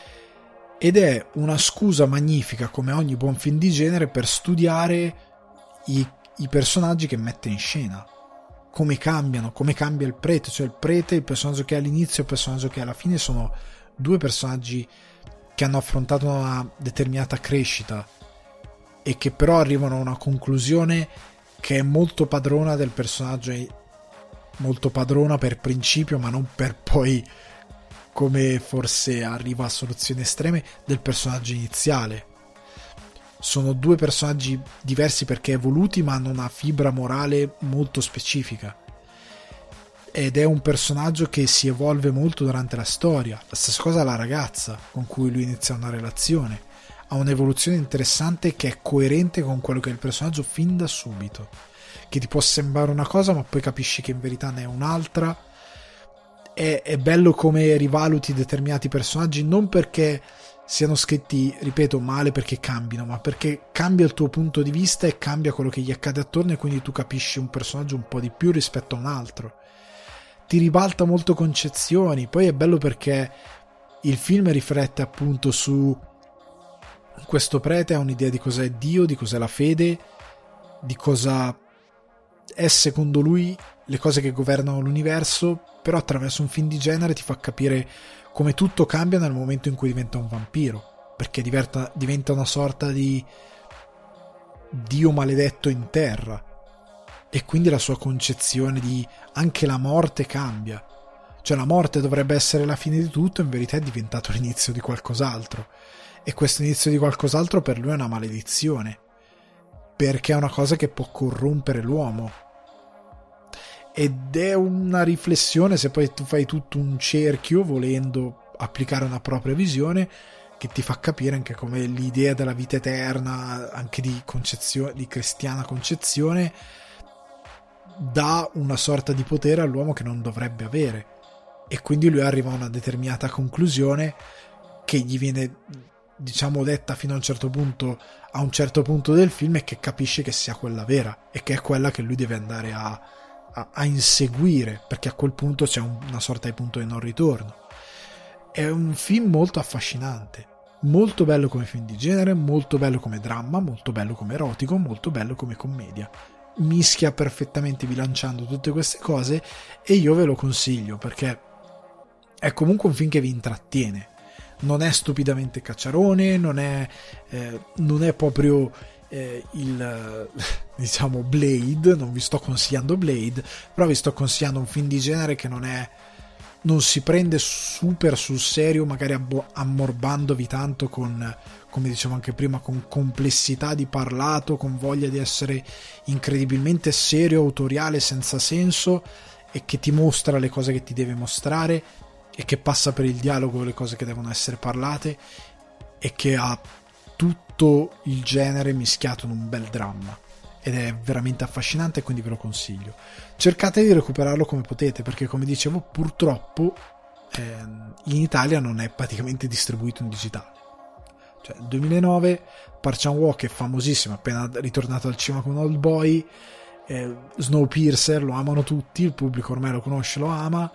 ed è una scusa magnifica, come ogni buon film di genere, per studiare i, i personaggi che mette in scena, come cambiano, come cambia il prete, cioè il prete, il personaggio che è all'inizio e il personaggio che è alla fine sono due personaggi che hanno affrontato una determinata crescita e che però arrivano a una conclusione che è molto padrona del personaggio, molto padrona per principio, ma non per poi, come forse arriva a soluzioni estreme, del personaggio iniziale. Sono due personaggi diversi perché evoluti, ma hanno una fibra morale molto specifica, ed è un personaggio che si evolve molto durante la storia. La stessa cosa la ragazza con cui lui inizia una relazione, ha un'evoluzione interessante che è coerente con quello che è il personaggio fin da subito, che ti può sembrare una cosa ma poi capisci che in verità ne è un'altra. È, è bello come rivaluti determinati personaggi, non perché siano scritti, ripeto, male perché cambino, ma perché cambia il tuo punto di vista e cambia quello che gli accade attorno, e quindi tu capisci un personaggio un po' di più rispetto a un altro. Ti ribalta molto concezioni. Poi è bello perché il film riflette appunto su questo prete, ha un'idea di cos'è Dio, di cos'è la fede, di cosa è secondo lui le cose che governano l'universo, però attraverso un film di genere ti fa capire come tutto cambia nel momento in cui diventa un vampiro, perché diventa, diventa una sorta di Dio maledetto in terra, e quindi la sua concezione di anche la morte cambia. Cioè la morte dovrebbe essere la fine di tutto, in verità è diventato l'inizio di qualcos'altro, e questo inizio di qualcos'altro per lui è una maledizione, perché è una cosa che può corrompere l'uomo. Ed è una riflessione, se poi tu fai tutto un cerchio volendo applicare una propria visione, che ti fa capire anche come l'idea della vita eterna, anche di concezione, di cristiana concezione, dà una sorta di potere all'uomo che non dovrebbe avere, e quindi lui arriva a una determinata conclusione che gli viene, diciamo, detta fino a un certo punto, a un certo punto del film, e che capisce che sia quella vera e che è quella che lui deve andare a, a, a inseguire, perché a quel punto c'è un, una sorta di punto di non ritorno. È un film molto affascinante, molto bello come film di genere, molto bello come dramma, molto bello come erotico, molto bello come commedia. Mischia perfettamente bilanciando tutte queste cose, e io ve lo consiglio perché è comunque un film che vi intrattiene, non è stupidamente cacciarone, non è, eh, non è proprio eh, il diciamo Blade, non vi sto consigliando Blade, però vi sto consigliando un film di genere che non è, non si prende super sul serio, magari abbo- ammorbandovi tanto con, come dicevo anche prima, con complessità di parlato, con voglia di essere incredibilmente serio, autoriale, senza senso, e che ti mostra le cose che ti deve mostrare, e che passa per il dialogo le cose che devono essere parlate, e che ha tutto il genere mischiato in un bel dramma, ed è veramente affascinante, quindi ve lo consiglio. Cercate di recuperarlo come potete, perché come dicevo purtroppo eh, in Italia non è praticamente distribuito in digitale. Cioè nel duemilanove Park Chan-wook è famosissimo, appena ritornato al cinema con Old Boy, eh, Snowpiercer lo amano tutti, il pubblico ormai lo conosce, lo ama,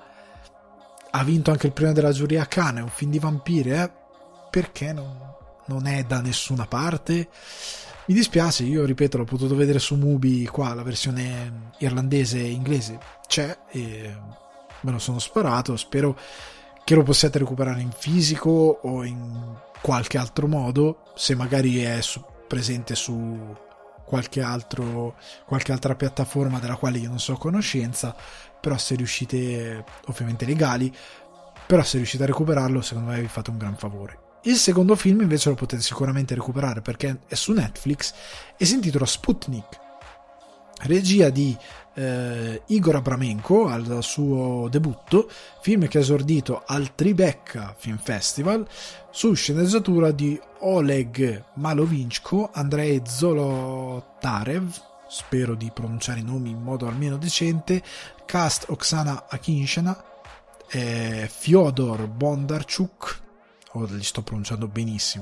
ha vinto anche il premio della giuria a Cannes, è un film di vampiri, eh? Perché non, non è da nessuna parte? Mi dispiace, io ripeto, l'ho potuto vedere su Mubi, qua la versione irlandese e inglese c'è, e me lo sono sparato. Spero che lo possiate recuperare in fisico o in qualche altro modo, se magari è su, presente su qualche altro qualche altra piattaforma della quale io non so a conoscenza, però se riuscite, ovviamente legali, però se riuscite a recuperarlo, secondo me vi fate un gran favore. Il secondo film invece lo potete sicuramente recuperare perché è su Netflix e si intitola Sputnik, regia di eh, Igor Abramenko al suo debutto, film che ha esordito al Tribeca Film Festival, su sceneggiatura di Oleg Malovinchko, Andrei Zolotarev, spero di pronunciare i nomi in modo almeno decente, cast Oksana Akinshina, eh, Fyodor Bondarchuk, oh, li sto pronunciando benissimo,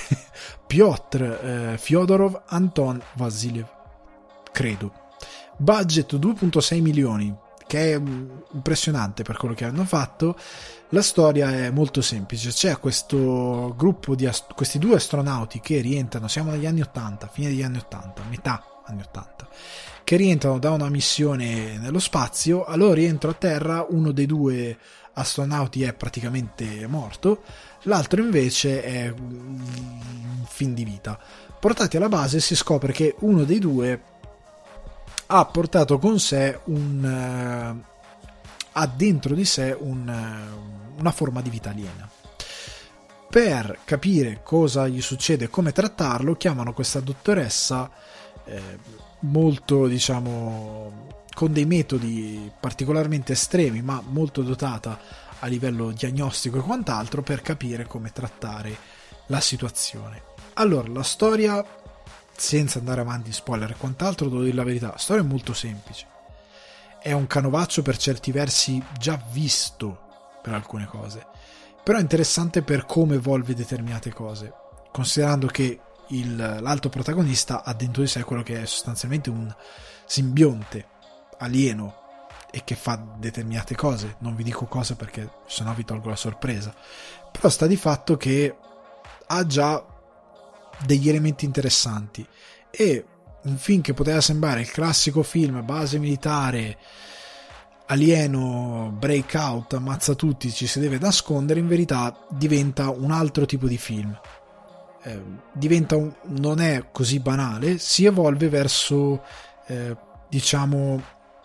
Piotr eh, Fyodorov, Anton Vasiliev, credo. Budget due virgola sei milioni, che è impressionante per quello che hanno fatto. La storia è molto semplice: c'è questo gruppo di ast- questi due astronauti che rientrano, siamo negli anni ottanta, fine degli anni ottanta, metà anni ottanta, che rientrano da una missione nello spazio. Al loro rientro a terra uno dei due astronauti è praticamente morto, l'altro invece è in fin di vita. Portati alla base si scopre che uno dei due ha portato con sé un ha dentro di sé un, una forma di vita aliena. Per capire cosa gli succede e come trattarlo, chiamano questa dottoressa eh, molto, diciamo, con dei metodi particolarmente estremi, ma molto dotata a livello diagnostico e quant'altro, per capire come trattare la situazione. Allora, la storia, senza andare avanti, spoiler e quant'altro, devo dire la verità, la storia è molto semplice. È un canovaccio per certi versi già visto per alcune cose, però è interessante per come evolve determinate cose, considerando che il, l'altro protagonista ha dentro di sé quello che è sostanzialmente un simbionte alieno e che fa determinate cose. Non vi dico cosa perché sennò vi tolgo la sorpresa, però sta di fatto che ha già degli elementi interessanti. E un film che poteva sembrare il classico film base militare, alieno, breakout, ammazza tutti, ci si deve nascondere, in verità diventa un altro tipo di film. Eh, diventa un, non è così banale, si evolve verso eh, diciamo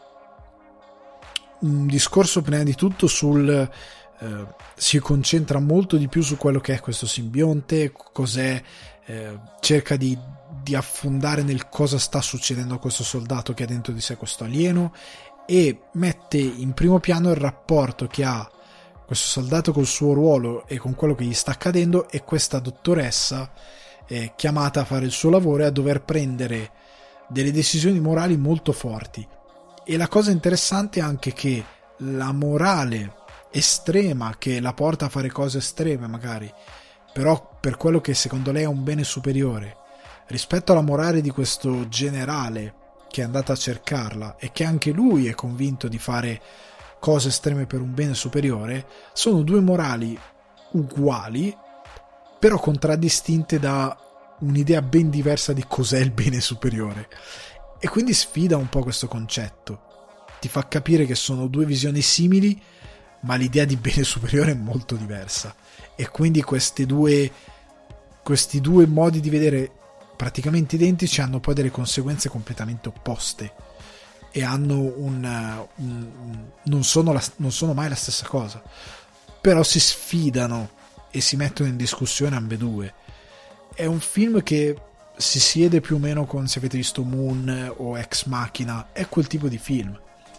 un discorso prima di tutto sul eh, si concentra molto di più su quello che è questo simbionte, cos'è, eh, cerca di, di affondare nel cosa sta succedendo a questo soldato che ha dentro di sé questo alieno, e mette in primo piano il rapporto che ha questo soldato col suo ruolo e con quello che gli sta accadendo, e questa dottoressa è chiamata a fare il suo lavoro e a dover prendere delle decisioni morali molto forti. E la cosa interessante è anche che la morale estrema che la porta a fare cose estreme magari, però per quello che secondo lei è un bene superiore, rispetto alla morale di questo generale che è andato a cercarla e che anche lui è convinto di fare cose estreme per un bene superiore, sono due morali uguali però contraddistinte da un'idea ben diversa di cos'è il bene superiore, e quindi sfida un po' questo concetto, ti fa capire che sono due visioni simili ma l'idea di bene superiore è molto diversa, e quindi questi due questi due modi di vedere praticamente identici hanno poi delle conseguenze completamente opposte e hanno un, un non sono la, non sono mai la stessa cosa, però si sfidano e si mettono in discussione ambedue. È un film che si siede più o meno con, se avete visto Moon o Ex Machina, è quel tipo di film,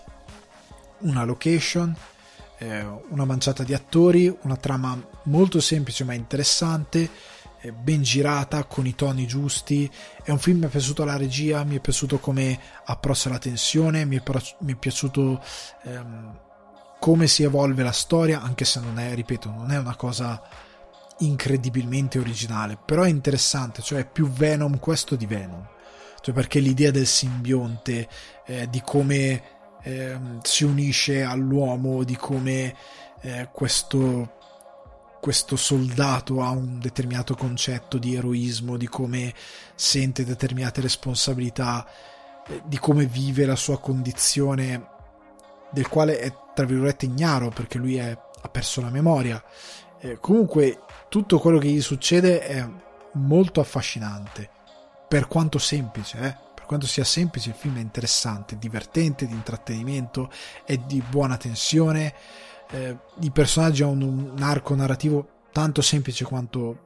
una location, eh, una manciata di attori, una trama molto semplice ma interessante, ben girata, con i toni giusti. È un film, mi è piaciuto la regia, mi è piaciuto come approccia la tensione, mi è, mi è piaciuto ehm, come si evolve la storia, anche se non è, ripeto, non è una cosa incredibilmente originale, però è interessante, cioè è più Venom questo di Venom, cioè perché l'idea del simbionte, eh, di come eh, si unisce all'uomo, di come eh, questo questo soldato ha un determinato concetto di eroismo, di come sente determinate responsabilità, di come vive la sua condizione, del quale è tra virgolette ignaro perché lui è, ha perso la memoria. Eh, comunque tutto quello che gli succede è molto affascinante, per quanto semplice, eh? per quanto sia semplice il film è interessante, divertente, di intrattenimento, è di buona tensione. Eh, i personaggi hanno un, un arco narrativo tanto semplice quanto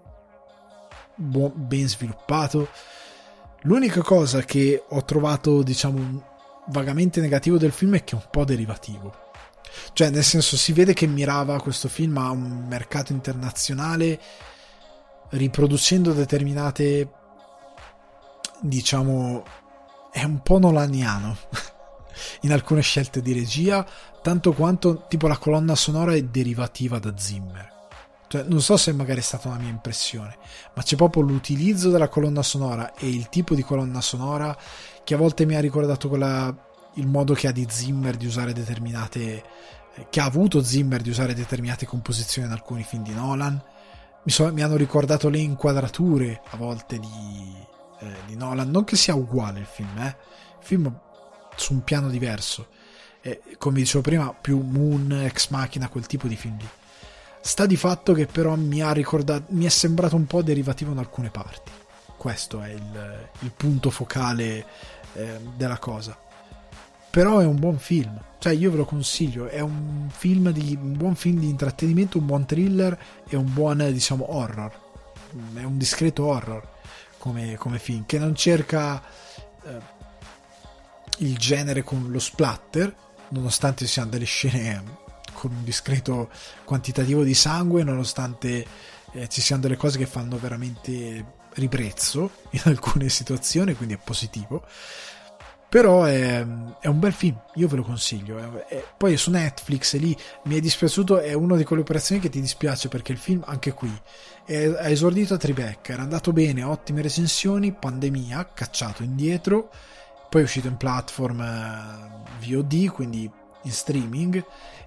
bu- ben sviluppato. L'unica cosa che ho trovato, diciamo, vagamente negativo del film è che è un po' derivativo, cioè nel senso si vede che mirava questo film a un mercato internazionale riproducendo determinate, diciamo, è un po' nolaniano in alcune scelte di regia, tanto quanto tipo la colonna sonora è derivativa da Zimmer. Cioè, non so se magari è stata una mia impressione, ma c'è proprio l'utilizzo della colonna sonora e il tipo di colonna sonora che a volte mi ha ricordato quella, il modo che ha di Zimmer di usare determinate che ha avuto Zimmer di usare determinate composizioni in alcuni film di Nolan. Mi, so, mi hanno ricordato le inquadrature a volte di eh, di Nolan, non che sia uguale il film, eh. Il film su un piano diverso, eh, come dicevo prima, più Moon, Ex Machina, quel tipo di film lì. Sta di fatto che però mi ha ricordato, mi è sembrato un po' derivativo in alcune parti. Questo è il, il punto focale eh, della cosa. Però è un buon film, cioè io ve lo consiglio, è un film di un buon film di intrattenimento, un buon thriller e un buon, diciamo, horror. È un discreto horror come, come film, che non cerca eh, il genere con lo splatter, nonostante ci siano delle scene con un discreto quantitativo di sangue, nonostante eh, ci siano delle cose che fanno veramente ribrezzo in alcune situazioni, quindi è positivo. Però è, è un bel film, io ve lo consiglio. È, è, poi è su Netflix, e lì mi è dispiaciuto, è una di quelle operazioni che ti dispiace, perché il film anche qui è, è esordito a Tribeca, era andato bene, ottime recensioni, pandemia, cacciato indietro, poi è uscito in platform eh, V O D, quindi in streaming,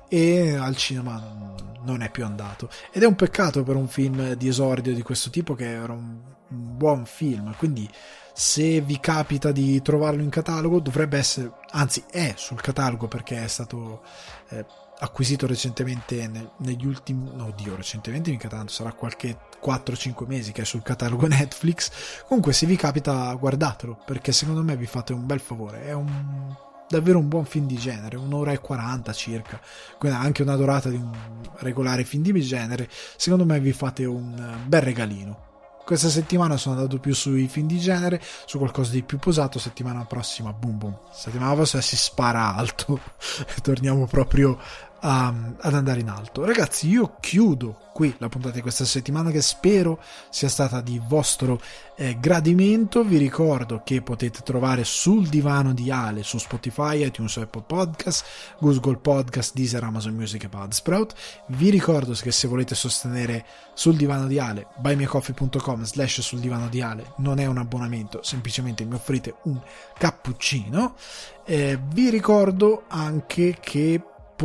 e al cinema non, non è più andato, ed è un peccato per un film di esordio di questo tipo, che era un, un buon film. Quindi se vi capita di trovarlo in catalogo, dovrebbe essere, anzi è sul catalogo, perché è stato eh, acquisito recentemente nel, negli ultimi, no oddio recentemente mica tanto, sarà qualche quattro cinque mesi che è sul catalogo Netflix. Comunque se vi capita guardatelo, perché secondo me vi fate un bel favore, è un davvero un buon film di genere, un'ora e quaranta circa, quindi anche una durata di un regolare film di genere. Secondo me vi fate un bel regalino. Questa settimana sono andato più sui film di genere, su qualcosa di più posato. Settimana prossima, boom boom, settimana prossima si spara alto e torniamo proprio a, ad andare in alto. Ragazzi, io chiudo qui la puntata di questa settimana, che spero sia stata di vostro eh, gradimento. Vi ricordo che potete trovare Sul Divano di Ale su Spotify, iTunes, Apple Podcast, Google Podcast, Deezer, Amazon Music e Buzzsprout. Vi ricordo che se volete sostenere Sul Divano di Ale, buymeacoffee punto com slash sul divano di Ale, non è un abbonamento, semplicemente mi offrite un cappuccino. Eh, vi ricordo anche che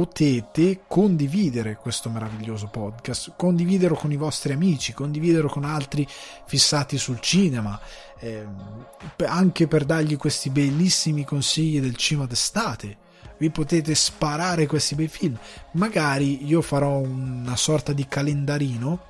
potete condividere questo meraviglioso podcast, condividerlo con i vostri amici, condividerlo con altri fissati sul cinema, eh, anche per dargli questi bellissimi consigli del cinema d'estate. Vi potete sparare questi bei film. Magari io farò una sorta di calendarino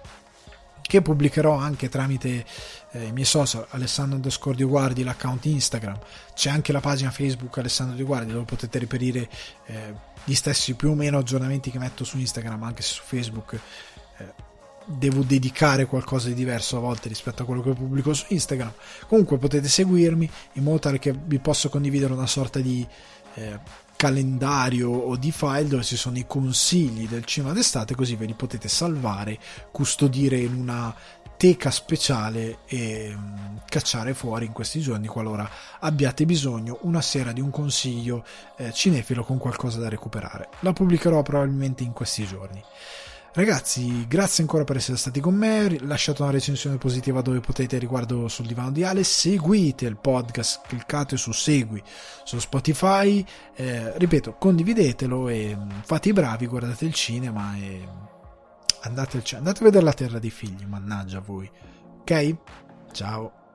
che pubblicherò anche tramite eh, i miei social, Alessandro underscore Di Guardi, l'account Instagram. C'è anche la pagina Facebook Alessandro Di Guardi, dove potete reperire eh, gli stessi più o meno aggiornamenti che metto su Instagram, anche se su Facebook eh, devo dedicare qualcosa di diverso a volte rispetto a quello che pubblico su Instagram. Comunque potete seguirmi in modo tale che vi posso condividere una sorta di eh, calendario o di file dove ci sono i consigli del cinema d'estate, così ve li potete salvare, custodire in una teca speciale e um, cacciare fuori in questi giorni qualora abbiate bisogno una sera di un consiglio eh, cinefilo con qualcosa da recuperare. La pubblicherò probabilmente in questi giorni. Ragazzi, grazie ancora per essere stati con me, lasciate una recensione positiva dove potete riguardo Sul Divano di Ale, seguite il podcast, cliccate su segui su Spotify, eh, ripeto, condividetelo e fate i bravi, guardate il cinema e andate, andate a vedere La Terra dei Figli, mannaggia voi, ok? Ciao!